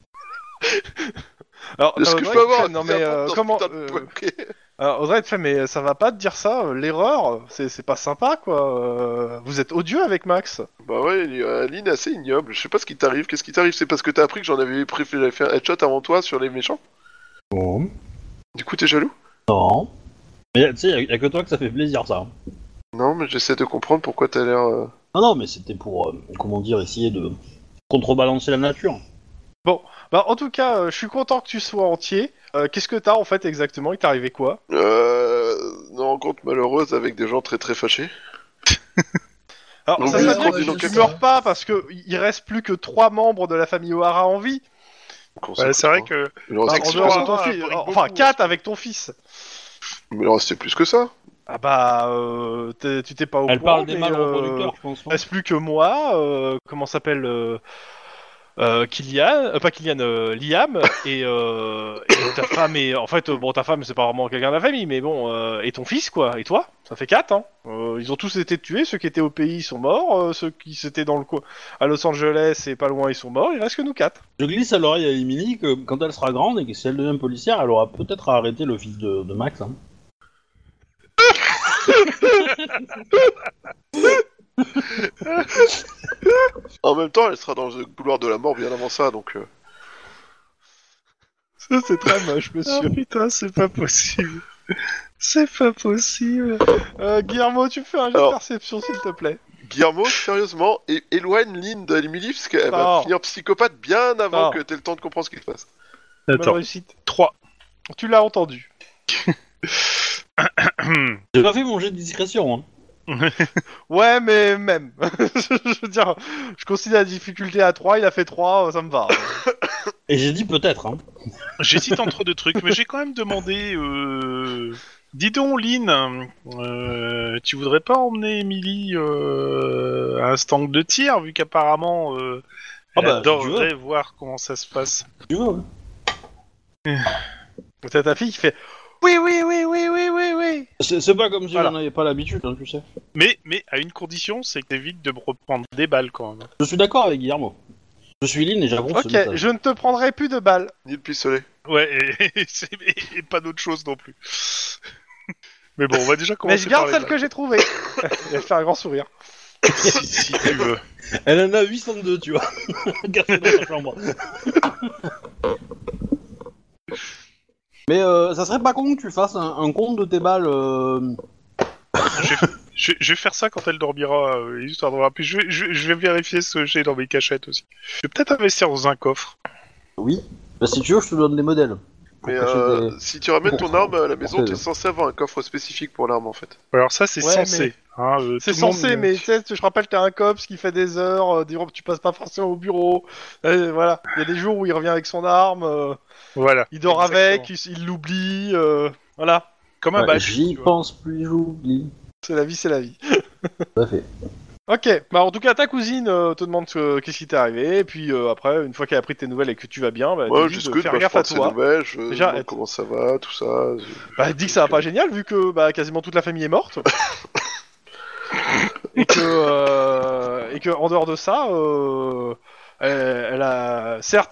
[SPEAKER 2] Alors,
[SPEAKER 4] Est-ce que je
[SPEAKER 2] Audrey
[SPEAKER 4] peux
[SPEAKER 2] te
[SPEAKER 4] avoir
[SPEAKER 2] fait,
[SPEAKER 4] un
[SPEAKER 2] non
[SPEAKER 4] fusil à
[SPEAKER 2] mais
[SPEAKER 4] pompe dans ce
[SPEAKER 2] comment
[SPEAKER 4] putain de pocket?
[SPEAKER 2] alors, Audrey te fait, mais ça va pas te dire ça, l'erreur, c'est pas sympa, quoi. Vous êtes odieux avec Max.
[SPEAKER 4] Bah ouais, Lynn est assez ignoble. Je sais pas ce qui t'arrive. Qu'est-ce qui t'arrive? C'est parce que t'as appris que j'en avais préféré faire un headshot avant toi sur les méchants?
[SPEAKER 1] Bon.
[SPEAKER 4] Du coup, t'es jaloux?
[SPEAKER 1] Non. Mais tu sais, y a que toi que ça fait plaisir, ça.
[SPEAKER 4] Non, mais j'essaie de comprendre pourquoi t'as l'air...
[SPEAKER 1] Non, mais c'était pour, comment dire, essayer de contrebalancer la nature.
[SPEAKER 2] Bah, en tout cas, je suis content que tu sois entier. Qu'est-ce que t'as, en fait, exactement? Il t'est arrivé quoi?
[SPEAKER 4] Une rencontre malheureuse avec des gens très très fâchés.
[SPEAKER 2] Alors,
[SPEAKER 4] Donc,
[SPEAKER 2] ça
[SPEAKER 4] oui,
[SPEAKER 2] serait
[SPEAKER 4] je
[SPEAKER 2] bien
[SPEAKER 4] crois
[SPEAKER 2] que
[SPEAKER 4] que
[SPEAKER 2] tu
[SPEAKER 4] donc-
[SPEAKER 2] meurs pas, parce que il reste plus que 3 membres de la famille O'Hara en vie.
[SPEAKER 4] Donc, on
[SPEAKER 5] Ouais,
[SPEAKER 4] s'en
[SPEAKER 5] c'est vrai
[SPEAKER 4] fout,
[SPEAKER 5] que.
[SPEAKER 4] hein. Il en
[SPEAKER 2] Bah,
[SPEAKER 4] restait
[SPEAKER 2] en
[SPEAKER 4] plus
[SPEAKER 2] dehors
[SPEAKER 4] que
[SPEAKER 2] de ton
[SPEAKER 4] ça.
[SPEAKER 2] fils.
[SPEAKER 5] brique
[SPEAKER 2] Enfin,
[SPEAKER 5] beaucoup,
[SPEAKER 2] 4 avec ton fils.
[SPEAKER 4] Mais il en restait plus que ça.
[SPEAKER 2] Ah bah, tu t'es pas au
[SPEAKER 1] Elle
[SPEAKER 2] courant,
[SPEAKER 1] parle des
[SPEAKER 2] mais,
[SPEAKER 1] mâles reproducteurs, je pense.
[SPEAKER 2] Il reste plus que moi, comment s'appelle Liam et ta femme et en fait bon ta femme c'est pas vraiment quelqu'un de la famille mais bon et ton fils quoi et toi ça fait 4 hein. Ils ont tous été tués, ceux qui étaient au pays sont morts, ceux qui étaient dans le coin à Los Angeles et pas loin ils sont morts, il reste que nous 4.
[SPEAKER 1] Je glisse à l'oreille à Emily que quand elle sera grande et que si elle devient policière, elle aura peut-être à arrêter le fils de Max. Hein.
[SPEAKER 4] En même temps, elle sera dans le couloir de la mort bien avant ça, donc...
[SPEAKER 2] Ça, c'est très moche,
[SPEAKER 5] Ah
[SPEAKER 2] monsieur.
[SPEAKER 5] putain, c'est pas possible. C'est pas possible.
[SPEAKER 2] Guillermo, tu fais un jet de
[SPEAKER 4] Alors.
[SPEAKER 2] perception, s'il te plaît.
[SPEAKER 4] Guillermo, sérieusement, éloigne Lynn d'Emily parce qu'elle va
[SPEAKER 2] Non.
[SPEAKER 4] finir psychopathe bien avant
[SPEAKER 2] Non.
[SPEAKER 4] que t'aies le temps de comprendre ce qui se passe.
[SPEAKER 2] Bonne
[SPEAKER 5] Attends,
[SPEAKER 2] réussite.
[SPEAKER 5] 3.
[SPEAKER 2] Tu l'as entendu.
[SPEAKER 1] J'ai pas fait mon jet de discrétion. Hein.
[SPEAKER 2] Ouais, mais même. Je veux dire, je considère la difficulté à 3, il a fait 3, ça me va.
[SPEAKER 1] Et j'ai dit peut-être. Hein.
[SPEAKER 5] J'hésite entre deux trucs, mais j'ai quand même demandé... Dis donc, Lynn, tu voudrais pas emmener Emily à un stand de tir, vu qu'apparemment elle
[SPEAKER 1] Ah bah, si tu
[SPEAKER 5] adorerait voir comment ça se passe.
[SPEAKER 1] Tu veux, ouais.
[SPEAKER 2] C'est ta fille qui fait oui, oui, oui, oui, oui, oui, oui.
[SPEAKER 1] C'est pas comme si
[SPEAKER 2] Voilà.
[SPEAKER 1] j'en avais pas l'habitude, hein, tu sais.
[SPEAKER 5] Mais à une condition, c'est que t'évites de me reprendre des balles quand même.
[SPEAKER 1] Je suis d'accord avec Guillermo. Je suis Lynn et j'approuve ce
[SPEAKER 2] Ok,
[SPEAKER 1] message.
[SPEAKER 2] je ne te prendrai plus de balles.
[SPEAKER 4] Ni le pistolet.
[SPEAKER 5] Ouais, et pas d'autre chose non plus. Mais bon, on va déjà
[SPEAKER 2] Mais
[SPEAKER 5] commencer
[SPEAKER 2] je garde
[SPEAKER 5] par
[SPEAKER 2] celle
[SPEAKER 5] les
[SPEAKER 2] que j'ai trouvée. Elle fait un grand sourire.
[SPEAKER 5] balles. si tu veux.
[SPEAKER 1] Elle en a 802, tu vois. Gardez dans sa chambre. Mais ça serait pas con que tu fasses un compte de tes balles.
[SPEAKER 5] Je vais faire ça quand elle dormira, histoire de voir. Puis je vais vérifier ce que j'ai dans mes cachettes aussi. Je vais peut-être investir dans un coffre.
[SPEAKER 1] Oui. Bah, si tu veux, je te donne des modèles. Pour
[SPEAKER 4] Mais
[SPEAKER 1] cacher des-
[SPEAKER 4] si tu ramènes ton arme à la maison,
[SPEAKER 1] Pour
[SPEAKER 4] t'es
[SPEAKER 1] tes-
[SPEAKER 4] censé avoir un coffre spécifique pour l'arme en fait.
[SPEAKER 5] Alors ça, c'est
[SPEAKER 2] Ouais,
[SPEAKER 5] censé. Hein,
[SPEAKER 2] C'est
[SPEAKER 5] tout le monde
[SPEAKER 2] censé,
[SPEAKER 5] me-
[SPEAKER 2] mais tu sais, je rappelle, t'es un cops qui fait des heures, tu passes pas forcément au bureau. Voilà, il y a des jours où il revient avec son arme,
[SPEAKER 5] Voilà.
[SPEAKER 2] il dort
[SPEAKER 5] Exactement.
[SPEAKER 2] avec, il l'oublie, voilà.
[SPEAKER 5] Comme un
[SPEAKER 1] Ouais,
[SPEAKER 5] badge.
[SPEAKER 1] J'y
[SPEAKER 5] tu vois.
[SPEAKER 1] pense plus, j'oublie.
[SPEAKER 2] C'est la vie, c'est la vie.
[SPEAKER 1] Tout à fait.
[SPEAKER 2] Ok, bah en tout cas, ta cousine te demande qu'est-ce qui t'est arrivé, et puis après, une fois qu'elle a pris tes nouvelles et que tu vas bien, bah,
[SPEAKER 4] Moi,
[SPEAKER 2] elle te dit
[SPEAKER 4] juste
[SPEAKER 2] de
[SPEAKER 4] que
[SPEAKER 2] faire
[SPEAKER 4] je
[SPEAKER 2] gaffe à
[SPEAKER 4] prends ses
[SPEAKER 2] toi.
[SPEAKER 4] nouvelles, je
[SPEAKER 2] Déjà,
[SPEAKER 4] demande comment ça va, tout ça.
[SPEAKER 2] Bah, elle dit que ça va pas génial, vu que bah, quasiment toute la famille est morte. et que en dehors de ça, elle a certes,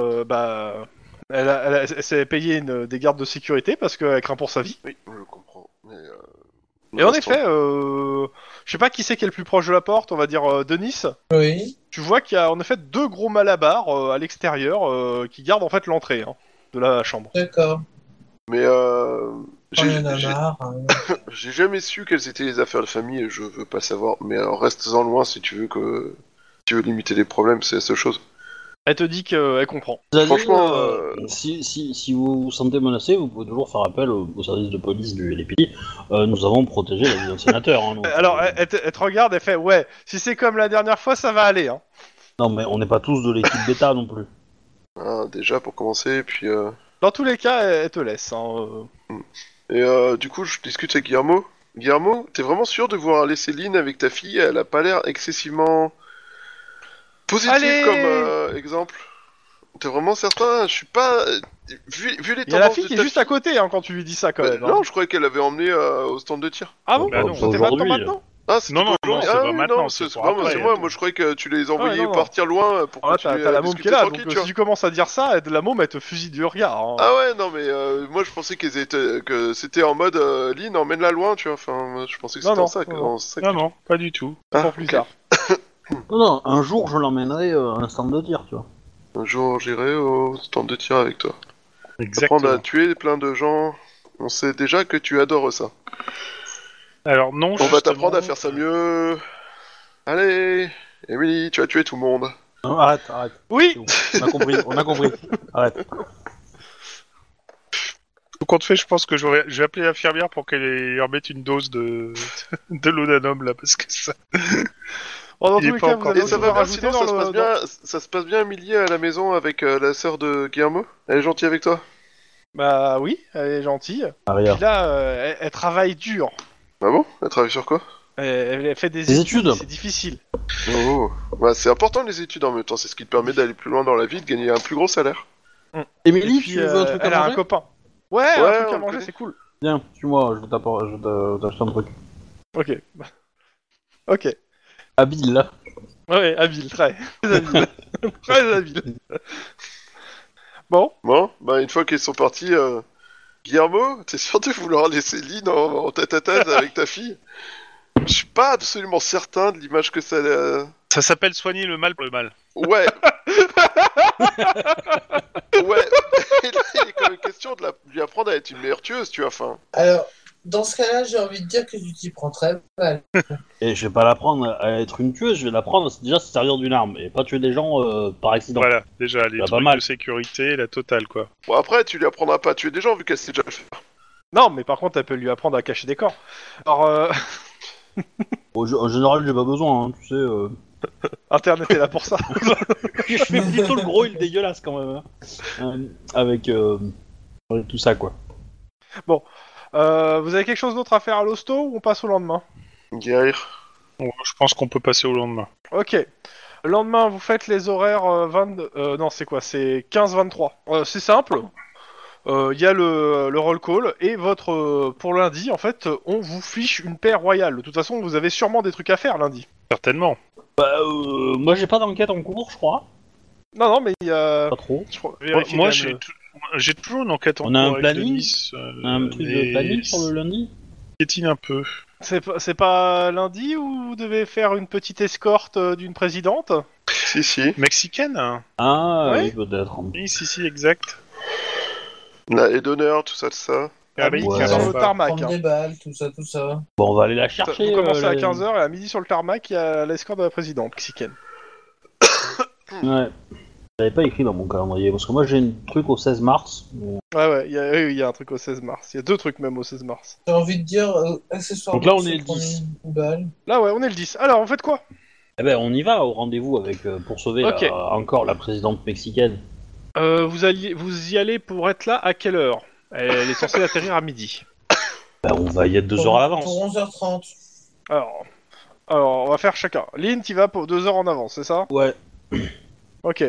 [SPEAKER 2] elle s'est payé des gardes de sécurité parce qu'elle craint pour sa vie.
[SPEAKER 4] Oui, je comprends. Mais,
[SPEAKER 2] Et en
[SPEAKER 4] l'instant-
[SPEAKER 2] effet, je sais pas qui c'est qui est le plus proche de la porte, on va dire Denis.
[SPEAKER 3] Oui.
[SPEAKER 2] Tu vois qu'il y a en effet deux gros malabars à l'extérieur qui gardent en fait l'entrée de la chambre.
[SPEAKER 3] D'accord.
[SPEAKER 4] Mais
[SPEAKER 3] Oh, il y en a
[SPEAKER 4] j'ai
[SPEAKER 3] marre. Hein.
[SPEAKER 4] j'ai jamais su quelles étaient les affaires de famille et je veux pas savoir. Mais reste-en loin si tu veux limiter les problèmes, c'est la seule chose.
[SPEAKER 2] Elle te dit qu'elle comprend.
[SPEAKER 1] Vous allez,
[SPEAKER 4] Franchement,
[SPEAKER 1] si vous vous sentez menacé, vous pouvez toujours faire appel au service de police du LPD. Nous avons protégé la vie d'un sénateur. Hein, donc,
[SPEAKER 2] Alors elle te regarde, elle fait ouais, si c'est comme la dernière fois, ça va aller. Hein.
[SPEAKER 1] Non, mais on n'est pas tous de l'équipe bêta non plus.
[SPEAKER 4] Hein, déjà pour commencer, puis
[SPEAKER 2] Dans tous les cas, elle te laisse. Hein.
[SPEAKER 4] du coup je discute avec Guillermo. Guillermo, t'es vraiment sûr de vouloir laisser Lynn avec ta fille? Elle a pas l'air excessivement positive
[SPEAKER 2] Allez
[SPEAKER 4] comme exemple. T'es vraiment certain? Je suis pas vu les
[SPEAKER 2] Il y a la
[SPEAKER 4] tendances
[SPEAKER 2] fille
[SPEAKER 4] de
[SPEAKER 2] qui est
[SPEAKER 4] ta
[SPEAKER 2] juste à côté quand tu lui dis ça quand
[SPEAKER 4] Bah,
[SPEAKER 2] même. hein.
[SPEAKER 4] non, je croyais qu'elle l'avait emmené au stand de tir.
[SPEAKER 2] Ah bon
[SPEAKER 5] Bah non,
[SPEAKER 2] C'était maintenant
[SPEAKER 1] aujourd'hui.
[SPEAKER 2] maintenant
[SPEAKER 4] Ah, c'était
[SPEAKER 5] Non, non,
[SPEAKER 4] pas aujourd'hui.
[SPEAKER 5] non, c'est
[SPEAKER 4] Ah
[SPEAKER 5] pas
[SPEAKER 4] oui,
[SPEAKER 5] maintenant,
[SPEAKER 4] non,
[SPEAKER 5] c'est
[SPEAKER 4] c'est
[SPEAKER 5] pour
[SPEAKER 4] vraiment,
[SPEAKER 5] après.
[SPEAKER 4] c'est moi. Moi, je croyais que tu les envoyais
[SPEAKER 2] non, non.
[SPEAKER 4] partir loin pour
[SPEAKER 2] Ah,
[SPEAKER 4] continuer
[SPEAKER 2] t'as
[SPEAKER 4] à
[SPEAKER 2] la môme qui
[SPEAKER 4] discuter
[SPEAKER 2] est là,
[SPEAKER 4] tranquille,
[SPEAKER 2] donc
[SPEAKER 4] tu vois.
[SPEAKER 2] si tu commences à dire ça, la môme elle te fusille du regard. Hein.
[SPEAKER 4] Ah ouais, non, mais moi je pensais que c'était en mode Lynn, emmène-la loin, tu vois. Enfin, je pensais que
[SPEAKER 2] Non,
[SPEAKER 4] c'était
[SPEAKER 2] non,
[SPEAKER 4] en ça.
[SPEAKER 2] non.
[SPEAKER 4] en ça que
[SPEAKER 5] Non,
[SPEAKER 4] tu-
[SPEAKER 5] non, pas du tout.
[SPEAKER 4] Ah,
[SPEAKER 2] Pour plus
[SPEAKER 4] ok.
[SPEAKER 2] tard.
[SPEAKER 1] Non, un jour je l'emmènerai à un stand de tir, tu vois.
[SPEAKER 4] Un jour, j'irai au stand de tir avec toi. Apprendre
[SPEAKER 5] Exactement.
[SPEAKER 4] à tuer plein de gens. On sait déjà que tu adores ça.
[SPEAKER 5] Alors non,
[SPEAKER 4] On va
[SPEAKER 5] justement,
[SPEAKER 4] t'apprendre à faire ça mieux. Allez, Emily, tu as tué tout le monde.
[SPEAKER 1] Non, arrête.
[SPEAKER 2] Oui.
[SPEAKER 1] C'est bon. On a compris. Arrête.
[SPEAKER 5] Tout compte fait, je pense que je vais appeler l'infirmière pour qu'elle lui remette une dose de de l'Odanum là, parce que ça.
[SPEAKER 2] Bon, dans
[SPEAKER 5] Il
[SPEAKER 2] tous
[SPEAKER 5] est
[SPEAKER 2] les
[SPEAKER 5] pas
[SPEAKER 2] cas,
[SPEAKER 5] encore.
[SPEAKER 2] vous allez
[SPEAKER 4] Et ça
[SPEAKER 2] aussi
[SPEAKER 4] va bien,
[SPEAKER 2] rajouter
[SPEAKER 4] sinon
[SPEAKER 2] dans
[SPEAKER 4] ça se passe
[SPEAKER 2] le.
[SPEAKER 4] bien, ça se passe bien, Emily, à la maison avec la sœur de Guillermo. Elle est gentille avec toi.
[SPEAKER 2] Bah oui, elle est gentille.
[SPEAKER 1] Aria.
[SPEAKER 2] Puis là, elle travaille dur.
[SPEAKER 4] Ah bon? Elle travaille sur quoi?
[SPEAKER 2] Elle fait des
[SPEAKER 1] Des études.
[SPEAKER 2] C'est difficile.
[SPEAKER 4] Oh. Bah, c'est important les études en même temps, c'est ce qui te permet d'aller plus loin dans la vie, de gagner un plus gros salaire.
[SPEAKER 1] Émilie,
[SPEAKER 2] Et puis,
[SPEAKER 1] tu veux un truc
[SPEAKER 2] elle
[SPEAKER 1] à
[SPEAKER 2] a un
[SPEAKER 1] manger?
[SPEAKER 2] copain. Ouais, un
[SPEAKER 4] Ouais,
[SPEAKER 2] truc
[SPEAKER 4] on
[SPEAKER 2] à
[SPEAKER 4] le
[SPEAKER 2] manger,
[SPEAKER 4] connaît.
[SPEAKER 2] c'est cool.
[SPEAKER 1] Viens, suis-moi, je vais t'acheter un truc.
[SPEAKER 2] Ok. Ok.
[SPEAKER 1] Habile, là.
[SPEAKER 2] Ouais, habile, très. Très habile. Très habile. Bon,
[SPEAKER 4] Bon, bah une fois qu'ils sont partis, Guillermo, t'es sûr de vouloir laisser Lynn en tête-à-tête avec ta fille? Je suis pas absolument certain de l'image que ça...
[SPEAKER 5] Ça s'appelle soigner le mal pour le mal.
[SPEAKER 4] Ouais, Ouais, et là, il est quand même question de lui apprendre à être une meilleure tueuse, tu vois, enfin.
[SPEAKER 3] Alors, dans ce cas-là, j'ai envie de dire que tu t'y prends très mal.
[SPEAKER 1] Et je vais pas l'apprendre à être une tueuse, je vais l'apprendre déjà à se servir d'une arme et pas tuer des gens par accident.
[SPEAKER 5] Voilà, déjà, les
[SPEAKER 1] Bah, pas
[SPEAKER 5] trucs
[SPEAKER 1] mal.
[SPEAKER 5] de sécurité, la totale, quoi.
[SPEAKER 4] Bon, après, tu lui apprendras pas à tuer des gens vu qu'elle sait déjà le faire.
[SPEAKER 2] Non, mais par contre, elle peut lui apprendre à cacher des corps. Alors,
[SPEAKER 1] En général, j'ai pas besoin, hein, tu sais.
[SPEAKER 2] Internet est là pour ça.
[SPEAKER 1] Je fais plutôt le gros et le dégueulasse quand même. Hein. Avec tout ça, quoi.
[SPEAKER 2] Vous avez quelque chose d'autre à faire à l'hosto ou on passe au lendemain?
[SPEAKER 4] Guérir.
[SPEAKER 5] Bon, je pense qu'on peut passer au lendemain.
[SPEAKER 2] Ok. Le lendemain, vous faites les horaires 20... non, c'est quoi? C'est 15-23. C'est simple. Il y a le roll call et votre pour lundi, en fait, on vous fiche une paire royale. De toute façon, vous avez sûrement des trucs à faire lundi.
[SPEAKER 5] Certainement.
[SPEAKER 1] Moi, j'ai pas d'enquête en cours, je crois.
[SPEAKER 2] Non, mais il y a...
[SPEAKER 1] Pas trop.
[SPEAKER 2] Je crois-
[SPEAKER 5] Moi,
[SPEAKER 2] vérifiez
[SPEAKER 5] moi,
[SPEAKER 2] quand même
[SPEAKER 5] j'ai toujours une enquête en
[SPEAKER 1] On a
[SPEAKER 5] cours
[SPEAKER 1] un
[SPEAKER 5] avec
[SPEAKER 1] planning
[SPEAKER 5] Denis,
[SPEAKER 1] Un truc
[SPEAKER 5] mais
[SPEAKER 1] de planning sur le lundi.
[SPEAKER 5] piétine un peu.
[SPEAKER 2] C'est pas lundi où vous devez faire une petite escorte d'une présidente?
[SPEAKER 4] Si.
[SPEAKER 5] Mexicaine hein.
[SPEAKER 1] Ah,
[SPEAKER 2] Ouais.
[SPEAKER 1] oui, peut-être.
[SPEAKER 5] Oui, si, exact.
[SPEAKER 4] Et d'honneur, tout ça.
[SPEAKER 2] À midi,
[SPEAKER 1] Ouais.
[SPEAKER 2] sur le
[SPEAKER 5] Bah,
[SPEAKER 2] tarmac.
[SPEAKER 3] Prendre
[SPEAKER 2] hein.
[SPEAKER 3] des balles, tout ça.
[SPEAKER 1] Bon, on va aller la chercher.
[SPEAKER 2] Vous commencez à
[SPEAKER 1] la-
[SPEAKER 2] 15h et à midi sur le tarmac, il y a l'escorte de la présidente mexicaine.
[SPEAKER 1] Ouais. J'avais pas écrit dans mon calendrier, parce que moi j'ai un truc au 16 mars. mais-
[SPEAKER 2] Ouais, il y a un truc au 16 mars. Il y a deux trucs même au 16 mars.
[SPEAKER 3] J'ai envie de dire, accessoirement,
[SPEAKER 1] Donc là, on
[SPEAKER 3] se
[SPEAKER 1] est le
[SPEAKER 3] prendre
[SPEAKER 1] 10.
[SPEAKER 3] une balle.
[SPEAKER 2] Là, ouais, on est le 10. Alors, vous faites quoi?
[SPEAKER 1] Eh ben, on y va au rendez-vous avec pour sauver
[SPEAKER 2] Ok.
[SPEAKER 1] encore la présidente mexicaine.
[SPEAKER 2] Vous y allez pour être là à quelle heure? Elle est censée atterrir à midi.
[SPEAKER 1] Ben, on va y être 2 heures à l'avance.
[SPEAKER 3] Pour 11h30.
[SPEAKER 2] Alors, on va faire chacun. Lynn, tu vas pour 2 heures en avance, c'est ça?
[SPEAKER 1] Ouais.
[SPEAKER 2] Ok.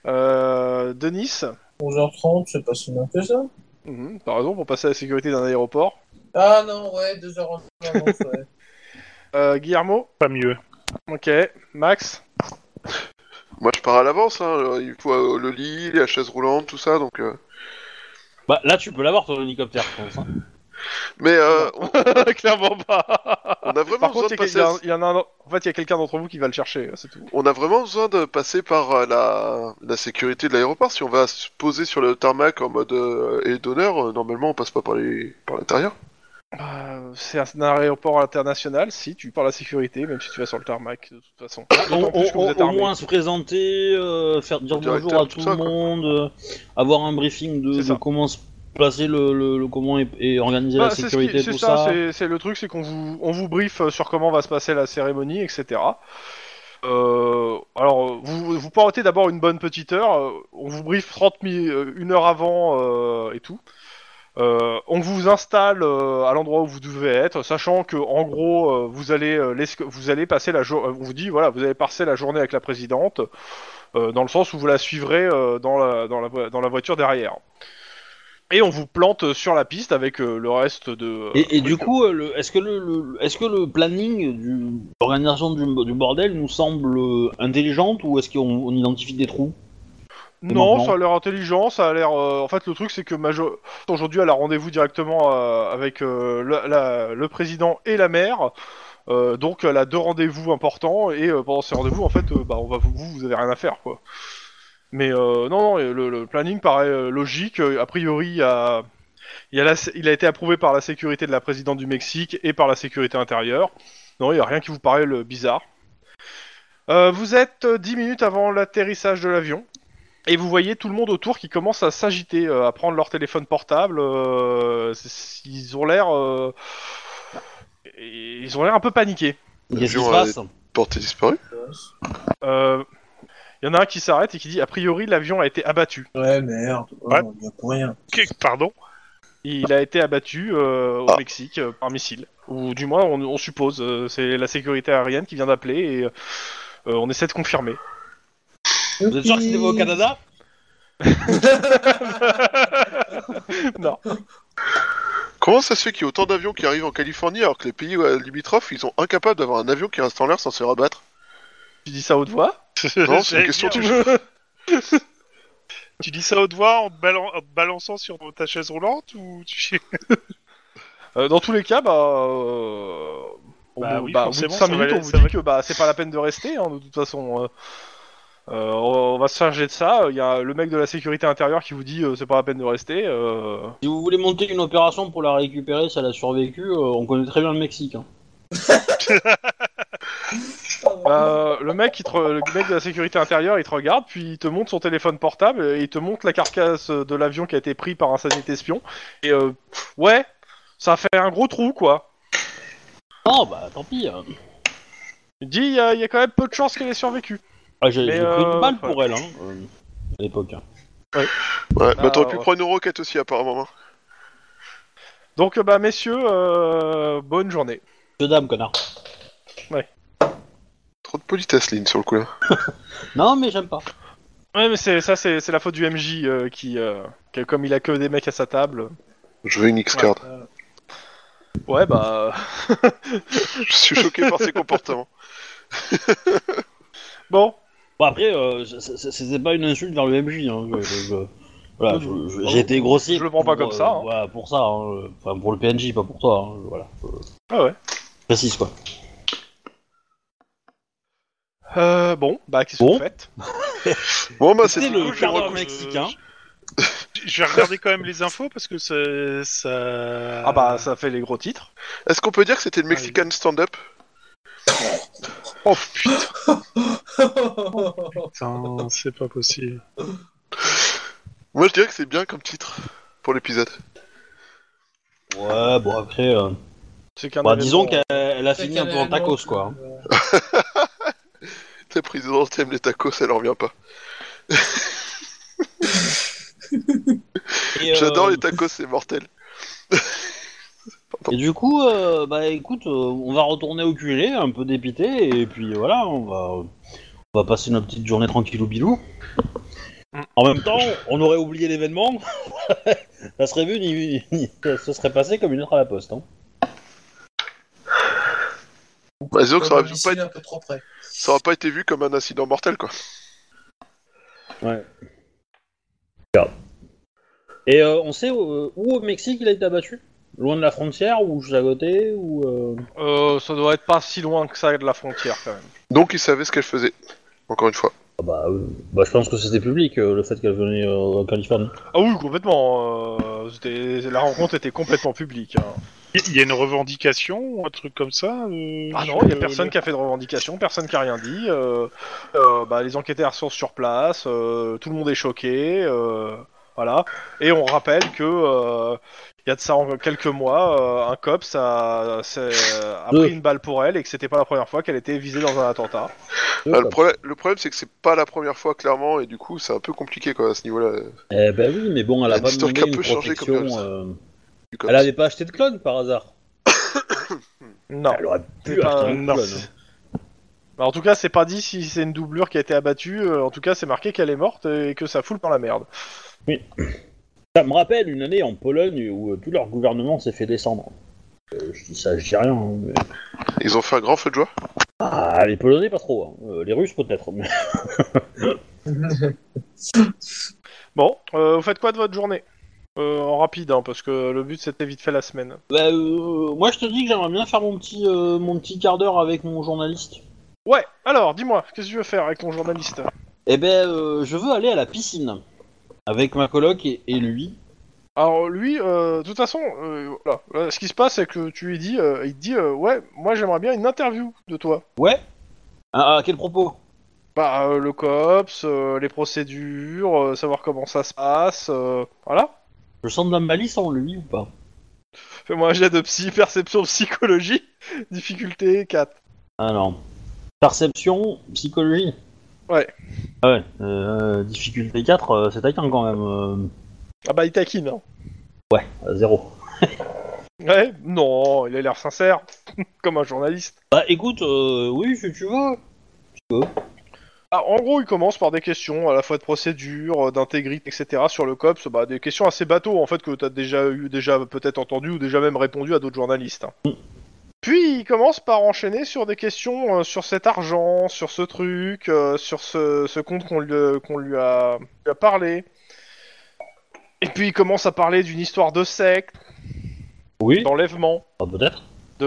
[SPEAKER 2] Denis,
[SPEAKER 3] 11h30, c'est pas si bien que ça.
[SPEAKER 2] t'as raison, pour passer à la sécurité d'un aéroport.
[SPEAKER 3] Ah non, ouais, 2 heures en avance, ouais.
[SPEAKER 2] Guillermo,
[SPEAKER 5] Pas mieux.
[SPEAKER 2] ok. Max,
[SPEAKER 4] Moi, je pars à l'avance, hein. Il faut le lit, la chaise roulante, tout ça, donc...
[SPEAKER 1] Bah là, tu peux l'avoir ton hélicoptère, je pense. Hein.
[SPEAKER 4] Mais
[SPEAKER 2] clairement pas.
[SPEAKER 4] on a vraiment
[SPEAKER 2] Par
[SPEAKER 4] besoin
[SPEAKER 2] contre,
[SPEAKER 4] de passer...
[SPEAKER 2] il y en a un... En fait, il y a quelqu'un d'entre vous qui va le chercher, c'est tout.
[SPEAKER 4] On a vraiment besoin de passer par la sécurité de l'aéroport. Si on va se poser sur le tarmac en mode et d'honneur, normalement on passe pas par l'intérieur.
[SPEAKER 2] C'est un aéroport international, si tu parles à la sécurité, même si tu vas sur le tarmac, de toute façon.
[SPEAKER 1] Au
[SPEAKER 2] D'autant plus que vous êtes armés.
[SPEAKER 1] moins se présenter, faire dire bonjour
[SPEAKER 4] Directeur,
[SPEAKER 1] à
[SPEAKER 4] tout
[SPEAKER 1] tout
[SPEAKER 4] ça,
[SPEAKER 1] le
[SPEAKER 4] quoi.
[SPEAKER 1] monde, avoir un briefing
[SPEAKER 2] C'est
[SPEAKER 1] de
[SPEAKER 2] ça.
[SPEAKER 1] comment se placer comment et organiser la
[SPEAKER 2] Bah,
[SPEAKER 1] sécurité,
[SPEAKER 2] c'est
[SPEAKER 1] tout
[SPEAKER 2] ça,
[SPEAKER 1] ça.
[SPEAKER 2] c'est le truc, c'est qu'on on vous brief sur comment va se passer la cérémonie, etc. Alors, vous portez d'abord une bonne petite heure, on vous brief 1 heure avant et tout. On vous installe à l'endroit où vous devez être, sachant que en gros vous allez passer la journée. On vous dit voilà, vous allez passer la journée avec la présidente, dans le sens où vous la suivrez dans la voiture derrière. Et on vous plante sur la piste avec le reste de.
[SPEAKER 1] Et du coup, est-ce que le planning de l'organisation du bordel nous semble intelligente ou est-ce qu'on identifie des trous?
[SPEAKER 2] Non,
[SPEAKER 1] maintenant
[SPEAKER 2] ça a l'air intelligent, ça a l'air... En fait, le truc, c'est que aujourd'hui, elle a rendez-vous directement avec le président et la maire. Donc, elle a 2 rendez-vous importants, et pendant ces rendez-vous, en fait, vous avez rien à faire, quoi. Mais non, le planning paraît logique. A priori, il a été approuvé par la sécurité de la présidente du Mexique et par la sécurité intérieure. Non, il n'y a rien qui vous paraît bizarre. Vous êtes 10 minutes avant l'atterrissage de l'avion. Et vous voyez tout le monde autour qui commence à s'agiter, à prendre leur téléphone portable. Ils ont l'air un peu paniqués.
[SPEAKER 1] Qu'est-ce qui
[SPEAKER 4] L'avion
[SPEAKER 1] se
[SPEAKER 4] a
[SPEAKER 1] passe?
[SPEAKER 4] porté disparu.
[SPEAKER 2] Il y en a un qui s'arrête et qui dit a priori l'avion a été abattu.
[SPEAKER 3] Ouais, merde. Oh,
[SPEAKER 5] Ouais.
[SPEAKER 3] y a pour rien.
[SPEAKER 5] Pardon.
[SPEAKER 2] Il a été abattu au Mexique par missile. Ou du moins on suppose. C'est la sécurité aérienne qui vient d'appeler et on essaie de confirmer.
[SPEAKER 1] Vous êtes sûr que c'était au Canada?
[SPEAKER 2] Non.
[SPEAKER 4] Comment ça se fait qu'il y a autant d'avions qui arrivent en Californie alors que les pays limitrophes, ils sont incapables d'avoir un avion qui reste en l'air sans se rabattre?
[SPEAKER 2] Tu dis ça haute voix?
[SPEAKER 4] Non, c'est une
[SPEAKER 5] J'allais
[SPEAKER 4] question
[SPEAKER 5] dire,
[SPEAKER 4] touche.
[SPEAKER 5] Tu dis ça haute voix en te balançant sur ta chaise roulante ou tu...
[SPEAKER 2] Dans tous les cas,
[SPEAKER 5] Bah oui,
[SPEAKER 2] au bout de
[SPEAKER 5] forcément,
[SPEAKER 2] 5
[SPEAKER 5] ça
[SPEAKER 2] minutes,
[SPEAKER 5] va-
[SPEAKER 2] on vous
[SPEAKER 5] ça
[SPEAKER 2] dit
[SPEAKER 5] va-
[SPEAKER 2] que c'est pas la peine de rester, hein, de toute façon. On va se charger de ça. Il y a le mec de la sécurité intérieure qui vous dit c'est pas la peine de rester.
[SPEAKER 1] Si vous voulez monter une opération pour la récupérer, si elle a survécu, on connaît très bien le Mexique. Hein.
[SPEAKER 2] Le mec de la sécurité intérieure, il te regarde, puis il te montre son téléphone portable, et il te montre la carcasse de l'avion qui a été pris par un satellite espion. Et ouais, ça fait un gros trou, quoi.
[SPEAKER 1] Oh bah tant pis.
[SPEAKER 2] Il dit il y a quand même peu de chances qu'elle ait survécu.
[SPEAKER 1] Ah, j'ai pris une balle
[SPEAKER 2] ouais.
[SPEAKER 1] pour elle, à l'époque. Hein.
[SPEAKER 4] Ouais, bah t'aurais pu
[SPEAKER 2] ouais.
[SPEAKER 4] prendre une roquette aussi, apparemment.
[SPEAKER 2] Donc, messieurs, bonne journée.
[SPEAKER 1] Deux dames, connard.
[SPEAKER 4] Trop de politesse, Lynn, sur le coup, là.
[SPEAKER 1] Non, mais j'aime pas.
[SPEAKER 2] Ouais, mais c'est la faute du MJ qui, comme il a que des mecs à sa table.
[SPEAKER 4] Je veux une X-Card.
[SPEAKER 2] Ouais, bah.
[SPEAKER 4] Je suis choqué par ses comportements.
[SPEAKER 2] Bon.
[SPEAKER 1] Bon, après, c'était pas une insulte vers le MJ. Hein, voilà, j'ai été grossier.
[SPEAKER 2] Je le prends pas comme ça. Hein.
[SPEAKER 1] Voilà, pour ça. Hein, enfin, pour le PNJ, pas pour toi. Hein, voilà.
[SPEAKER 2] Ah ouais.
[SPEAKER 1] Précise, quoi.
[SPEAKER 2] Bon, bah, qu'est-ce que vous faites?
[SPEAKER 4] Bon, bah,
[SPEAKER 1] C'était
[SPEAKER 4] c'est
[SPEAKER 1] le
[SPEAKER 4] tout.
[SPEAKER 1] quart d'heure mexicain.
[SPEAKER 5] Je vais regarder quand même les infos parce que ça.
[SPEAKER 2] Ah bah, ça fait les gros titres.
[SPEAKER 4] Est-ce qu'on peut dire que c'était le Mexican stand-up?
[SPEAKER 5] Oh putain, c'est pas possible.
[SPEAKER 4] Moi, je dirais que c'est bien comme titre pour l'épisode.
[SPEAKER 1] Ouais, bon, après.
[SPEAKER 2] C'est qu'un
[SPEAKER 1] Bah,
[SPEAKER 2] événement,
[SPEAKER 1] disons qu'elle a fini un peu en tacos, quoi.
[SPEAKER 4] Ta présidente aime les tacos, ça leur revient pas.
[SPEAKER 1] Et,
[SPEAKER 4] J'adore les tacos, c'est mortel.
[SPEAKER 1] Et du coup, bah écoute, on va retourner au QG, un peu dépité, et puis voilà, on va passer notre petite journée tranquillou bilou. En même temps, on aurait oublié l'événement, ça serait vu, ça serait passé comme une lettre à la poste. Hein.
[SPEAKER 4] Bah, disons que ça aurait,
[SPEAKER 3] un peu trop près.
[SPEAKER 4] ça aurait pas été vu comme un incident mortel, quoi.
[SPEAKER 1] Ouais. Regarde. Et on sait où au Mexique il a été abattu? Loin de la frontière ou juste à côté ou
[SPEAKER 2] ça doit être pas si loin que ça de la frontière, quand même.
[SPEAKER 4] Donc, il savait ce qu'elle faisait. Encore une fois.
[SPEAKER 1] Ah bah je pense que c'était public le fait qu'elle venait en Californie.
[SPEAKER 2] Ah oui, complètement. La rencontre était complètement publique. Hein.
[SPEAKER 5] Il y a une revendication ou un truc comme ça
[SPEAKER 2] Ah
[SPEAKER 5] sur
[SPEAKER 2] non, il y a
[SPEAKER 5] le-
[SPEAKER 2] personne qui a fait de revendication, personne qui a rien dit. Bah, les enquêteurs sont sur place, tout le monde est choqué, voilà. Et on rappelle que il y a de ça quelques mois, un cops a pris une balle pour elle et que c'était pas la première fois qu'elle était visée dans un attentat.
[SPEAKER 4] Le problème, c'est que c'est pas la première fois, clairement, et du coup, c'est un peu compliqué, quoi, à ce niveau-là.
[SPEAKER 1] Eh ben oui, mais bon, elle
[SPEAKER 4] Il y a
[SPEAKER 1] a
[SPEAKER 4] une
[SPEAKER 1] pas
[SPEAKER 4] histoire
[SPEAKER 1] demandé
[SPEAKER 4] qui a
[SPEAKER 1] une
[SPEAKER 4] peu changé comme
[SPEAKER 1] protection.
[SPEAKER 4] ça. Du coup.
[SPEAKER 1] Elle avait pas acheté de clone par hasard.
[SPEAKER 2] Non.
[SPEAKER 1] Elle aurait
[SPEAKER 2] C'est
[SPEAKER 1] pu
[SPEAKER 2] pas-
[SPEAKER 1] acheter un
[SPEAKER 2] non.
[SPEAKER 1] clone. Hein.
[SPEAKER 2] Bah, en tout cas, c'est pas dit si c'est une doublure qui a été abattue. En tout cas, c'est marqué qu'elle est morte et que ça fout dans la merde.
[SPEAKER 1] Ça me rappelle une année en Pologne où tout leur gouvernement s'est fait descendre. Je dis ça, je dis rien. Hein, mais...
[SPEAKER 4] Ils ont fait un grand feu de joie.
[SPEAKER 1] Ah, les Polonais pas trop. Hein. Les Russes peut-être. Mais...
[SPEAKER 2] Bon, vous faites quoi de votre journée en rapide, hein, parce que le but c'était vite fait la semaine.
[SPEAKER 1] Bah, moi je te dis que j'aimerais bien faire mon petit quart d'heure avec mon journaliste.
[SPEAKER 2] Ouais, alors dis-moi, qu'est-ce que tu veux faire avec ton journaliste?
[SPEAKER 1] Eh ben, je veux aller à la piscine avec ma coloc et lui.
[SPEAKER 2] Alors lui, de toute façon, voilà, ce qui se passe c'est que tu lui dis, il te dit, ouais, moi j'aimerais bien une interview de toi.
[SPEAKER 1] Ouais. À quel propos?
[SPEAKER 2] Bah, le cops, les procédures, savoir comment ça se passe, voilà.
[SPEAKER 1] Je sens de la malice en lui ou pas?
[SPEAKER 2] Fais-moi un jet de perception psychologie, difficulté 4.
[SPEAKER 1] Ah non. Perception, psychologie.
[SPEAKER 2] Ouais.
[SPEAKER 1] Ah ouais. Difficulté 4, c'est taquin quand même.
[SPEAKER 2] Ah bah il taquine, hein.
[SPEAKER 1] Ouais, 0.
[SPEAKER 2] Ouais, non, il a l'air sincère, comme un journaliste.
[SPEAKER 1] Bah écoute, oui, si tu veux.
[SPEAKER 2] Ah, en gros, il commence par des questions à la fois de procédure, d'intégrité, etc. sur le COPS, bah, des questions assez bateaux en fait que t'as déjà peut-être entendu ou déjà même répondu à d'autres journalistes. Hein. Puis il commence par enchaîner sur des questions sur cet argent, sur ce truc, sur ce compte qu'on lui a parlé. Et puis il commence à parler d'une histoire de secte,
[SPEAKER 1] Oui.
[SPEAKER 2] d'enlèvement,
[SPEAKER 1] Ah, peut-être.
[SPEAKER 2] de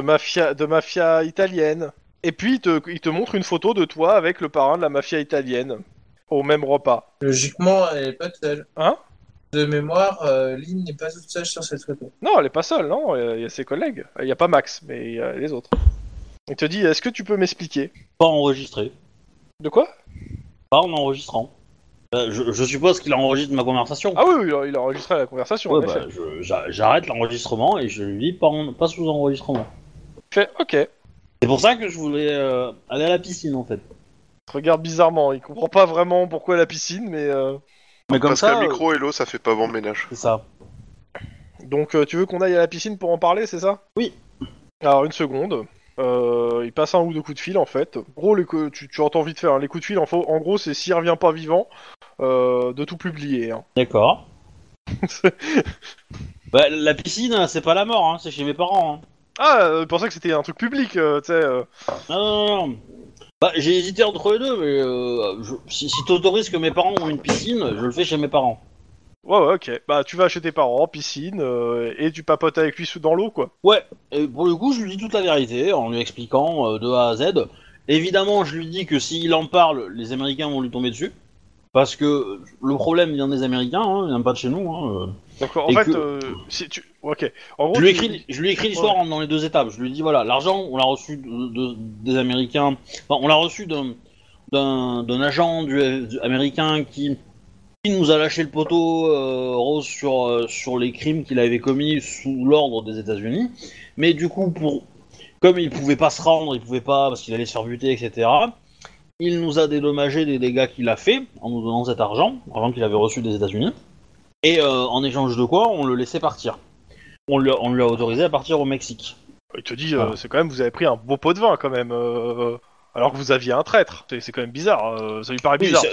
[SPEAKER 2] mafia italienne. Et puis il te montre une photo de toi avec le parrain de la mafia italienne. au même repas.
[SPEAKER 3] Logiquement, elle est pas seule.
[SPEAKER 2] Hein?
[SPEAKER 3] De mémoire, Lynn n'est pas toute seule sur cette photo.
[SPEAKER 2] Non, elle est pas seule, non, il y a ses collègues. Il y a pas Max, mais il y a les autres. Il te dit, est-ce que tu peux m'expliquer?
[SPEAKER 1] Pas enregistré.
[SPEAKER 2] De quoi?
[SPEAKER 1] Pas en enregistrant. Je suppose qu'il enregistre ma conversation.
[SPEAKER 2] Ah oui, il a enregistré la conversation, en
[SPEAKER 1] Ouais,
[SPEAKER 2] effet.
[SPEAKER 1] j'arrête l'enregistrement et je lui dis pas sous enregistrement.
[SPEAKER 2] Il fait, ok.
[SPEAKER 1] C'est pour ça que je voulais aller à la piscine en fait.
[SPEAKER 2] Il te regarde bizarrement, il comprend pas vraiment pourquoi la piscine, mais...
[SPEAKER 1] Mais comme
[SPEAKER 4] Parce
[SPEAKER 1] ça,
[SPEAKER 4] qu'un micro et l'eau, ça fait pas bon ménage.
[SPEAKER 1] c'est ça.
[SPEAKER 2] Donc tu veux qu'on aille à la piscine pour en parler, c'est ça?
[SPEAKER 1] Oui.
[SPEAKER 2] Alors une seconde. Il passe un ou deux coups de fil en fait. En gros, tu entends vite faire, hein, les coups de fil, en gros, c'est s'il revient pas vivant, de tout publier. Hein.
[SPEAKER 1] D'accord. Bah, la piscine, c'est pas la mort, hein, c'est chez mes parents. Hein.
[SPEAKER 2] Ah, je pensais que c'était un truc public, tu sais.
[SPEAKER 1] Non. Bah, j'ai hésité entre les deux, mais si t'autorises que mes parents ont une piscine, je le fais chez mes parents.
[SPEAKER 2] Ouais, ok. Bah, tu vas chez tes parents, piscine, et tu papotes avec lui dans l'eau, quoi.
[SPEAKER 1] Ouais, et pour le coup, je lui dis toute la vérité en lui expliquant de A à Z. Évidemment, je lui dis que s'il en parle, les Américains vont lui tomber dessus. Parce que le problème vient des Américains, hein, il vient pas de chez nous. Hein.
[SPEAKER 2] D'accord, en
[SPEAKER 1] Et
[SPEAKER 2] fait,
[SPEAKER 1] que-
[SPEAKER 2] si tu... Ok. En gros,
[SPEAKER 1] Je lui écris l'histoire dans les deux étapes. Je lui dis voilà, l'argent, on l'a reçu des Américains. Enfin, on l'a reçu d'un agent américain qui nous a lâché le poteau rose sur les crimes qu'il avait commis sous l'ordre des États-Unis. Mais du coup, comme il pouvait pas se rendre, il pouvait pas parce qu'il allait se faire buter, etc. Il nous a dédommagé des dégâts qu'il a fait en nous donnant cet argent qu'il avait reçu des États-Unis. Et en échange de quoi, on le laissait partir. On lui a autorisé à partir au Mexique.
[SPEAKER 2] Il te dit,
[SPEAKER 1] Voilà.
[SPEAKER 2] c'est quand même, vous avez pris un beau pot de vin, quand même, alors que vous aviez un traître. C'est quand même bizarre, ça lui paraît bizarre.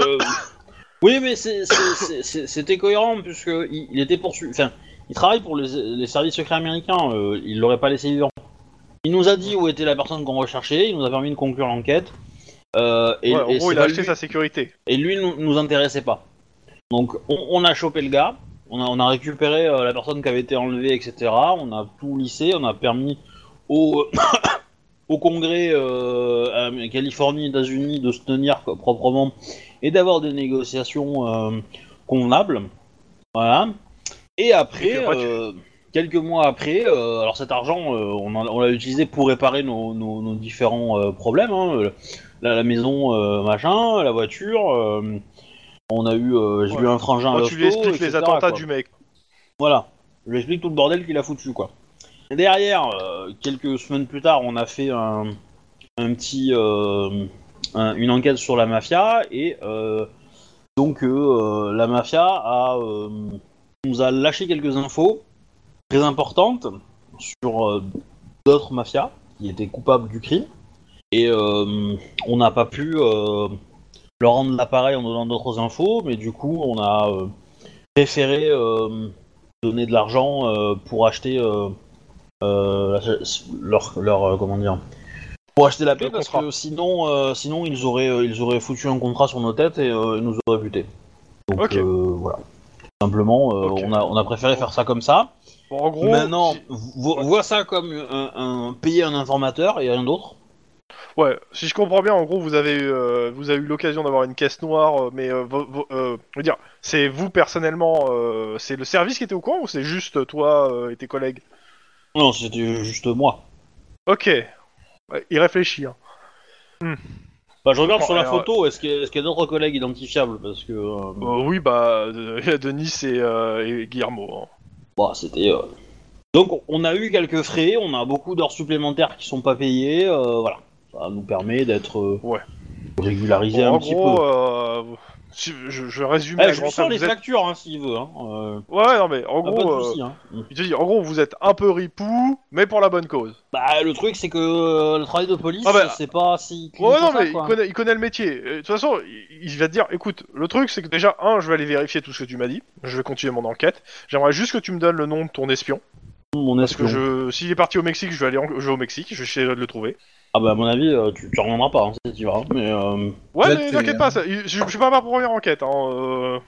[SPEAKER 1] Oui, mais c'était cohérent puisque il était poursuivi. Enfin, il travaille pour les services secrets américains. Il l'aurait pas laissé vivant. Il nous a dit où était la personne qu'on recherchait. Il nous a permis de conclure l'enquête.
[SPEAKER 2] En gros, il a acheté
[SPEAKER 1] lui,
[SPEAKER 2] sa sécurité.
[SPEAKER 1] et lui nous intéressait pas. Donc on a chopé le gars. On a récupéré la personne qui avait été enlevée, etc. On a tout lissé. On a permis au au Congrès Californie, États-Unis de se tenir proprement et d'avoir des négociations convenables. Voilà. Et après, quelques mois après, alors cet argent, on l'a utilisé pour réparer nos différents problèmes. Hein, la maison, machin, la voiture. On a eu, j'ai eu un frangin à
[SPEAKER 2] Quand tu lui
[SPEAKER 1] l'hosto,
[SPEAKER 2] expliques les
[SPEAKER 1] etc.,
[SPEAKER 2] attentats
[SPEAKER 1] quoi.
[SPEAKER 2] du mec.
[SPEAKER 1] Voilà. Je lui explique tout le bordel qu'il a foutu, quoi. Et derrière, quelques semaines plus tard, on a fait une enquête sur la mafia et donc la mafia nous a lâché quelques infos très importantes sur d'autres mafias qui étaient coupables du crime et on n'a pas pu leur rendre l'appareil en donnant d'autres infos, mais du coup on a préféré donner de l'argent pour acheter comment dire, pour acheter la paix,
[SPEAKER 2] Le
[SPEAKER 1] parce
[SPEAKER 2] contrat.
[SPEAKER 1] que sinon ils auraient foutu un contrat sur nos têtes et ils nous auraient butés. Donc
[SPEAKER 2] Ok.
[SPEAKER 1] voilà. Simplement,
[SPEAKER 2] Ok.
[SPEAKER 1] on a préféré faire ça comme ça.
[SPEAKER 2] Bon, en gros,
[SPEAKER 1] Maintenant,
[SPEAKER 2] si-
[SPEAKER 1] vois ça comme payer un informateur et rien d'autre.
[SPEAKER 2] ouais, si je comprends bien, en gros, vous avez eu l'occasion d'avoir une caisse noire, mais je veux dire, c'est vous personnellement, c'est le service qui était au courant ou c'est juste toi et tes collègues?
[SPEAKER 1] Non, c'était juste moi.
[SPEAKER 2] Ok, ouais, il réfléchit. Hein.
[SPEAKER 1] Bah, je regarde
[SPEAKER 2] Bon,
[SPEAKER 1] sur la
[SPEAKER 2] alors,
[SPEAKER 1] photo, est-ce qu'il y a d'autres collègues identifiables, parce que
[SPEAKER 2] Oui, bah, il y a Denis et Guillermo. Hein.
[SPEAKER 1] bah, c'était. Donc, on a eu quelques frais, on a beaucoup d'heures supplémentaires qui sont pas payées, voilà. Ça nous permet d'être
[SPEAKER 2] Ouais.
[SPEAKER 1] régularisé
[SPEAKER 2] Bon,
[SPEAKER 1] un
[SPEAKER 2] en
[SPEAKER 1] petit
[SPEAKER 2] gros,
[SPEAKER 1] peu.
[SPEAKER 2] si je résume
[SPEAKER 1] Eh,
[SPEAKER 2] à
[SPEAKER 1] je lui
[SPEAKER 2] grand
[SPEAKER 1] sors
[SPEAKER 2] trait,
[SPEAKER 1] les
[SPEAKER 2] vous êtes-
[SPEAKER 1] factures, hein, s'il veut. Hein.
[SPEAKER 2] Ouais, non, mais en
[SPEAKER 1] Pas
[SPEAKER 2] gros,
[SPEAKER 1] de soucis, hein.
[SPEAKER 2] il te dit, en gros, vous êtes un peu ripou, mais pour la bonne cause.
[SPEAKER 1] Bah, le truc, c'est que le travail de police,
[SPEAKER 2] Ah bah,
[SPEAKER 1] c'est pas si clean
[SPEAKER 2] Ouais,
[SPEAKER 1] que
[SPEAKER 2] non,
[SPEAKER 1] ça,
[SPEAKER 2] mais
[SPEAKER 1] quoi.
[SPEAKER 2] il connaît le métier. De toute façon, il va te dire, écoute, le truc, c'est que déjà, je vais aller vérifier tout ce que tu m'as dit. Je vais continuer mon enquête. J'aimerais juste que tu me donnes le nom de ton espion.
[SPEAKER 1] Mon
[SPEAKER 2] Parce que
[SPEAKER 1] espion.
[SPEAKER 2] s'il est parti au Mexique, je vais aller au Mexique. Je vais essayer de le trouver.
[SPEAKER 1] Ah bah, à mon avis, tu reviendras pas, hein, si tu vas. Mais
[SPEAKER 2] Ouais,
[SPEAKER 3] Là,
[SPEAKER 2] mais
[SPEAKER 3] tu-
[SPEAKER 2] t'inquiète pas, je suis pas à ma première enquête. Hein,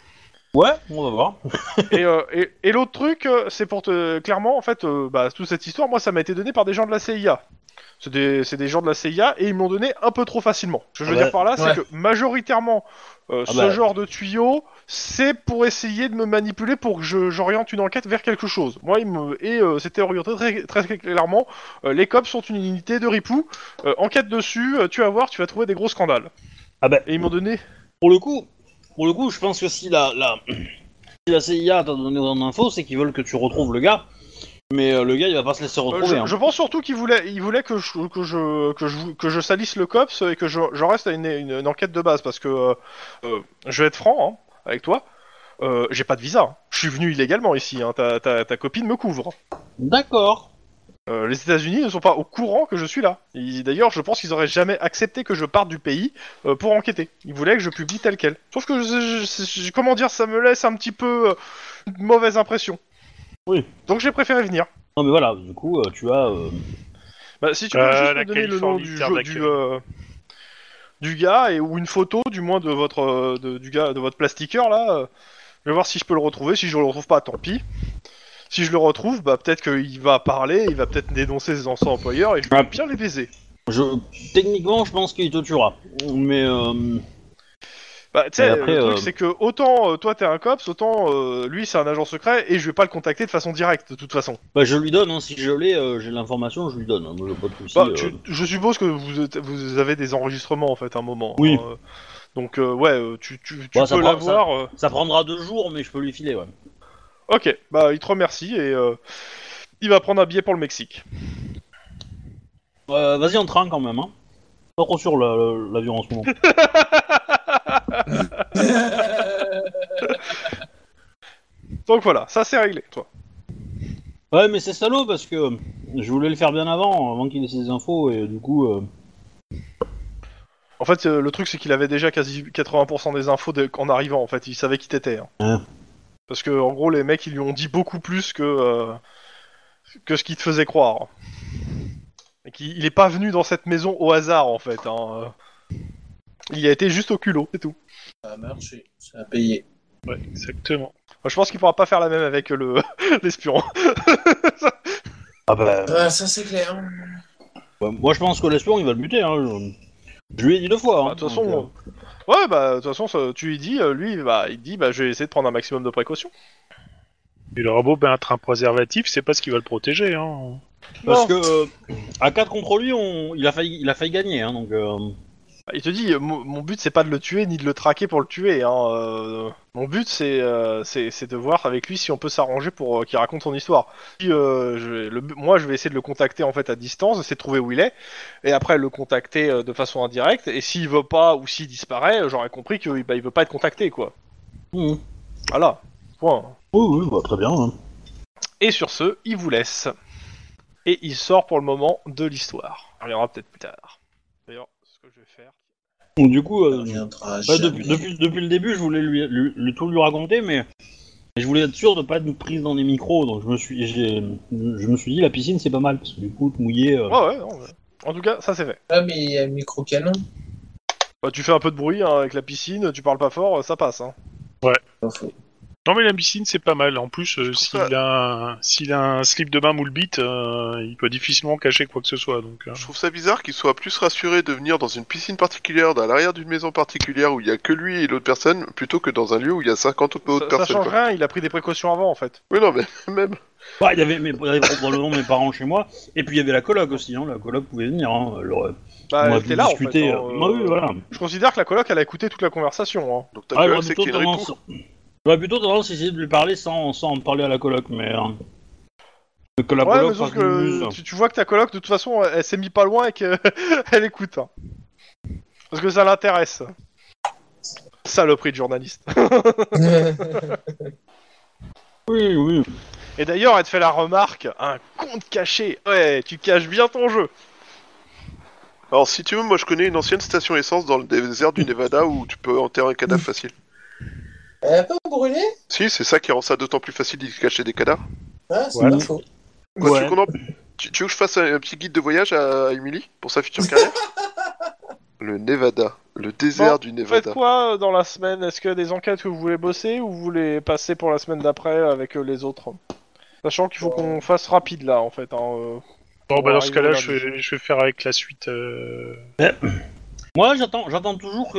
[SPEAKER 1] Ouais, on va voir.
[SPEAKER 2] Et l'autre truc, c'est pour te... Clairement, en fait, toute cette histoire, moi, ça m'a été donné par des gens de la CIA. C'est des gens de la CIA, et ils me l'ont donné un peu trop facilement. Ce que je veux dire par là, c'est que majoritairement, ce genre de tuyau, c'est pour essayer de me manipuler pour que j'oriente une enquête vers quelque chose. Moi, c'était orienté très clairement. Les cops sont une unité de ripoux. Enquête dessus, tu vas voir, tu vas trouver des gros scandales.
[SPEAKER 1] Ah bah,
[SPEAKER 2] Et ils m'ont donné...
[SPEAKER 1] pour le coup, je pense que si la CIA t'a donné ton info, c'est qu'ils veulent que tu retrouves le gars. Mais le gars, il va pas se laisser retrouver.
[SPEAKER 2] Je pense surtout qu'il voulait que je salisse le cops et que j'en reste à une enquête de base, parce que je vais être franc avec toi. J'ai pas de visa. Hein. Je suis venu illégalement ici. Hein. Ta copine me couvre.
[SPEAKER 1] D'accord.
[SPEAKER 2] Les États-Unis ne sont pas au courant que je suis là. D'ailleurs, je pense qu'ils auraient jamais accepté que je parte du pays pour enquêter. Ils voulaient que je publie tel quel. Sauf que comment dire, ça me laisse un petit peu une mauvaise impression.
[SPEAKER 1] Oui.
[SPEAKER 2] Donc j'ai préféré venir.
[SPEAKER 1] Non mais voilà, du coup, tu as...
[SPEAKER 2] Bah, si tu peux juste
[SPEAKER 5] la
[SPEAKER 2] me donner le nom
[SPEAKER 5] Californie,
[SPEAKER 2] du gars ou une photo du moins de votre du gars de votre plastiqueur là, je vais voir si je peux le retrouver. Si je le retrouve pas, tant pis. Si je le retrouve, bah peut-être qu'il va parler, il va peut-être dénoncer ses anciens employeurs et je vais bien les baiser.
[SPEAKER 1] Techniquement, je pense qu'il te tuera. Mais
[SPEAKER 2] Bah tu sais,
[SPEAKER 1] après,
[SPEAKER 2] le truc c'est que autant toi t'es un cops, autant lui c'est un agent secret et je vais pas le contacter de façon directe de toute façon.
[SPEAKER 1] bah, je lui donne, hein, si je l'ai, j'ai l'information, je lui donne. Hein, moi, j'ai pas de soucis,
[SPEAKER 2] Bah, je suppose que vous avez des enregistrements en fait à un moment.
[SPEAKER 1] Oui.
[SPEAKER 2] Hein, donc ouais, tu
[SPEAKER 1] Bon, ça
[SPEAKER 2] peux
[SPEAKER 1] prend-
[SPEAKER 2] l'avoir.
[SPEAKER 1] Ça prendra 2 jours, mais je peux lui filer, ouais.
[SPEAKER 2] Ok, bah il te remercie et il va prendre un billet pour le Mexique.
[SPEAKER 1] Vas-y en train quand même, hein. Pas trop sur l'avion en ce moment.
[SPEAKER 2] Donc voilà, ça c'est réglé, toi.
[SPEAKER 1] Ouais, mais c'est salaud parce que je voulais le faire bien avant qu'il ait ses infos, et du coup...
[SPEAKER 2] En fait, le truc c'est qu'il avait déjà quasi 80% des infos en arrivant, en fait, il savait qui t'étais. Hein.
[SPEAKER 1] Ouais.
[SPEAKER 2] Parce que en gros, les mecs ils lui ont dit beaucoup plus que ce qu'ils te faisaient croire. Et qu'il est pas venu dans cette maison au hasard, en fait. Hein. Il a été juste au culot, c'est tout.
[SPEAKER 3] Ça a marché, ça a payé.
[SPEAKER 5] Ouais, exactement.
[SPEAKER 2] Moi, je pense qu'il pourra pas faire la même avec l'espion.
[SPEAKER 1] Ah bah...
[SPEAKER 3] Ah, ça c'est clair.
[SPEAKER 1] ouais, moi je pense que l'espion il va le buter, hein. Je lui ai dit 2 fois, hein.
[SPEAKER 2] De toute façon, ouais, bah, de toute façon, tu lui dis, lui, il dit, bah, je vais essayer de prendre un maximum de précautions.
[SPEAKER 5] Il aura beau mettre un préservatif, c'est pas ce qui va le protéger, hein.
[SPEAKER 1] Parce
[SPEAKER 2] Non.
[SPEAKER 1] que à 4 contre lui, il a failli gagner, hein, donc...
[SPEAKER 2] Il te dit, mon but c'est pas de le tuer ni de le traquer pour le tuer. Hein. Mon but c'est de voir avec lui si on peut s'arranger pour qu'il raconte son histoire. Si, moi je vais essayer de le contacter en fait à distance, essayer de trouver où il est, et après le contacter de façon indirecte. Et s'il veut pas ou s'il disparaît, j'aurais compris qu'il il veut pas être contacté quoi.
[SPEAKER 1] Mmh.
[SPEAKER 2] Voilà. Point.
[SPEAKER 1] Oui, bah, très bien. Hein.
[SPEAKER 2] Et sur ce, il vous laisse. Et il sort pour le moment de l'histoire. On reviendra peut-être plus tard. D'ailleurs, ce que je vais faire.
[SPEAKER 1] Donc, du coup,
[SPEAKER 3] Ça reviendra
[SPEAKER 1] ouais,
[SPEAKER 3] jamais.
[SPEAKER 1] depuis le début, je voulais tout lui raconter, mais je voulais être sûr de pas être prise dans les micros, donc je me suis dit la piscine c'est pas mal, parce que du coup, te mouiller...
[SPEAKER 2] Ouais, non, mais... En tout cas, ça c'est fait.
[SPEAKER 3] Ah, mais il y a le micro-canon.
[SPEAKER 2] Bah, tu fais un peu de bruit hein, avec la piscine, tu parles pas fort, ça passe. Hein.
[SPEAKER 3] Pas faux.
[SPEAKER 5] Non mais la piscine c'est pas mal. En plus, s'il a un slip de main moule bite, il peut difficilement cacher quoi que ce soit. Donc,
[SPEAKER 4] Je trouve ça bizarre qu'il soit plus rassuré de venir dans une piscine particulière, à l'arrière d'une maison particulière où il y a que lui et l'autre personne, plutôt que dans un lieu où il y a 50 autres
[SPEAKER 2] Ça
[SPEAKER 4] personnes.
[SPEAKER 2] change
[SPEAKER 4] quoi.
[SPEAKER 2] rien, il a pris des précautions avant en fait.
[SPEAKER 4] Oui, non, mais même.
[SPEAKER 1] Ouais, il y avait probablement mes parents chez moi, et puis il y avait la coloc aussi, hein. La coloc pouvait venir, hein.
[SPEAKER 2] Bah,
[SPEAKER 1] On a
[SPEAKER 2] elle
[SPEAKER 1] pu
[SPEAKER 2] était là
[SPEAKER 1] discuter,
[SPEAKER 2] en fait.
[SPEAKER 1] bah oui, voilà.
[SPEAKER 2] Je considère que la coloc elle a écouté toute la conversation. Hein.
[SPEAKER 4] Donc ta
[SPEAKER 1] Ah,
[SPEAKER 4] gueule, c'est qu'il y a une ripou.
[SPEAKER 1] j'aurais plutôt tendance à essayer de lui parler sans parler à la coloc, mais... que la
[SPEAKER 2] Ouais,
[SPEAKER 1] coloc
[SPEAKER 2] mais sauf
[SPEAKER 1] fasse du
[SPEAKER 2] que
[SPEAKER 1] muse.
[SPEAKER 2] tu vois que ta coloc de toute façon elle s'est mis pas loin et qu'elle écoute. Hein. Parce que ça l'intéresse. Saloperie de journaliste.
[SPEAKER 1] Oui, oui.
[SPEAKER 2] Et d'ailleurs, elle te fait la remarque, un compte caché. Ouais, tu caches bien ton jeu.
[SPEAKER 4] Alors, si tu veux, moi je connais une ancienne station essence dans le désert du Nevada où tu peux enterrer un cadavre facile.
[SPEAKER 3] Elle a pas brûlé?
[SPEAKER 4] Si, c'est ça qui rend ça d'autant plus facile de cacher des cadavres.
[SPEAKER 3] Ah, c'est
[SPEAKER 1] Ouais.
[SPEAKER 3] pas faux.
[SPEAKER 4] Quoi,
[SPEAKER 1] Ouais.
[SPEAKER 4] tu veux que je fasse un petit guide de voyage à Emily pour sa future carrière? Le Nevada. Le désert du
[SPEAKER 2] Faites
[SPEAKER 4] Nevada.
[SPEAKER 2] quoi dans la semaine? Est-ce qu'il y a des enquêtes que vous voulez bosser ou vous voulez passer pour la semaine d'après avec les autres? Sachant qu'il faut qu'on fasse rapide là en fait.
[SPEAKER 5] Bon,
[SPEAKER 2] Pour
[SPEAKER 5] bah dans ce
[SPEAKER 2] arriver
[SPEAKER 5] cas-là,
[SPEAKER 2] au
[SPEAKER 5] je vais faire avec la suite.
[SPEAKER 1] Moi, j'attends toujours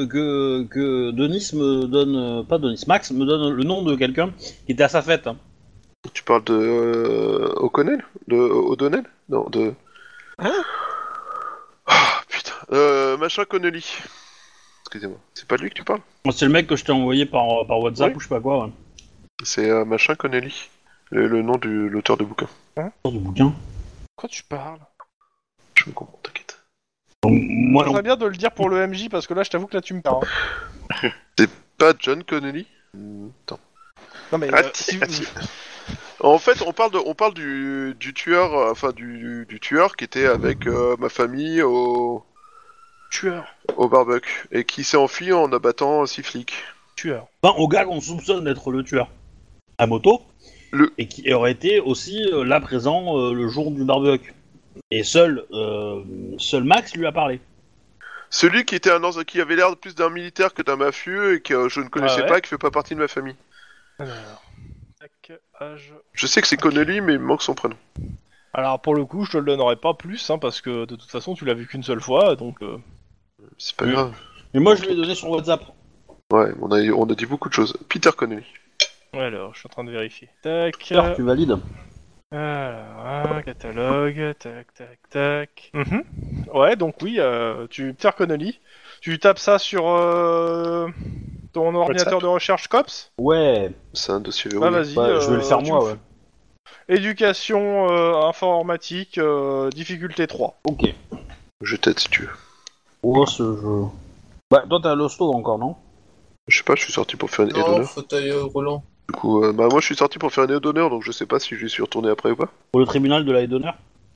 [SPEAKER 1] que Denis me donne, pas Denis, Max me donne le nom de quelqu'un qui était à sa fête. Hein.
[SPEAKER 4] Tu parles de O'Connell? De O'Donnell? Non, de...
[SPEAKER 2] Hein?
[SPEAKER 4] Ah, putain. Machin Connelly. Excusez-moi. C'est pas de lui que tu parles?
[SPEAKER 1] C'est le mec que je t'ai envoyé par WhatsApp
[SPEAKER 4] Oui.
[SPEAKER 1] ou je sais pas quoi. Ouais.
[SPEAKER 4] C'est Machin Connelly. Le nom de l'auteur du bouquin.
[SPEAKER 1] Du bouquin.
[SPEAKER 2] Quoi tu parles?
[SPEAKER 4] Je me comprends, t'inquiète.
[SPEAKER 1] Moi,
[SPEAKER 2] Ça serait bien de le dire pour le MJ parce que là je t'avoue que là tu me perds. Hein.
[SPEAKER 4] Pas John Connelly? Attends.
[SPEAKER 2] Non mais
[SPEAKER 4] Atti- Atti- En fait, on parle du tueur, enfin du tueur qui était avec ma famille au
[SPEAKER 2] tueur.
[SPEAKER 4] barbecue et qui s'est enfui en abattant 6 flics.
[SPEAKER 2] Tueur.
[SPEAKER 1] enfin, au gars qu'on soupçonne d'être le tueur à moto, et qui aurait été aussi là présent le jour du barbecue. Et seul Max lui a parlé.
[SPEAKER 4] Celui qui était qui avait l'air plus d'un militaire que d'un mafieux et que je ne connaissais
[SPEAKER 2] Ah ouais.
[SPEAKER 4] pas, et qui fait pas partie de ma famille.
[SPEAKER 2] Alors, tac, âge.
[SPEAKER 4] Je sais que c'est Connelly, mais il me manque son prénom.
[SPEAKER 2] Alors pour le coup je te le donnerai pas plus hein, parce que de toute façon tu l'as vu qu'une seule fois donc.
[SPEAKER 4] C'est pas
[SPEAKER 1] Oui.
[SPEAKER 4] grave.
[SPEAKER 1] Mais moi, je lui ai donné sur WhatsApp.
[SPEAKER 4] Ouais, on a dit beaucoup de choses. Peter Connelly.
[SPEAKER 2] Ouais, alors je suis en train de vérifier. Tac.
[SPEAKER 1] Pierre, tu valides.
[SPEAKER 2] Alors, catalogue, tac. Ouais, donc oui, Peter Connelly. Tu tapes ça sur ton ordinateur
[SPEAKER 5] WhatsApp.
[SPEAKER 2] de recherche COPS.
[SPEAKER 1] Ouais.
[SPEAKER 4] C'est un dossier
[SPEAKER 2] Ah,
[SPEAKER 4] verrouillé.
[SPEAKER 2] vas-y.
[SPEAKER 1] Je vais le faire
[SPEAKER 2] tu
[SPEAKER 1] moi,
[SPEAKER 2] me
[SPEAKER 1] ouais.
[SPEAKER 2] Éducation informatique, difficulté 3.
[SPEAKER 1] Ok.
[SPEAKER 4] Je t'aide si tu veux.
[SPEAKER 1] Oh, ce jeu. Bah, toi, t'es à l'hosto encore, non?
[SPEAKER 4] Je sais pas, je suis sorti pour faire une aide
[SPEAKER 3] Non,
[SPEAKER 4] d'honneur.
[SPEAKER 3] fauteuil roulant.
[SPEAKER 4] Du coup, moi je suis sorti pour faire une aide d'honneur, donc je sais pas si je suis retourné après ou pas.
[SPEAKER 1] Pour le tribunal de la haie d'honneur.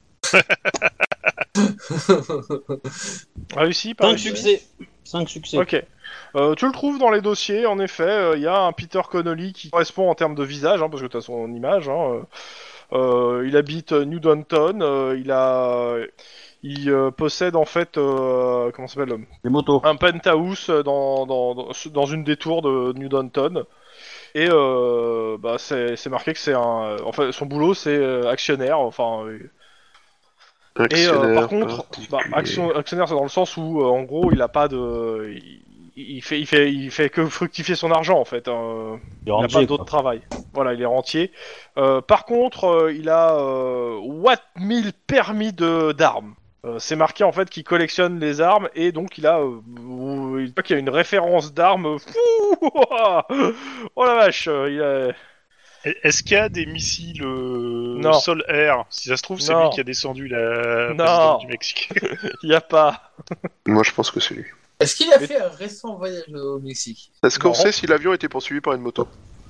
[SPEAKER 2] Réussi, pas
[SPEAKER 1] 5
[SPEAKER 2] réussi.
[SPEAKER 1] succès. 5 succès.
[SPEAKER 2] Ok. Tu le trouves dans les dossiers, en effet. Il y a un Peter Connelly qui correspond en termes de visage, hein, parce que tu as son image. Hein, il habite New Downton. Il possède en fait, comment ça s'appelle,
[SPEAKER 1] Les motos.
[SPEAKER 2] un penthouse dans une des tours de New Downton. Et c'est marqué que c'est un. En fait, son boulot c'est actionnaire. Enfin.
[SPEAKER 4] Actionnaire
[SPEAKER 2] Par contre,
[SPEAKER 4] particulier.
[SPEAKER 2] actionnaire, c'est dans le sens où, en gros, il a pas de, il fait que fructifier son argent en fait.
[SPEAKER 1] Il est
[SPEAKER 2] Il n'a
[SPEAKER 1] rentier,
[SPEAKER 2] pas d'autre
[SPEAKER 1] quoi.
[SPEAKER 2] travail. Voilà, il est rentier. Par contre, il a 1000 permis d'armes. C'est marqué en fait qu'il collectionne les armes et donc il a, il voit qu'il y a une référence d'armes. Fouh, oh la vache, il a.
[SPEAKER 5] Est-ce qu'il y a des missiles
[SPEAKER 2] Non.
[SPEAKER 5] sol-air? Si ça se trouve, c'est
[SPEAKER 2] Non.
[SPEAKER 5] lui qui a descendu la
[SPEAKER 2] Non.
[SPEAKER 5] présidente du Mexique.
[SPEAKER 2] Il y a pas.
[SPEAKER 4] Moi je pense que c'est lui.
[SPEAKER 3] Est-ce qu'il a fait un récent voyage au Mexique?
[SPEAKER 4] Est-ce qu'on
[SPEAKER 2] Non.
[SPEAKER 4] sait si l'avion était poursuivi par une moto?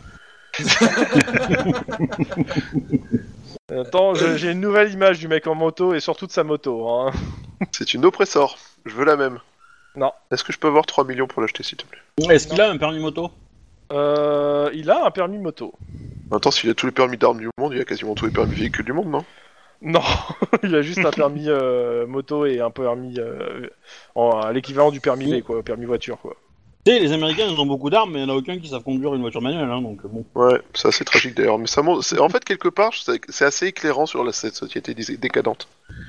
[SPEAKER 2] Attends, j'ai une nouvelle image du mec en moto et surtout de sa moto. Hein.
[SPEAKER 4] C'est une oppressor. Je veux la même.
[SPEAKER 2] Non.
[SPEAKER 4] Est-ce que je peux avoir 3 millions pour l'acheter s'il te plaît?
[SPEAKER 1] Est-ce qu'il a un permis moto?
[SPEAKER 2] Il a un permis moto.
[SPEAKER 4] Attends, s'il a tous les permis d'armes du monde, il a quasiment tous les permis véhicules du monde, non?
[SPEAKER 2] Non, il a juste un permis moto et un permis à l'équivalent du permis V, quoi, permis voiture, quoi.
[SPEAKER 1] Tu sais, les Américains, ils ont beaucoup d'armes, mais il n'y en a aucun qui savent conduire une voiture manuelle, hein, donc bon.
[SPEAKER 4] Ouais, c'est assez tragique d'ailleurs. Mais ça montre... En fait, quelque part, c'est assez éclairant sur cette société décadente.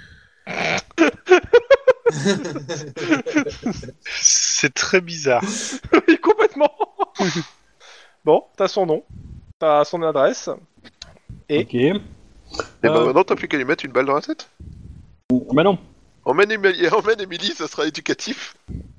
[SPEAKER 5] C'est très bizarre.
[SPEAKER 2] Oui, complètement. Bon, t'as son nom, t'as son adresse. Et
[SPEAKER 1] Ok.
[SPEAKER 4] Et bah maintenant, t'as plus qu'à lui mettre une balle dans la tête.
[SPEAKER 1] Bah non.
[SPEAKER 4] Emmène Emily, ça sera éducatif.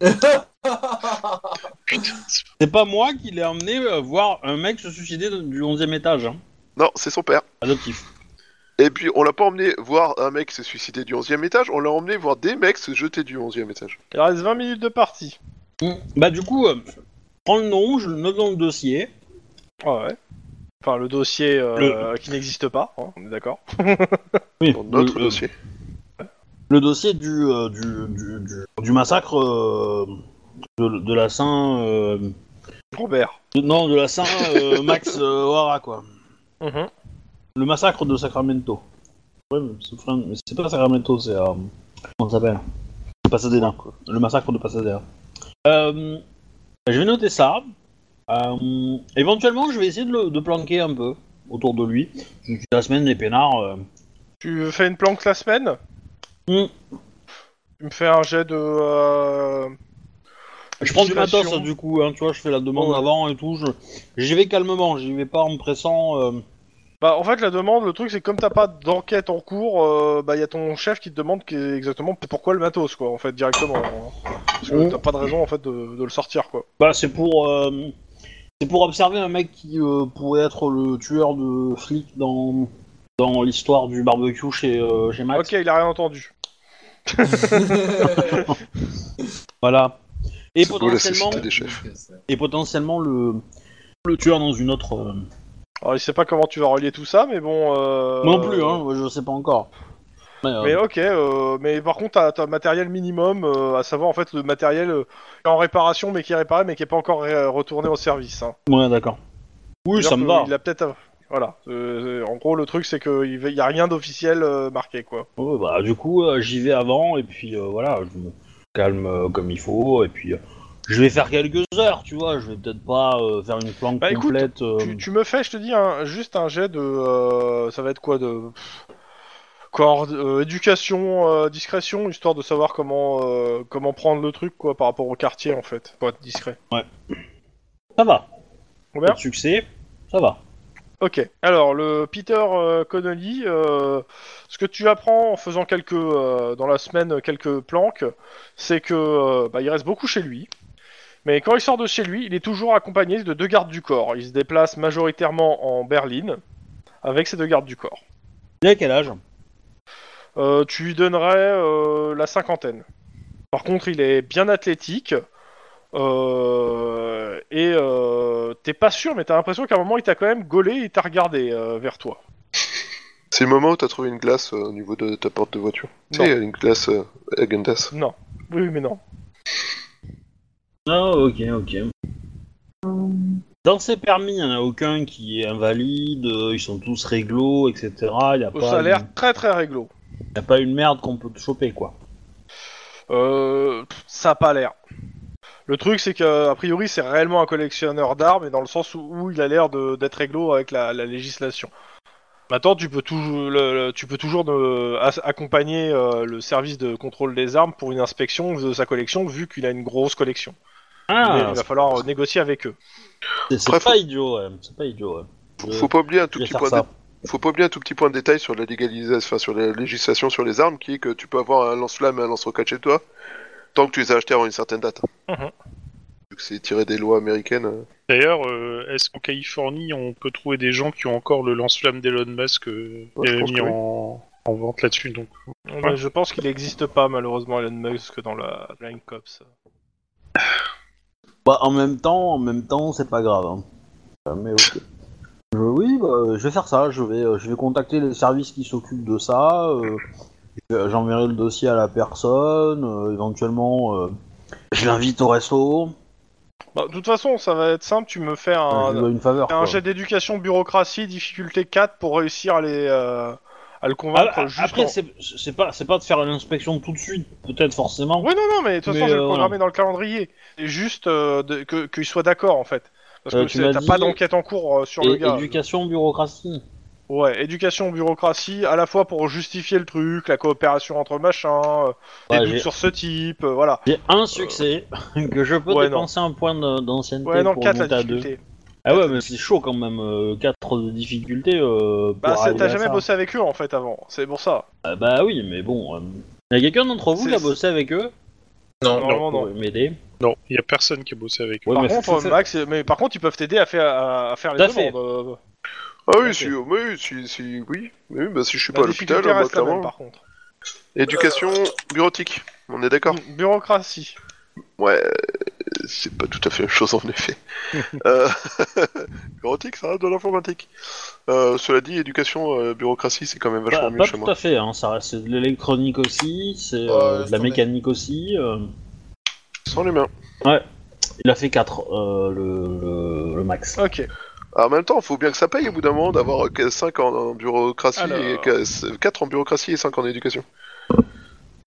[SPEAKER 5] Putain.
[SPEAKER 1] C'est pas moi qui l'ai emmené voir un mec se suicider du 11e étage, hein.
[SPEAKER 4] Non, c'est son père.
[SPEAKER 1] Adoptif.
[SPEAKER 4] Et puis, on l'a pas emmené voir un mec se suicider du 11e étage, on l'a emmené voir des mecs se jeter du 11e étage.
[SPEAKER 2] il reste 20 minutes de partie.
[SPEAKER 1] Bah du coup, prends le nom, je le note dans le dossier.
[SPEAKER 2] Ouais. Enfin, le dossier qui n'existe pas, hein, on est d'accord.
[SPEAKER 1] Oui,
[SPEAKER 4] Dans notre dossier.
[SPEAKER 1] Le dossier du massacre de la Saint...
[SPEAKER 2] Robert.
[SPEAKER 1] non, de la Saint Max O'Hara, quoi.
[SPEAKER 2] Mhm.
[SPEAKER 1] Le massacre de Sacramento. Ouais, mais c'est pas Sacramento, c'est... comment ça s'appelle? Pasadena. Le massacre de Pasadena. Je vais noter ça. Éventuellement, je vais essayer de planquer un peu autour de lui. La semaine des peinards.
[SPEAKER 2] Tu fais une planque la semaine.
[SPEAKER 1] Hmm.
[SPEAKER 2] Tu me fais un jet de...
[SPEAKER 1] Je prends du
[SPEAKER 2] discrétion.
[SPEAKER 1] matos du coup, hein, tu vois, je fais la demande
[SPEAKER 2] Ouais.
[SPEAKER 1] avant et tout. J'y vais calmement, j'y vais pas en me pressant.
[SPEAKER 2] Bah en fait la demande, le truc c'est que comme t'as pas d'enquête en cours, bah y a ton chef qui te demande exactement pourquoi le matos quoi en fait directement. Hein. Parce que t'as pas de raison en fait de le sortir quoi.
[SPEAKER 1] Bah c'est pour observer un mec qui pourrait être le tueur de flics dans l'histoire du barbecue chez Max.
[SPEAKER 2] Ok, il a rien entendu.
[SPEAKER 1] Voilà. Et
[SPEAKER 4] C'est beau, la
[SPEAKER 1] potentiellement,
[SPEAKER 4] société des chefs.
[SPEAKER 1] le tueur dans une autre.
[SPEAKER 2] Alors il sait pas comment tu vas relier tout ça, mais bon.
[SPEAKER 1] Non plus, hein, je sais pas encore.
[SPEAKER 2] Mais ok, mais par contre t'as un matériel minimum, à savoir en fait le matériel qui est en réparation mais qui est réparé mais qui est pas encore retourné au service. Hein.
[SPEAKER 1] Ouais, d'accord. Oui,
[SPEAKER 2] C'est-à-dire
[SPEAKER 1] ça me
[SPEAKER 2] que
[SPEAKER 1] va.
[SPEAKER 2] Il a peut-être. Voilà. En gros, le truc, c'est qu'il y a rien d'officiel marqué, quoi.
[SPEAKER 1] Ouais, bah, du coup, j'y vais avant et puis voilà, je me calme comme il faut et puis je vais faire quelques heures, tu vois. Je vais peut-être pas faire une planque
[SPEAKER 2] Bah, écoute,
[SPEAKER 1] complète.
[SPEAKER 2] Tu me fais, je te dis, juste un jet de. Ça va être quoi de. Éducation, discrétion, histoire de savoir comment prendre le truc, quoi, par rapport au quartier, en fait, pour être discret.
[SPEAKER 1] Ça va.
[SPEAKER 2] Combien
[SPEAKER 1] Pas de succès, ça va.
[SPEAKER 2] Ok. Alors, le Peter Connolly, ce que tu apprends en faisant dans la semaine quelques planques, c'est que il reste beaucoup chez lui. Mais quand il sort de chez lui, il est toujours accompagné de 2 gardes du corps. Il se déplace majoritairement en berline avec ces 2 gardes du corps.
[SPEAKER 1] Il a quel âge?
[SPEAKER 2] Tu lui donnerais la cinquantaine. Par contre, il est bien athlétique. Et t'es pas sûr, mais t'as l'impression qu'à un moment, il t'a quand même gaulé et il t'a regardé vers toi.
[SPEAKER 4] C'est le moment où t'as trouvé une glace au niveau de ta porte de voiture. Tu
[SPEAKER 2] Non.
[SPEAKER 4] sais, une glace Häagen-Dazs.
[SPEAKER 2] Non. Oui, mais non.
[SPEAKER 1] Ah, ok. Dans ces permis, il n'y en a aucun qui est invalide, ils sont tous réglo, etc. Il n'y a,
[SPEAKER 2] Ça a l'air très très réglo.
[SPEAKER 1] y a pas une merde qu'on peut te choper, quoi.
[SPEAKER 2] Ça a pas l'air. Le truc, c'est qu'a priori, c'est réellement un collectionneur d'armes, et dans le sens où il a l'air d'être réglo avec la législation. Maintenant, tu peux toujours accompagner le service de contrôle des armes pour une inspection de sa collection, vu qu'il a une grosse collection. Mais
[SPEAKER 1] Ah,
[SPEAKER 2] il va falloir négocier avec eux.
[SPEAKER 1] c'est
[SPEAKER 4] Bref,
[SPEAKER 1] pas idiot, ouais. C'est pas idiot, ouais.
[SPEAKER 4] Faut pas oublier un tout
[SPEAKER 1] je vais
[SPEAKER 4] petit
[SPEAKER 1] faire
[SPEAKER 4] point
[SPEAKER 1] ça.
[SPEAKER 4] Faut pas oublier un tout petit point de détail sur la légalisation, enfin sur la législation sur les armes, qui est que tu peux avoir un lance-flamme et un lance-roquette chez toi, tant que tu les as achetés avant une certaine date.
[SPEAKER 2] Mhm.
[SPEAKER 4] Vu que c'est tiré des lois américaines.
[SPEAKER 5] D'ailleurs, est-ce qu'en Californie, on peut trouver des gens qui ont encore le lance-flamme d'Elon Musk
[SPEAKER 4] Ouais, je pense
[SPEAKER 5] mis
[SPEAKER 4] que oui.
[SPEAKER 5] en vente là-dessus donc.
[SPEAKER 2] Mais je pense qu'il n'existe pas, malheureusement, Elon Musk dans la Blind Cops.
[SPEAKER 1] Bah, en même temps, c'est pas grave. Hein. Mais ok. Je vais faire ça. Je vais contacter les services qui s'occupent de ça. J'enverrai le dossier à la personne. Éventuellement, je l'invite au resto.
[SPEAKER 2] Bah, de toute façon, ça va être simple, tu me fais
[SPEAKER 1] Je lui dois une faveur.
[SPEAKER 2] un
[SPEAKER 1] quoi.
[SPEAKER 2] jet d'éducation bureaucratie, difficulté 4, pour réussir à le convaincre
[SPEAKER 1] Ah,
[SPEAKER 2] juste
[SPEAKER 1] après,
[SPEAKER 2] en-
[SPEAKER 1] c'est pas de faire une inspection tout de suite, peut-être forcément.
[SPEAKER 2] Oui, non, mais de toute façon,
[SPEAKER 1] Mais,
[SPEAKER 2] je vais le
[SPEAKER 1] voilà.
[SPEAKER 2] programmer dans le calendrier. C'est juste qu'il soit d'accord, en fait. Parce que
[SPEAKER 1] Tu m'as
[SPEAKER 2] t'as
[SPEAKER 1] dit-
[SPEAKER 2] pas d'enquête en cours sur le
[SPEAKER 1] Et
[SPEAKER 2] gars.
[SPEAKER 1] éducation, bureaucratie.
[SPEAKER 2] Ouais, éducation, bureaucratie, à la fois pour justifier le truc, la coopération entre machins, des
[SPEAKER 1] Ouais,
[SPEAKER 2] doutes
[SPEAKER 1] j'ai-
[SPEAKER 2] sur ce type, voilà.
[SPEAKER 1] J'ai un succès que je peux
[SPEAKER 2] Ouais,
[SPEAKER 1] dépenser un point d'ancienneté
[SPEAKER 2] Ouais, non,
[SPEAKER 1] pour
[SPEAKER 2] 4 la
[SPEAKER 1] monter à 2.
[SPEAKER 2] difficulté.
[SPEAKER 1] Ah ouais, mais c'est chaud quand même, 4 de difficulté pour
[SPEAKER 2] Bah,
[SPEAKER 1] arriver
[SPEAKER 2] t'as
[SPEAKER 1] à
[SPEAKER 2] jamais
[SPEAKER 1] ça.
[SPEAKER 2] bossé avec eux, en fait, avant. C'est pour ça.
[SPEAKER 1] Bah oui, mais bon... Y a quelqu'un d'entre vous
[SPEAKER 2] C'est-
[SPEAKER 1] qui a bossé avec eux
[SPEAKER 3] Non,
[SPEAKER 2] Normalement,
[SPEAKER 1] pour
[SPEAKER 2] non.
[SPEAKER 1] m'aider?
[SPEAKER 5] Non, il y a personne qui a bossé avec eux.
[SPEAKER 1] Ouais,
[SPEAKER 2] Par
[SPEAKER 1] mais
[SPEAKER 2] contre,
[SPEAKER 1] c'est-
[SPEAKER 2] Max, mais par contre, ils peuvent t'aider à faire les
[SPEAKER 1] Tout à fait.
[SPEAKER 2] demandes.
[SPEAKER 4] Ah oui,
[SPEAKER 1] Ok.
[SPEAKER 4] oui, bah si je suis pas
[SPEAKER 2] La
[SPEAKER 4] à l'hôpital,
[SPEAKER 2] difficulté
[SPEAKER 4] moi,
[SPEAKER 2] reste la même,
[SPEAKER 4] clairement.
[SPEAKER 2] par contre.
[SPEAKER 4] Éducation bureautique, on est d'accord?
[SPEAKER 2] Bureaucratie.
[SPEAKER 4] Ouais, c'est pas tout à fait la chose en effet. Bureautique, ça reste de l'informatique. Cela dit, éducation, bureaucratie, c'est quand même vachement mieux
[SPEAKER 1] pas
[SPEAKER 4] chez
[SPEAKER 1] tout
[SPEAKER 4] moi.
[SPEAKER 1] à fait, hein, ça reste de l'électronique aussi, c'est
[SPEAKER 3] Ouais,
[SPEAKER 1] de la
[SPEAKER 3] laisse tomber.
[SPEAKER 1] mécanique aussi.
[SPEAKER 4] Sans les mains.
[SPEAKER 1] Il a fait 4, le max.
[SPEAKER 2] Ok.
[SPEAKER 4] Alors, en même temps, faut bien que ça paye au bout d'un moment d'avoir 5 en bureaucratie
[SPEAKER 2] Alors.
[SPEAKER 4] et 4 en bureaucratie et 5 en éducation.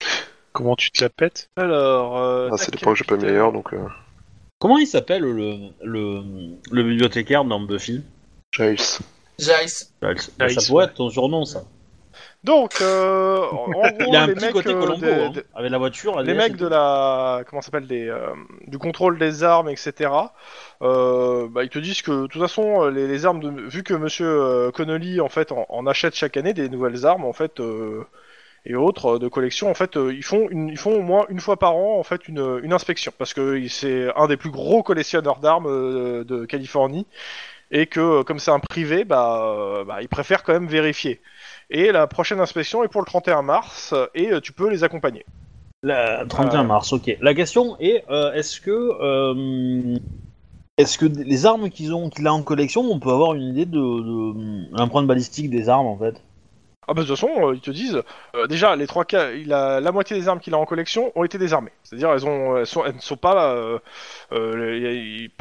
[SPEAKER 5] Comment tu te la pètes?
[SPEAKER 2] Alors...
[SPEAKER 4] c'est des
[SPEAKER 2] tac,
[SPEAKER 4] points que j'ai pas mis ailleurs, donc...
[SPEAKER 1] Comment il s'appelle le bibliothécaire dans Buffy?
[SPEAKER 4] Giles.
[SPEAKER 3] Jace.
[SPEAKER 1] Ça pourrait être ton surnom, ça.
[SPEAKER 2] Donc, en gros,
[SPEAKER 1] Il a un
[SPEAKER 2] les
[SPEAKER 1] petit
[SPEAKER 2] mecs,
[SPEAKER 1] côté Colombo,
[SPEAKER 2] de-
[SPEAKER 1] hein, avec la voiture.
[SPEAKER 2] les mecs de la... Comment ça s'appelle du contrôle des armes, etc. Ils te disent que, de toute façon, les armes, vu que Monsieur Connolly, en fait, en achète chaque année des nouvelles armes, en fait... et autres de collection, en fait, ils font au moins une fois par an en fait une inspection parce que c'est un des plus gros collectionneurs d'armes de Californie et que comme c'est un privé, ils préfèrent quand même vérifier. Et la prochaine inspection est pour le 31 mars et tu peux les accompagner.
[SPEAKER 1] Le 31 mars, ok. La question est, est-ce que les armes qu'il a en collection, on peut avoir une idée de l'empreinte balistique des armes en fait?
[SPEAKER 2] Ah bah de toute façon, ils te disent déjà les trois cas, la moitié des armes qu'il a en collection ont été désarmées. C'est-à-dire elles ne sont pas, elles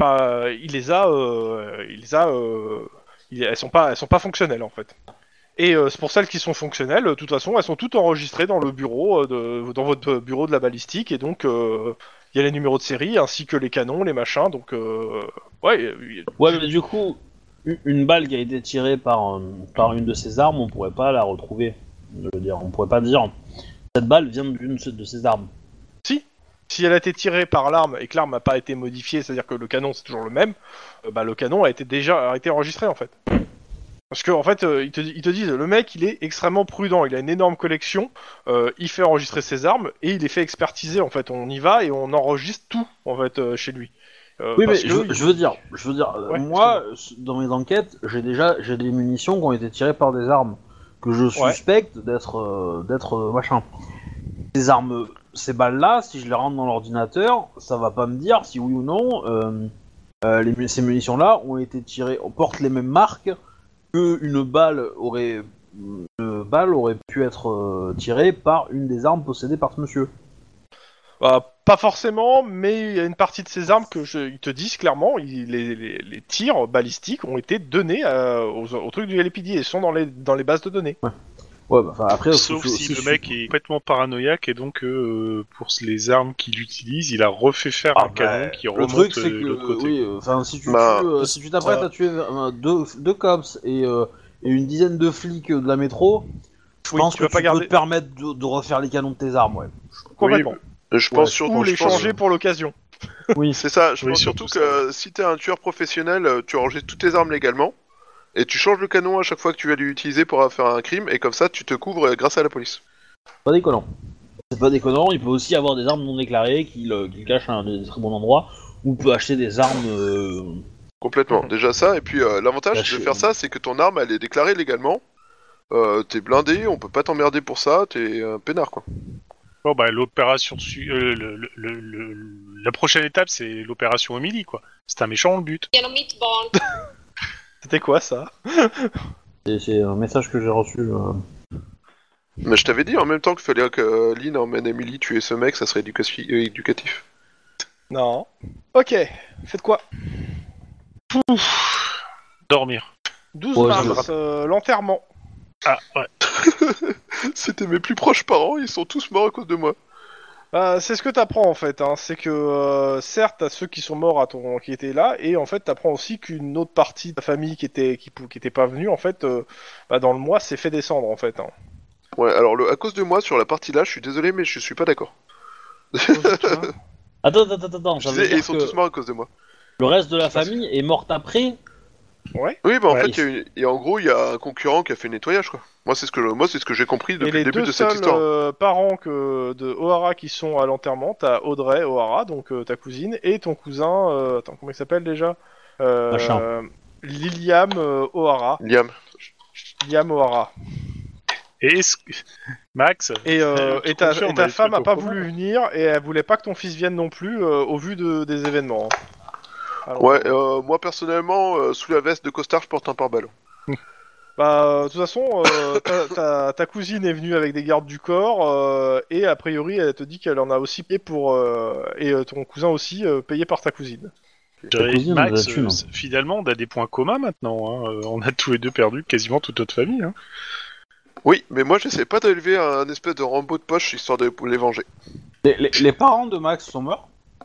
[SPEAKER 2] sont pas fonctionnelles en fait. Et c'est pour celles qui sont fonctionnelles, de toute façon, elles sont toutes enregistrées dans le bureau dans votre bureau de la balistique et donc il y a les numéros de série ainsi que les canons, les machins. Donc
[SPEAKER 1] Ouais, mais du coup, une balle qui a été tirée par une de ces armes, on pourrait pas la retrouver. Je veux dire, on pourrait pas dire cette balle vient d'une de ces armes.
[SPEAKER 2] Si elle a été tirée par l'arme et que l'arme n'a pas été modifiée, c'est-à-dire que le canon c'est toujours le même, le canon a été enregistré en fait. Parce que en fait, ils te disent, le mec il est extrêmement prudent, il a une énorme collection, il fait enregistrer ses armes et il les fait expertiser en fait. On y va et on enregistre tout en fait chez lui.
[SPEAKER 1] Oui, mais
[SPEAKER 2] parce que
[SPEAKER 1] je veux dire,
[SPEAKER 2] Ouais,
[SPEAKER 1] moi, dans mes enquêtes, j'ai des munitions qui ont été tirées par des armes que je suspecte d'être machin. Ces balles-là, si je les rentre dans l'ordinateur, ça va pas me dire si oui ou non ces munitions-là ont été tirées, portent les mêmes marques qu'une balle aurait pu être tirée par une des armes possédées par ce monsieur.
[SPEAKER 2] pas forcément, mais il y a une partie de ces armes ils te disent clairement, les tirs balistiques ont été donnés au truc du LAPD et sont dans les bases de données.
[SPEAKER 1] Ouais, après,
[SPEAKER 5] Sauf si le mec est complètement paranoïaque et donc pour les armes qu'il utilise, il a refait faire un canon qui remonte
[SPEAKER 1] le truc, c'est
[SPEAKER 5] de l'autre côté.
[SPEAKER 1] Oui, si tu t'apprêtes à tuer deux cops et une dizaine de flics de la métro, je pense que tu peux te permettre de refaire les canons de tes armes, ouais.
[SPEAKER 2] Complètement.
[SPEAKER 4] Je pense surtout...
[SPEAKER 2] Ou les changer pour l'occasion.
[SPEAKER 1] Oui,
[SPEAKER 4] c'est ça, je
[SPEAKER 5] Oui,
[SPEAKER 4] pense surtout
[SPEAKER 5] surtout
[SPEAKER 4] que si t'es un tueur professionnel, tu enregistres toutes tes armes légalement, et tu changes le canon à chaque fois que tu vas l'utiliser pour faire un crime, et comme ça tu te couvres grâce à la police.
[SPEAKER 1] pas déconnant. C'est pas déconnant, il peut aussi avoir des armes non déclarées qu'il cache à des très bons endroits, ou peut acheter des armes...
[SPEAKER 4] Complètement, déjà ça, et puis l'avantage de faire ça, c'est que ton arme elle est déclarée légalement, t'es blindé, on peut pas t'emmerder pour ça, t'es peinard quoi.
[SPEAKER 5] Bon l'opération la prochaine étape c'est l'opération Emily quoi. C'est un méchant le but.
[SPEAKER 2] C'était quoi ça?
[SPEAKER 1] C'est un message que j'ai reçu.
[SPEAKER 4] Mais je t'avais dit en même temps qu'il fallait que Lynn emmène Emily tuer ce mec, ça serait éducatif.
[SPEAKER 2] Non. Ok, faites quoi?
[SPEAKER 5] Dormir.
[SPEAKER 2] 12
[SPEAKER 1] Ouais,
[SPEAKER 2] mars, l'enterrement.
[SPEAKER 5] Ah ouais.
[SPEAKER 4] C'était mes plus proches parents, ils sont tous morts à cause de moi.
[SPEAKER 2] C'est ce que t'apprends en fait, hein. C'est que certes t'as ceux qui sont morts qui étaient là, et en fait t'apprends aussi qu'une autre partie de ta famille qui était pas venue en fait, dans le mois s'est fait descendre en fait. Hein.
[SPEAKER 4] Ouais, alors à cause de moi sur la partie là, je suis désolé mais je suis pas d'accord.
[SPEAKER 1] Attends,
[SPEAKER 4] Je
[SPEAKER 1] ça veut
[SPEAKER 4] disais,
[SPEAKER 1] dire
[SPEAKER 4] ils sont
[SPEAKER 1] que
[SPEAKER 4] tous morts à cause de moi.
[SPEAKER 1] le reste de la famille est morte après?
[SPEAKER 2] Ouais.
[SPEAKER 4] Oui, bah en
[SPEAKER 1] Ouais,
[SPEAKER 4] fait, en gros, il y a un concurrent qui a fait le nettoyage, quoi. Moi, c'est ce que j'ai compris
[SPEAKER 2] Et
[SPEAKER 4] depuis
[SPEAKER 2] les
[SPEAKER 4] le début
[SPEAKER 2] deux
[SPEAKER 4] de cette
[SPEAKER 2] seuls
[SPEAKER 4] histoire.
[SPEAKER 2] parents de O'Hara qui sont à l'enterrement, t'as Audrey O'Hara, donc ta cousine, et ton cousin, attends, comment il s'appelle déjà
[SPEAKER 1] Machin.
[SPEAKER 2] Liliam O'Hara.
[SPEAKER 4] Liam.
[SPEAKER 2] Liam O'Hara.
[SPEAKER 5] Et Max.
[SPEAKER 2] Et
[SPEAKER 5] tu
[SPEAKER 2] ta
[SPEAKER 5] confirmes les
[SPEAKER 2] femme a
[SPEAKER 5] trucs au
[SPEAKER 2] pas
[SPEAKER 5] commun.
[SPEAKER 2] voulu venir, et elle voulait pas que ton fils vienne non plus, au vu des événements. Hein. Alors,
[SPEAKER 4] Ouais, moi personnellement, sous la veste de costard, je porte un pare-balles.
[SPEAKER 2] de toute façon, ta cousine est venue avec des gardes du corps, et a priori, elle te dit qu'elle en a aussi payé pour... et ton cousin aussi, payé par ta cousine.
[SPEAKER 1] cousine,
[SPEAKER 5] Max,
[SPEAKER 1] on a la thune.
[SPEAKER 5] finalement, on a des points communs maintenant. Hein. On a tous les deux perdu quasiment toute notre famille. Hein.
[SPEAKER 4] Oui, mais moi j'essaie pas d'élever un espèce de Rambo de poche histoire de les venger.
[SPEAKER 1] Les parents de Max sont morts?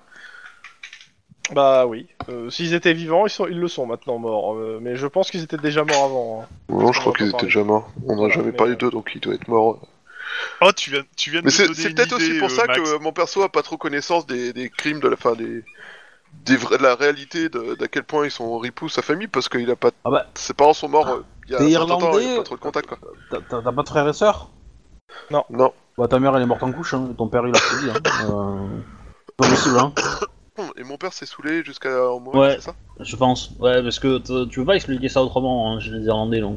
[SPEAKER 2] Bah oui. S'ils étaient vivants, ils le sont maintenant morts. Mais je pense qu'ils étaient déjà morts avant. Hein.
[SPEAKER 4] Non, je
[SPEAKER 2] On
[SPEAKER 4] crois
[SPEAKER 2] va
[SPEAKER 4] qu'ils
[SPEAKER 2] pas
[SPEAKER 4] étaient
[SPEAKER 2] parler.
[SPEAKER 4] déjà morts. On n'a
[SPEAKER 2] Voilà,
[SPEAKER 4] jamais
[SPEAKER 2] mais,
[SPEAKER 4] parlé d'eux, donc il doit être mort.
[SPEAKER 5] Oh, tu viens de
[SPEAKER 4] Mais
[SPEAKER 5] me
[SPEAKER 4] c'est
[SPEAKER 5] donner une
[SPEAKER 4] peut-être aussi
[SPEAKER 5] idée,
[SPEAKER 4] pour ça
[SPEAKER 5] Max.
[SPEAKER 4] que mon perso a pas trop connaissance des crimes de la fin de la réalité d'à quel point ils sont ripoux sa famille parce qu'il a pas
[SPEAKER 1] Ah bah,
[SPEAKER 4] ses parents sont morts il y a
[SPEAKER 1] t'es
[SPEAKER 4] un certain temps, il
[SPEAKER 1] irlandais,
[SPEAKER 4] a pas trop de contact quoi.
[SPEAKER 1] t'as pas de frères et sœurs?
[SPEAKER 4] Non.
[SPEAKER 1] Bah ta mère elle est morte en couche, hein. Ton père il a tout dit. Hein. Pas possible, hein.
[SPEAKER 4] Et mon père s'est saoulé jusqu'à en mourir,
[SPEAKER 1] Ouais.
[SPEAKER 4] c'est ça?
[SPEAKER 1] Je pense. Ouais, parce que tu peux pas expliquer ça autrement hein, chez les Irlandais donc.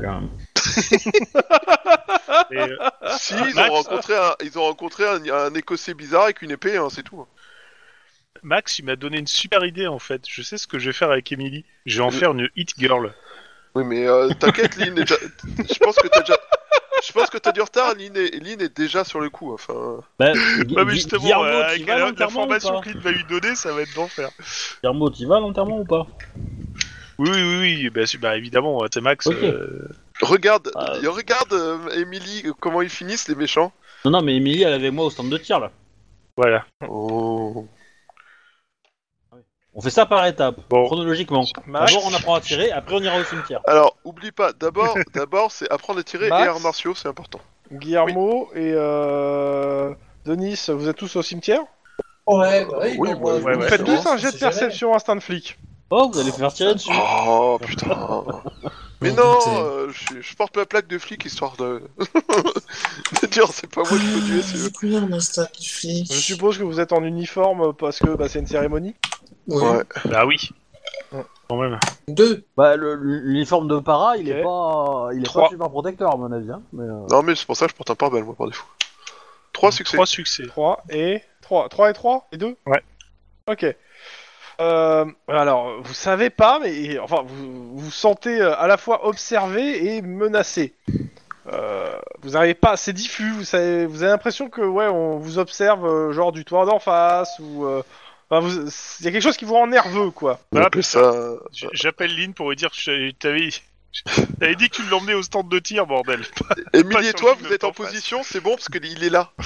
[SPEAKER 5] Et,
[SPEAKER 4] Si,
[SPEAKER 5] Max
[SPEAKER 4] ils ont rencontré un écossais bizarre avec une épée, hein, c'est tout.
[SPEAKER 5] Max, il m'a donné une super idée en fait. Je sais ce que je vais faire avec Emily. Je vais en faire une hit girl.
[SPEAKER 4] Oui, mais t'inquiète, Lynn, je pense que t'as du retard, Lynn est déjà sur le coup, enfin...
[SPEAKER 1] Bah,
[SPEAKER 5] Ouais, mais justement,
[SPEAKER 1] Guillermo,
[SPEAKER 5] avec
[SPEAKER 1] t'y vas à
[SPEAKER 5] la
[SPEAKER 1] l'enterrement ou
[SPEAKER 5] formation
[SPEAKER 1] pas?
[SPEAKER 5] que Lynn va lui donner, ça va être d'enfer.
[SPEAKER 1] Guillermo, t'y vas à l'enterrement ou pas?
[SPEAKER 5] Oui, bah évidemment, t'es Max.
[SPEAKER 1] Ok.
[SPEAKER 4] Regarde,
[SPEAKER 1] Ah.
[SPEAKER 4] regarde Emily, comment ils finissent, les méchants.
[SPEAKER 1] Non, mais Emily elle est avec moi au stand de tir là.
[SPEAKER 5] Voilà.
[SPEAKER 4] Oh...
[SPEAKER 1] On fait ça par étapes,
[SPEAKER 5] Bon.
[SPEAKER 1] chronologiquement.
[SPEAKER 2] Max.
[SPEAKER 1] D'abord on apprend à tirer, après on ira au cimetière.
[SPEAKER 4] Alors, oublie pas, d'abord c'est apprendre à tirer
[SPEAKER 2] Max
[SPEAKER 4] et arts martiaux, c'est important.
[SPEAKER 2] Guillermo et Denis, vous êtes tous au cimetière?
[SPEAKER 3] Ouais, bah oui,
[SPEAKER 4] Oui,
[SPEAKER 3] bon, moi,
[SPEAKER 5] ouais,
[SPEAKER 3] je
[SPEAKER 2] Vous
[SPEAKER 5] ouais,
[SPEAKER 2] faites
[SPEAKER 5] c'est
[SPEAKER 2] tous un jet de perception instinct de flic.
[SPEAKER 1] Oh, vous allez faire tirer dessus.
[SPEAKER 4] Oh, putain... Mais
[SPEAKER 3] M'en
[SPEAKER 4] non,
[SPEAKER 3] doutais.
[SPEAKER 4] je porte ma plaque de flic histoire de... de dire c'est pas moi qui peux tuer, c'est eux.
[SPEAKER 3] J'ai combien en instinct de flic?
[SPEAKER 2] Je suppose que vous êtes en uniforme parce que c'est une cérémonie.
[SPEAKER 3] Oui.
[SPEAKER 4] Ouais.
[SPEAKER 5] Bah oui.
[SPEAKER 2] Ouais.
[SPEAKER 5] Quand même.
[SPEAKER 3] 2.
[SPEAKER 1] Bah l'uniforme de para, il est
[SPEAKER 2] Ok.
[SPEAKER 1] pas, il est
[SPEAKER 5] Trois.
[SPEAKER 1] pas super protecteur à mon avis. Hein, mais,
[SPEAKER 4] Non, mais c'est pour ça que je porte un pare-balles, moi, par défaut. 3 succès.
[SPEAKER 5] 3 succès.
[SPEAKER 2] 3 et 3. 3 et 3 et 2.
[SPEAKER 5] Ouais.
[SPEAKER 2] Ok. Alors, vous savez pas, mais enfin, vous vous sentez à la fois observé et menacé. Vous n'arrivez pas, c'est diffus. Vous avez l'impression que on vous observe genre du toit d'en face ou il y a quelque chose qui vous rend nerveux, quoi.
[SPEAKER 4] On
[SPEAKER 5] Ah,
[SPEAKER 4] appelle
[SPEAKER 5] putain.
[SPEAKER 4] ça...
[SPEAKER 5] J'appelle Lynn pour lui dire que t'avais dit que tu l'emmenais au stand de tir, bordel.
[SPEAKER 4] Emily
[SPEAKER 5] Pas
[SPEAKER 4] et
[SPEAKER 5] sur
[SPEAKER 4] toi,
[SPEAKER 5] le
[SPEAKER 4] vous êtes en
[SPEAKER 5] en face.
[SPEAKER 4] position, c'est bon, parce qu'il est là.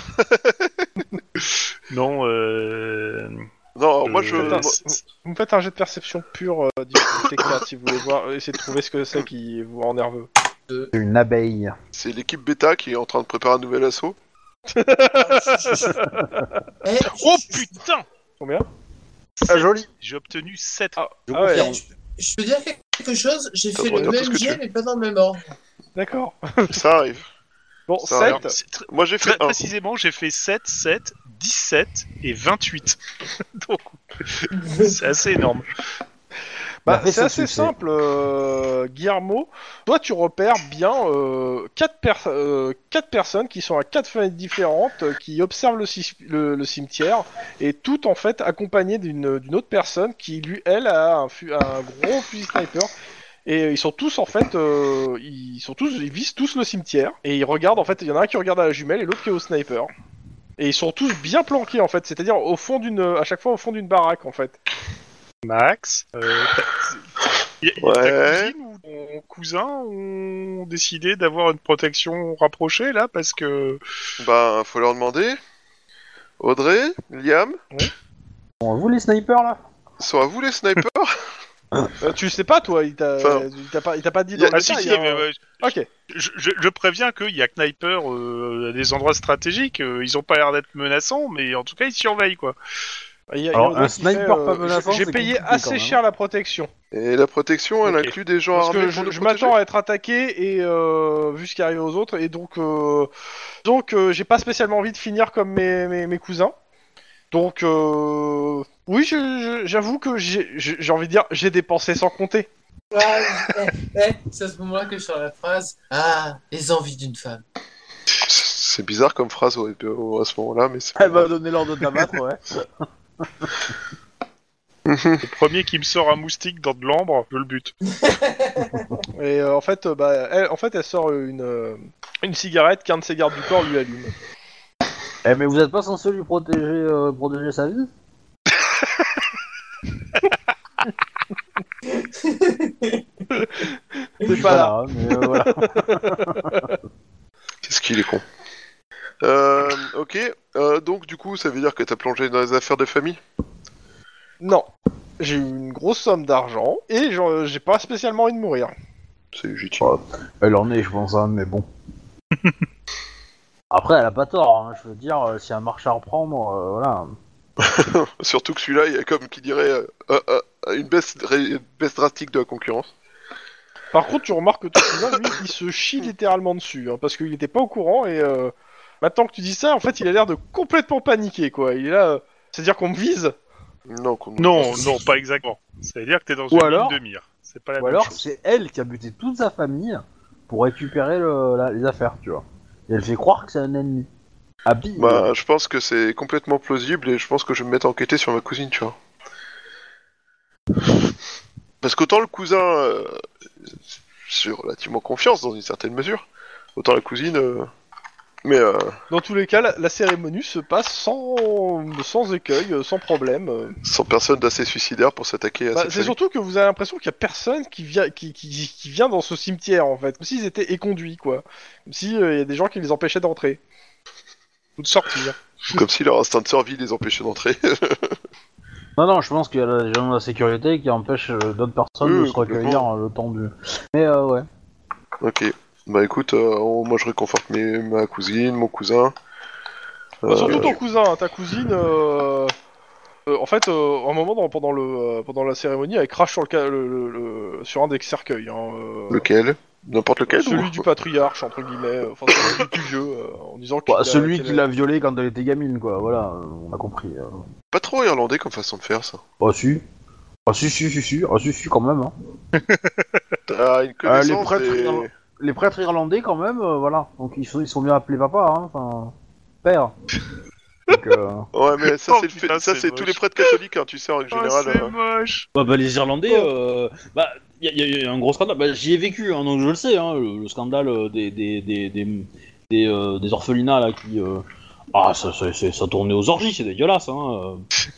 [SPEAKER 5] Non,
[SPEAKER 4] Non, alors moi,
[SPEAKER 2] Attends,
[SPEAKER 4] moi-
[SPEAKER 2] Vous me faites un jet de perception pure difficulté 4 si vous voulez voir, essayer de trouver ce que c'est qui vous rend nerveux.
[SPEAKER 6] C'est une abeille.
[SPEAKER 4] c'est l'équipe bêta qui est en train de préparer un nouvel assaut.
[SPEAKER 3] Eh,
[SPEAKER 5] Oh putain!
[SPEAKER 2] Combien?
[SPEAKER 1] Ah, joli.
[SPEAKER 5] J'ai obtenu 7.
[SPEAKER 2] Ah,
[SPEAKER 1] Je
[SPEAKER 2] ah ouais,
[SPEAKER 1] confirme.
[SPEAKER 3] je peux dire quelque chose? J'ai
[SPEAKER 4] Ça
[SPEAKER 3] fait
[SPEAKER 4] veut
[SPEAKER 3] le
[SPEAKER 4] dire tout ce
[SPEAKER 3] même
[SPEAKER 4] que tu
[SPEAKER 3] jet,
[SPEAKER 4] veux.
[SPEAKER 3] mais pas dans le même ordre.
[SPEAKER 2] d'accord.
[SPEAKER 4] Ça arrive.
[SPEAKER 2] Bon,
[SPEAKER 4] Ça,
[SPEAKER 2] 7.
[SPEAKER 4] alors, Moi, j'ai fait
[SPEAKER 5] Très
[SPEAKER 4] 1.
[SPEAKER 5] précisément, j'ai fait 7, 7, 17 et 28. Donc, c'est assez énorme.
[SPEAKER 2] Bah,
[SPEAKER 1] Bah, fais
[SPEAKER 2] c'est
[SPEAKER 1] ça,
[SPEAKER 2] assez
[SPEAKER 1] tu sais.
[SPEAKER 2] simple, Guillermo. Toi, tu repères bien 4 personnes qui sont à 4 fenêtres différentes, qui observent le cimetière, et toutes en fait accompagnées d'une autre personne qui, lui, elle, a un gros fusil sniper. Et ils sont tous en fait, ils visent tous le cimetière et ils regardent en fait. Il y en a un qui regarde à la jumelle et l'autre qui est au sniper. Et ils sont tous bien planqués en fait, c'est-à-dire à chaque fois au fond d'une baraque en fait.
[SPEAKER 5] Max, ta
[SPEAKER 4] Ouais.
[SPEAKER 5] cousine ou ton cousin ont décidé d'avoir une protection rapprochée là parce que
[SPEAKER 4] Ben, faut leur demander. Audrey, Liam,
[SPEAKER 1] Bon, vous les snipers là?
[SPEAKER 4] sont à vous les snipers?
[SPEAKER 2] Tu sais pas toi, il t'a
[SPEAKER 4] Enfin,
[SPEAKER 2] pas dit
[SPEAKER 4] y a-
[SPEAKER 2] dans le
[SPEAKER 5] ah si
[SPEAKER 2] détail,
[SPEAKER 5] si
[SPEAKER 2] hein.
[SPEAKER 5] mais ouais,
[SPEAKER 2] Ok.
[SPEAKER 5] je préviens qu'il y a Sniper à des endroits stratégiques, ils ont pas l'air d'être menaçants mais en tout cas ils surveillent quoi.
[SPEAKER 2] Il y a
[SPEAKER 1] Alors,
[SPEAKER 2] Audrey
[SPEAKER 1] un
[SPEAKER 2] qui
[SPEAKER 1] sniper
[SPEAKER 2] fait,
[SPEAKER 1] pas menaçant,
[SPEAKER 2] j'ai
[SPEAKER 1] c'est
[SPEAKER 2] payé
[SPEAKER 1] compliqué,
[SPEAKER 2] assez
[SPEAKER 1] quand même.
[SPEAKER 2] cher la protection.
[SPEAKER 4] Et la protection, elle
[SPEAKER 5] Ok.
[SPEAKER 4] inclut des gens
[SPEAKER 2] Parce
[SPEAKER 4] armés
[SPEAKER 2] que
[SPEAKER 4] pour nous
[SPEAKER 2] je
[SPEAKER 4] protéger.
[SPEAKER 2] m'attends à être attaqué et vu ce qui arrive aux autres et donc j'ai pas spécialement envie de finir comme mes cousins. Donc oui, j'avoue que j'ai envie de dire j'ai dépensé sans compter.
[SPEAKER 3] C'est à ce moment-là que je sors la phrase. Ah, les envies d'une femme.
[SPEAKER 4] C'est bizarre comme phrase à ce moment-là, mais c'est...
[SPEAKER 1] Elle va donner l'ordre de t'abattre, ouais.
[SPEAKER 5] Le premier qui me sort un moustique dans de l'ambre, je le bute.
[SPEAKER 2] Et en fait, elle sort une cigarette qu'un de ses gardes du corps lui allume.
[SPEAKER 1] Eh, mais vous êtes pas censé lui protéger sa vie?
[SPEAKER 2] C'est pas là.
[SPEAKER 1] Voilà, mais voilà.
[SPEAKER 4] Qu'est-ce qu'il est con. Ok. Donc du coup, ça veut dire que t'as plongé dans les affaires de famille?
[SPEAKER 2] Non. J'ai eu une grosse somme d'argent et j'ai pas spécialement envie de mourir.
[SPEAKER 4] C'est légitime.
[SPEAKER 6] Elle en est, je pense, hein, mais bon.
[SPEAKER 1] Après, elle a pas tort, hein, je veux dire, si un marché à reprendre, voilà.
[SPEAKER 4] Surtout que celui-là, il y a comme qui dirait une baisse drastique de la concurrence.
[SPEAKER 2] Par contre, tu remarques que ton cousin, lui, il se chie littéralement dessus, hein, parce qu'il était pas au courant et maintenant que tu dis ça, en fait, il a l'air de complètement paniquer, quoi. Il est là, c'est-à-dire qu'on me vise.
[SPEAKER 4] Non,
[SPEAKER 5] Non, pas exactement. Ça veut dire que t'es dans
[SPEAKER 1] Ou
[SPEAKER 5] une
[SPEAKER 1] alors-
[SPEAKER 5] ligne de mire. C'est pas la
[SPEAKER 1] Ou
[SPEAKER 5] même
[SPEAKER 1] alors,
[SPEAKER 5] chose.
[SPEAKER 1] c'est elle qui a buté toute sa famille pour récupérer les affaires, tu vois. Et elle fait croire que c'est un ennemi. Ah, bim.
[SPEAKER 4] Bah, je pense que c'est complètement plausible et je pense que je vais me mettre à enquêter sur ma cousine, tu vois. Parce qu'autant le cousin, j'ai relativement confiance dans une certaine mesure, autant la cousine, mais
[SPEAKER 2] Dans tous les cas, la cérémonie se passe sans écueil, sans problème.
[SPEAKER 4] sans personne d'assez suicidaire pour s'attaquer à
[SPEAKER 2] Bah,
[SPEAKER 4] cette
[SPEAKER 2] c'est
[SPEAKER 4] famille.
[SPEAKER 2] surtout que vous avez l'impression qu'il y a personne qui vient dans ce cimetière, en fait. Comme s'ils étaient éconduits, quoi. Comme s'il y a des gens qui les empêchaient d'entrer.
[SPEAKER 5] Ou de sortir.
[SPEAKER 4] Comme si leur instinct de survie les empêchait d'entrer.
[SPEAKER 1] Non, je pense qu'il y a les gens de la sécurité qui empêchent d'autres personnes
[SPEAKER 4] Oui,
[SPEAKER 1] de se recueillir le temps du... Mais ouais.
[SPEAKER 4] Ok. Bah écoute, moi je réconforte ma cousine, mon cousin.
[SPEAKER 2] Bah, surtout ton cousin, hein, ta cousine. En fait, un moment pendant la cérémonie, elle crache sur sur un des cercueils. Hein,
[SPEAKER 4] Lequel? N'importe lequel?
[SPEAKER 2] celui
[SPEAKER 4] ou-
[SPEAKER 2] du patriarche, entre guillemets. Enfin, celui du plus vieux, en disant qu'il
[SPEAKER 1] Bah, celui
[SPEAKER 2] qu'elle
[SPEAKER 1] qui
[SPEAKER 2] a-
[SPEAKER 1] l'a violée quand elle était gamine, quoi. Voilà, on a compris.
[SPEAKER 4] Pas trop irlandais comme façon de faire ça.
[SPEAKER 1] Oh, si. Ah, si, quand même. Hein.
[SPEAKER 4] T'as une connaissance des-
[SPEAKER 1] Les prêtres irlandais, quand même, voilà. Donc, ils sont bien appelés papa, hein. Enfin, père. Donc,
[SPEAKER 4] Ouais, mais ça,
[SPEAKER 5] Oh,
[SPEAKER 4] c'est,
[SPEAKER 5] putain,
[SPEAKER 4] ça,
[SPEAKER 5] c'est
[SPEAKER 4] c'est
[SPEAKER 5] moche.
[SPEAKER 4] tous les prêtres catholiques, hein, tu sais, en
[SPEAKER 5] Oh,
[SPEAKER 4] général.
[SPEAKER 5] c'est moche.
[SPEAKER 1] Bah, les Irlandais, il y a un gros scandale. Bah, j'y ai vécu, hein, donc je le sais, hein, le scandale des orphelinats là qui. Ça tournait aux orgies, c'est dégueulasse, hein.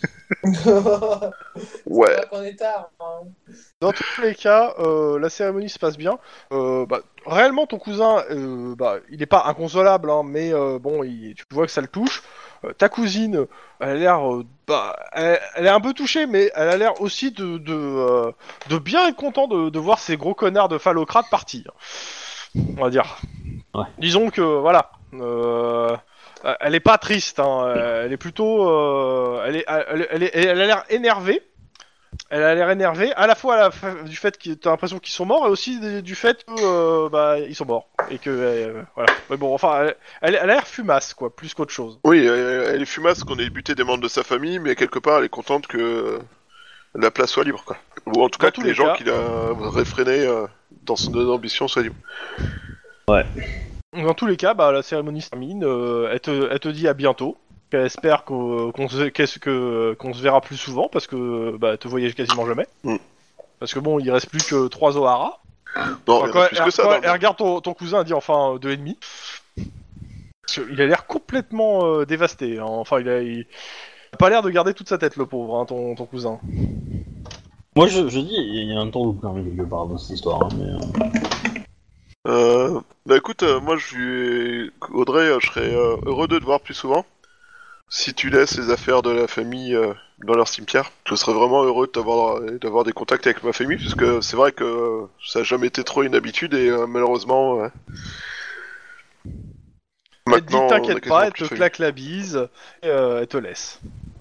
[SPEAKER 4] Ouais.
[SPEAKER 3] C'est vrai qu'on est tard. Hein.
[SPEAKER 2] Dans tous les cas, la cérémonie se passe bien. Réellement, ton cousin, il n'est pas inconsolable, hein, mais bon, tu vois que ça le touche. Ta cousine, elle a l'air, elle est un peu touchée, mais elle a l'air aussi de bien être content de voir ces gros connards de phallocrates partir. On va dire.
[SPEAKER 1] Ouais.
[SPEAKER 2] Disons que voilà. Elle est pas triste, hein, elle est plutôt, elle a l'air énervée. Elle a l'air énervée, à la fois du fait que t'as l'impression qu'ils sont morts et aussi du fait que ils sont morts et que voilà. Mais bon, enfin, elle a l'air fumasse quoi, plus qu'autre chose.
[SPEAKER 4] Oui, elle est fumasse qu'on ait buté des membres de sa famille, mais quelque part, elle est contente que la place soit libre, quoi. Ou en tout
[SPEAKER 2] Dans
[SPEAKER 4] cas,
[SPEAKER 2] tous
[SPEAKER 4] que
[SPEAKER 2] les
[SPEAKER 4] les gens
[SPEAKER 2] cas.
[SPEAKER 4] qui la réfréné dans son ambition soient libres.
[SPEAKER 2] Dans tous les cas, la cérémonie se termine. Elle te dit à bientôt. Elle espère qu'on se verra plus souvent parce que elle te voyait quasiment jamais.
[SPEAKER 4] Mm.
[SPEAKER 2] Parce que bon, il reste plus que 3 O'Hara.
[SPEAKER 4] Non,
[SPEAKER 2] Enfin,
[SPEAKER 4] il y en a plus que ça.
[SPEAKER 2] elle regarde ton cousin et dit enfin 2,5. Parce qu'il a l'air complètement dévasté. Hein. Enfin, il a pas l'air de garder toute sa tête, le pauvre, hein, ton cousin.
[SPEAKER 1] Moi, je dis, il y a un temps où quand même quelque part dans cette histoire, hein, mais.
[SPEAKER 4] Bah écoute, moi Audrey, je serais heureux de te voir plus souvent. Si tu laisses les affaires de la famille dans leur cimetière, je serais vraiment heureux d'avoir des contacts avec ma famille, parce que c'est vrai que ça a jamais été trop une habitude et malheureusement.
[SPEAKER 2] Elle te dit
[SPEAKER 4] on a
[SPEAKER 2] t'inquiète
[SPEAKER 4] quasiment
[SPEAKER 2] pas, elle
[SPEAKER 4] plus
[SPEAKER 2] te
[SPEAKER 4] de famille.
[SPEAKER 2] claque la bise et elle te laisse.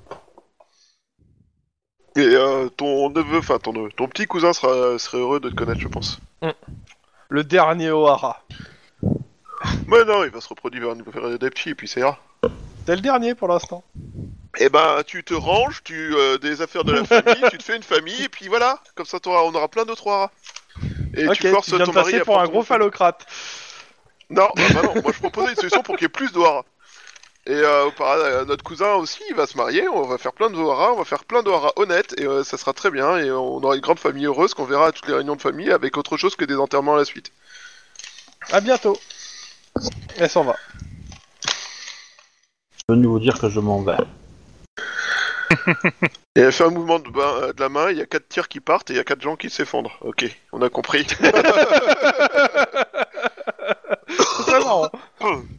[SPEAKER 4] Et ton neveu, enfin ton petit cousin serait heureux de te connaître, je pense.
[SPEAKER 2] Le dernier O'Hara.
[SPEAKER 4] Mais non, il va se reproduire vers des petits et puis ça ira.
[SPEAKER 2] T'es le dernier pour l'instant.
[SPEAKER 4] Eh ben, tu te ranges, des affaires de la famille, tu te fais une famille, et puis voilà. Comme ça, on aura plein d'autres O'Hara. Et
[SPEAKER 2] Ok,
[SPEAKER 4] tu forces
[SPEAKER 2] viens
[SPEAKER 4] ton
[SPEAKER 2] de
[SPEAKER 4] mari
[SPEAKER 2] passer
[SPEAKER 4] à
[SPEAKER 2] pour un
[SPEAKER 4] prendre
[SPEAKER 2] gros
[SPEAKER 4] ton enfant.
[SPEAKER 2] phallocrate.
[SPEAKER 4] Non, non, moi je proposais une solution pour qu'il y ait plus d'Ohara. Et notre cousin aussi, il va se marier, on va faire plein de O'Hara, on va faire plein d'Ohara honnêtes, et ça sera très bien, et on aura une grande famille heureuse qu'on verra à toutes les réunions de famille avec autre chose que des enterrements à la suite.
[SPEAKER 2] À bientôt. Elle s'en va.
[SPEAKER 1] Je veux vous dire que je m'en vais.
[SPEAKER 4] Et elle fait un mouvement de la main, il y a 4 tirs qui partent et il y a 4 gens qui s'effondrent. Ok, on a compris.
[SPEAKER 2] C'est très marrant.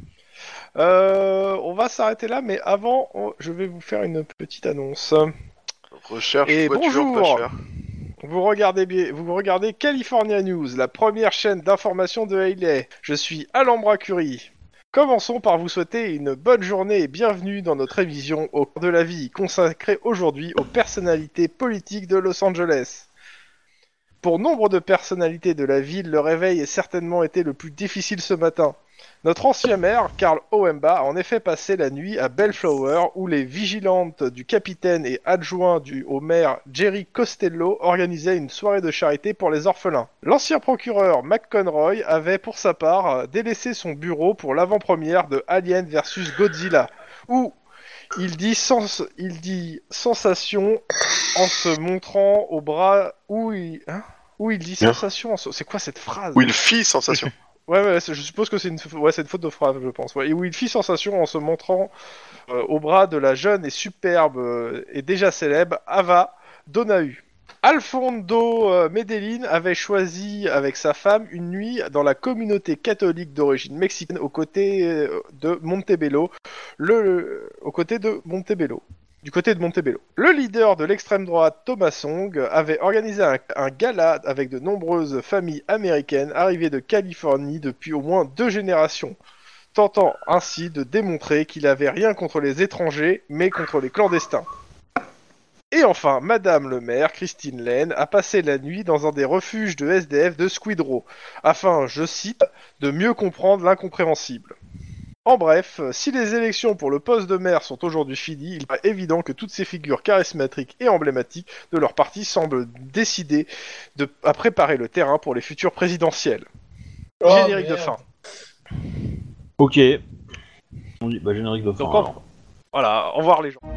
[SPEAKER 2] On va s'arrêter là, mais avant, je vais vous faire une petite annonce.
[SPEAKER 4] Recherche
[SPEAKER 2] Et
[SPEAKER 4] voiture
[SPEAKER 2] bonjour.
[SPEAKER 4] pas chère.
[SPEAKER 2] Vous regardez California News, la première chaîne d'information de Hailey. Je suis Alhambra Curie. Commençons par vous souhaiter une bonne journée et bienvenue dans notre émission au cœur de la vie, consacrée aujourd'hui aux personnalités politiques de Los Angeles. Pour nombre de personnalités de la ville, le réveil a certainement été le plus difficile ce matin. Notre ancien maire, Carl Oemba, a en effet passé la nuit à Bellflower, où les vigilantes du capitaine et adjoint au maire Jerry Costello organisaient une soirée de charité pour les orphelins. L'ancien procureur McConroy avait, pour sa part, délaissé son bureau pour l'avant-première de Alien vs Godzilla, où il dit sensation en se montrant au bras... Où il dit sensation en se... C'est quoi cette phrase ?
[SPEAKER 4] Où il fit sensation.
[SPEAKER 2] Ouais, je suppose que c'est une faute de phrase, je pense. Ouais. Et où il fit sensation en se montrant au bras de la jeune et superbe et déjà célèbre Ava Donahue. Alfonso Medellin avait choisi avec sa femme une nuit dans la communauté catholique d'origine mexicaine aux côtés de Montebello, du côté de Montebello. Le leader de l'extrême droite, Thomas Song, avait organisé un gala avec de nombreuses familles américaines arrivées de Californie depuis au moins 2 générations, tentant ainsi de démontrer qu'il avait rien contre les étrangers, mais contre les clandestins. Et enfin, Madame le maire, Christine Lane, a passé la nuit dans un des refuges de SDF de Squid Row, afin, je cite, de mieux comprendre l'incompréhensible. En bref, si les élections pour le poste de maire sont aujourd'hui finies, il est évident que toutes ces figures charismatiques et emblématiques de leur parti semblent décidées à préparer le terrain pour les futures présidentielles.
[SPEAKER 3] Oh,
[SPEAKER 2] Générique de
[SPEAKER 3] merde.
[SPEAKER 2] fin.
[SPEAKER 1] Ok. On dit, générique de fin.
[SPEAKER 2] Donc,
[SPEAKER 1] alors.
[SPEAKER 2] voilà, au revoir les gens.